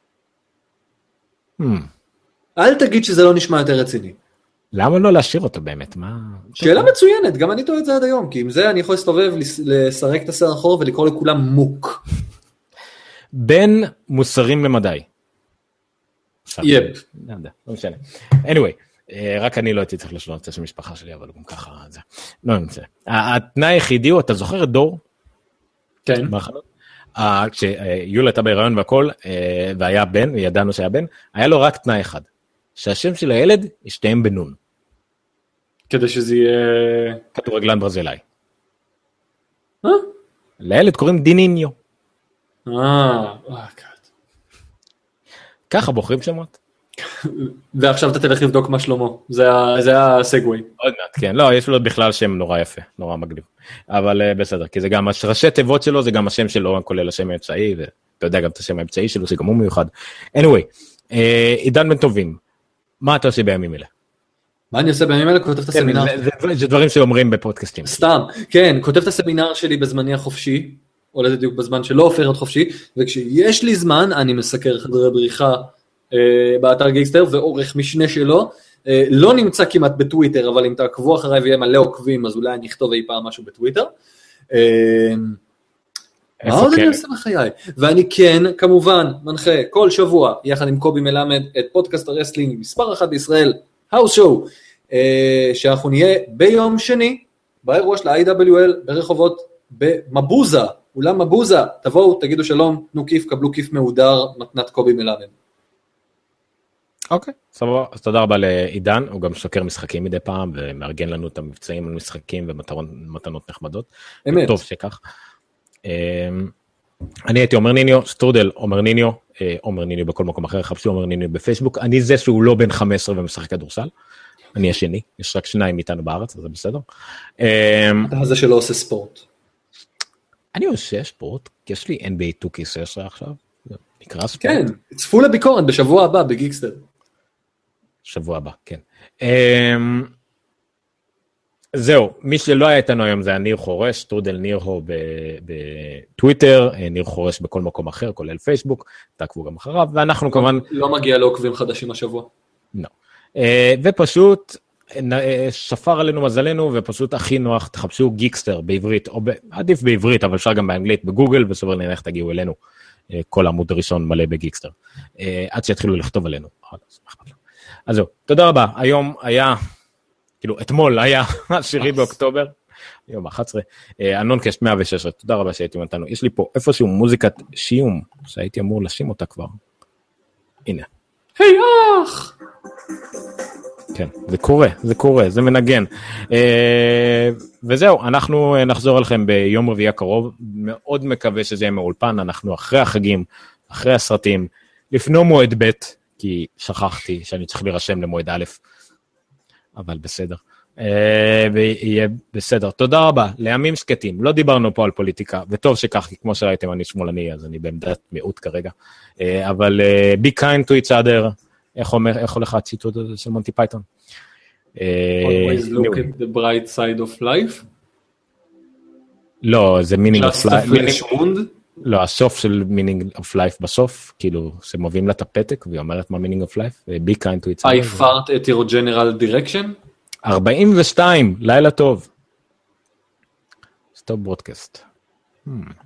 אל תגיד שזה לא נשמע יותר רציני. למה לא להשאיר אותו באמת? מה? שאלה מצוינת, גם אני טועה את זה עד היום, כי עם זה אני יכול להסתובב, לסרק את הסר אחור ולקרוא לכולם מוק. בין מוסרים למדי. יפ. לא משנה. anyway, רק אני לא הייתי צריך לשנות את השם משפחה שלי, אבל גם ככה זה. לא נמצא. התנאי היחידי הוא, אתה זוכר את דור? כן. כשיולה הייתה בהיריון והכל, והיה בן, וידענו שהיה בן, היה לו רק תנאי אחד. שהשם של הילד ישתהם בנון. כדי שזה יהיה... כדורגלן ברזילאי. אה? לילד קוראים דיניניו. אה, אה, גאד. ככה בוחרים שמות. ועכשיו אתה תלך לבדוק מה שלמה. זה הסגווי. עוד מעט, כן. לא, יש לו בכלל שם נורא יפה, נורא מגניב. אבל בסדר, כי זה גם ראשי תיבות שלו, זה גם השם שלו, כולל השם האמצעי, ואתה יודע גם את השם האמצעי שלו, זה גם הוא מיוחד. anyway, עידן בן טובים, מה אתה עושה בימים אלה? מה אני עושה בימים אלה? כותב את הסמינר. זה דברים שאומרים בפודקאסטים. סתם, כן, כותב את הסמינר שלי בזמני החופשי, או לדיוק בזמן שלא הופך להיות חופשי, וכשיש לי זמן, אני מסקר חדרי בריחה באתר גיקסטר, ועורך משנה שלו, לא נמצא כמעט בטוויטר, אבל אם תעקבו אחריי ויהיה מלא עוקבים, אז אולי אני אכתוב אי פעם משהו בטוויטר. מה עוד אני עושה בחיי? ואני כן, כמובן, מנחה כל שבוע, יחד עם קובי מלמד, את פודקאסט הרסלינג, מספר אחת בישראל, האוס שואו, שאנחנו נהיה ביום שני, באירוע של ה-איי דאבליו אל, ברחובות, במבוזה, אולם מבוזה, תבואו, תגידו שלום, תנו כיף, קבלו כיף מהודר, מתנת קובי מלמד. אוקיי, סבבה, אז תודה רבה לעידן, הוא גם סוקר משחקים מדי פעם, ומארגן לנו את המבצעים על משחקים ומתנות נחמדות. אמת. טוב שכך. אני הייתי עומר ניניו, סטרודל עומר ניניו, עומר ניניו בכל מקום אחר, חפשו עומר ניניו בפייסבוק, אני זה שהוא לא בן חמש עשרה ומשחק כדורסל, אני השני, יש רק שניים איתנו בארץ, אז זה בסדר. אתה זה שלא עושה ספורט. אני עושה ספורט, יש לי אן בי איי טו קיי שש עשרה עכשיו, זה נקרא ספורט. כן, צפו לביקורת בשבוע הבא בגיקסטר. שבוע הבא, כן. זהו, מי שלא היה איתנו היום זה היה ניר חורש, טרודל ניר הו בטוויטר, ניר חורש בכל מקום אחר, כולל פייסבוק, תעקבו גם אחריו, ואנחנו כמובן... לא מגיע לעוקבים חדשים השבוע. לא. ופשוט שפר עלינו מזלנו, ופשוט הכי נוח, תחפשו גיקסטר בעברית, או עדיף בעברית, אבל אפשר גם באנגלית, בגוגל, וסובר נניח תגיעו אלינו, כל עמוד ראשון מלא בגיקסטר, עד שיתחילו לכתוב עלינו. אז זהו, תודה רבה, היום היה... כאילו, אתמול היה עשירי באוקטובר, יום אחת עשרה, הנונקאסט מאה ושש עשרה, תודה רבה שהייתם איתנו, יש לי פה איפשהו מוזיקת שיום, שהייתי אמור לשים אותה כבר, הנה. היי אח! כן, זה קורה, זה קורה, זה מנגן. וזהו, אנחנו נחזור עליכם ביום רביעי הקרוב, מאוד מקווה שזה יהיה מאולפן, אנחנו אחרי החגים, אחרי הסרטים, לפני מועד ב', כי שכחתי שאני צריך להירשם למועד א', אבל בסדר, ויהיה בסדר. תודה רבה, לימים שקטים, לא דיברנו פה על פוליטיקה, וטוב שכך, כי כמו שראיתם אני שמאלני, אז אני בעמדת מיעוט כרגע, אבל be kind to each other, איך אומר, איך הולך הציטוט הזה של מונטי פייתון? Always look at the bright side of life? לא, זה meaningless life. Just a flesh wound? לא, הסוף של meaning of life בסוף, כאילו, שמביאים לה את הפתק, והיא אומרת מה meaning of life, be kind to each other. I fart at your general direction? ארבעים ושתיים, לילה טוב. סטופ ברודקאסט. Hmm.